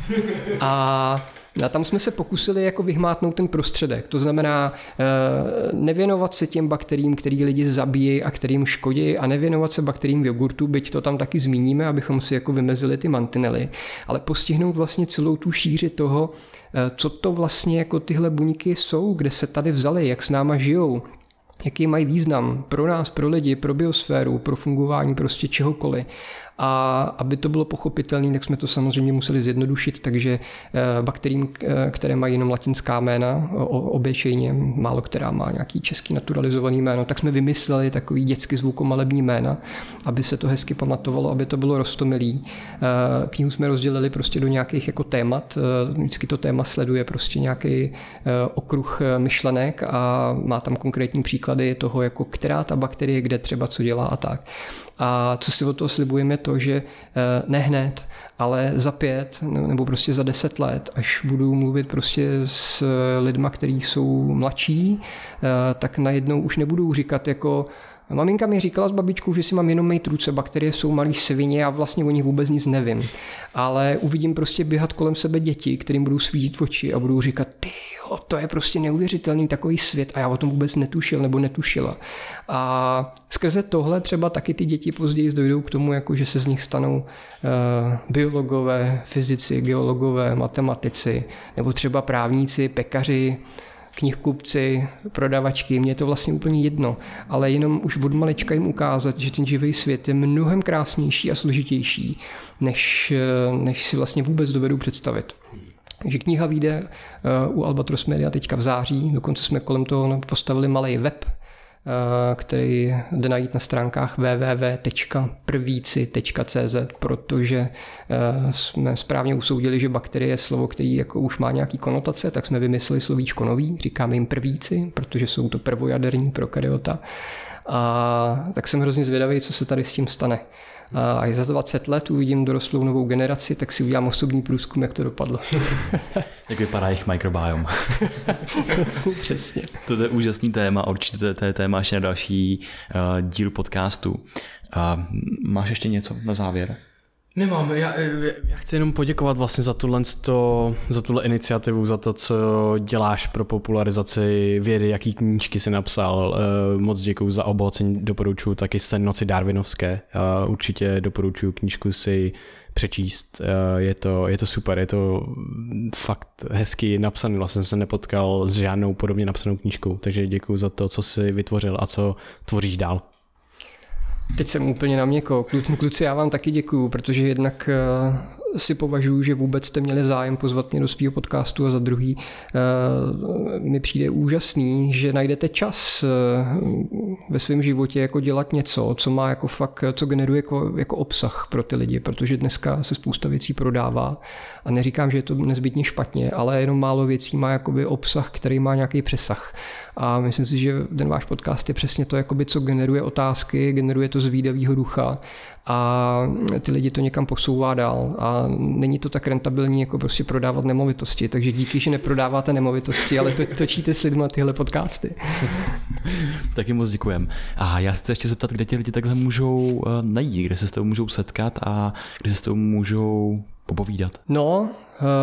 A tam jsme se pokusili jako vyhmátnout ten prostředek. To znamená nevěnovat se těm bakteriím, který lidi zabíjí a kterým škodí, a nevěnovat se bakteriím v jogurtu, byť to tam taky zmíníme, abychom si jako vymezili ty mantinely, ale postihnout vlastně celou tu šíři toho, co to vlastně jako tyhle buňky jsou, kde se tady vzaly, jak s náma žijou. jaký mají význam pro nás, pro lidi, pro biosféru, pro fungování prostě čehokoliv. A aby to bylo pochopitelné, tak jsme to samozřejmě museli zjednodušit, takže bakteriím, které mají jenom latinská jména, obyčejně málo která má nějaký český naturalizovaný jméno, tak jsme vymysleli takový dětsky zvukomalební jména, aby se to hezky pamatovalo, aby to bylo roztomilý. Knihu jsme rozdělili prostě do nějakých jako témat, vždycky to téma sleduje prostě nějaký okruh myšlenek a má tam konkrétní příklady toho, jako která ta bakterie, kde třeba co dělá a tak. A co si od toho slibujeme, to, že ne hned, ale za 5 nebo prostě za 10 let, až budu mluvit prostě s lidma, kteří jsou mladší, tak najednou už nebudu říkat jako maminka mi říkala s babičkou, že si mám jenom mít ruce, bakterie jsou malý svině a vlastně o nich vůbec nic nevím. Ale uvidím prostě běhat kolem sebe děti, kterým budou svítit oči a budou říkat, tyjo, to je prostě neuvěřitelný takový svět a já o tom vůbec netušil nebo netušila. A skrze tohle třeba taky ty děti později dojdou k tomu, jako že se z nich stanou biologové, fyzici, geologové, matematici nebo třeba právníci, pekaři, knihkupci, prodavačky, mně je to vlastně úplně jedno, ale jenom už od malička jim ukázat, že ten živý svět je mnohem krásnější a složitější, než si vlastně vůbec dovedu představit. Takže kniha vyjde u Albatros Media teďka v září, dokonce jsme kolem toho postavili malý web, který jde najít na stránkách www.prvíci.cz, protože jsme správně usoudili, že bakterie je slovo, který jako už má nějaký konotace, tak jsme vymysleli slovíčko nový, říkáme jim prvíci, protože jsou to prvojaderní prokaryota. A tak jsem hrozně zvědavý, co se tady s tím stane. A až za 20 let uvidím dorostlou novou generaci, tak si udělám osobní průzkum, jak to dopadlo. Jak vypadá jejich mikrobiom. Přesně. To je úžasný téma, určitě to je téma ještě na další díl podcastu. Máš ještě něco na závěr? Nemám, já chci jenom poděkovat vlastně za tuhle iniciativu, za to, co děláš pro popularizaci vědy, jaký knížky jsi napsal. Moc děkuju za obohacení, doporučuji taky Sen noci darwinovské. Určitě doporučuji knížku si přečíst. Je to super, je to fakt hezky napsaný. Vlastně jsem se nepotkal s žádnou podobně napsanou knížkou, takže děkuju za to, co jsi vytvořil a co tvoříš dál. Teď jsem úplně na měko. Kluci, já vám taky děkuju, protože jednak si považuji, že vůbec jste měli zájem pozvat mě do svého podcastu a za druhý mi přijde úžasný, že najdete čas ve svém životě jako dělat něco, co má jako fakt, co generuje jako obsah pro ty lidi, protože dneska se spousta věcí prodává a neříkám, že je to nezbytně špatně, ale jenom málo věcí má jakoby obsah, který má nějaký přesah. A myslím si, že ten váš podcast je přesně to, jakoby, co generuje otázky, generuje to zvídavýho ducha a ty lidi to někam posouvá dál a není to tak rentabilní jako prostě prodávat nemovitosti, takže díky, že neprodáváte nemovitosti, ale točíte s lidma tyhle podcasty. Taky moc děkujem. A já se chci ještě zeptat, kde ti lidi takhle můžou najít, kde se s tebou můžou setkat a kde se s tebou můžou popovídat? No,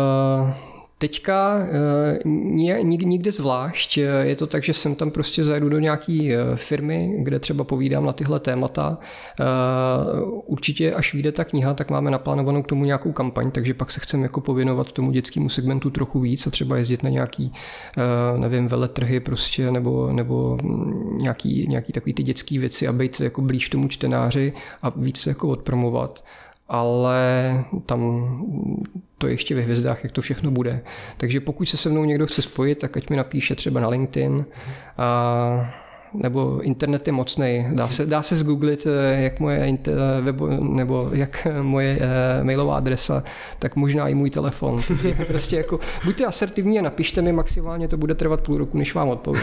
teďka nikde zvlášť, je to tak, že jsem tam prostě zajedu do nějaký firmy, kde třeba povídám na tyhle témata. Určitě až vyjde ta kniha, tak máme naplánovanou k tomu nějakou kampaň, takže pak se chceme jako pověnovat tomu dětskému segmentu trochu víc a třeba jezdit na nějaký, nevím, veletrhy prostě nebo nějaký takový ty dětský věci a být jako blíž tomu čtenáři a víc se jako odpromovat. Ale tam to je ještě ve hvězdách, jak to všechno bude. Takže pokud se mnou někdo chce spojit, tak ať mi napíše třeba na LinkedIn, nebo internet je mocnej. Dá se zgooglit, jak moje nebo jak moje mailová adresa, tak možná i můj telefon. Prostě jako buďte asertivní a napište mi, maximálně to bude trvat půl roku, než vám odpovím.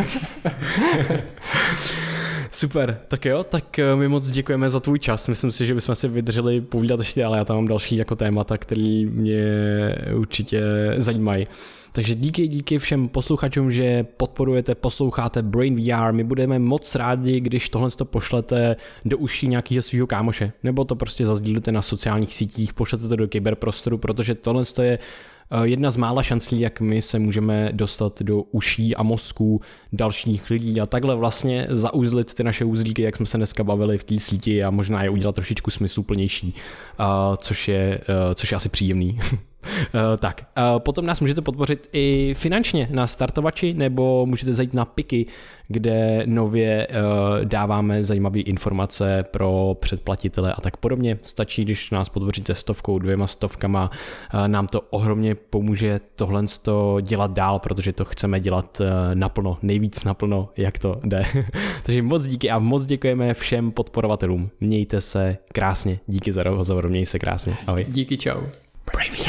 Super, tak jo, tak my moc děkujeme za tvůj čas. Myslím si, že bychom si vydrželi povídat ještě, ale já tam mám další jako témata, které mě určitě zajímají. Takže díky všem posluchačům, že podporujete, posloucháte Brain VR. My budeme moc rádi, když tohle to pošlete do uší nějakého svého kámoše, nebo to prostě zazdílíte na sociálních sítích, pošlete to do kyberprostoru, protože tohle je jedna z mála šancí, jak my se můžeme dostat do uší a mozků dalších lidí a takhle vlastně zauzlit ty naše uzlíky, jak jsme se dneska bavili v té síti a možná je udělat trošičku smysluplnější, což je asi příjemný. Tak, potom nás můžete podpořit i finančně na Startovači, nebo můžete zajít na Piky, kde nově dáváme zajímavé informace pro předplatitele a tak podobně. Stačí, když nás podpoříte 100, 200, nám to ohromně pomůže tohle dělat dál, protože to chceme dělat naplno, nejvíc naplno, jak to jde. Takže moc díky a moc děkujeme všem podporovatelům. Mějte se krásně, díky za rozhovor, měj se krásně, ahoj. Díky, čau. Brave.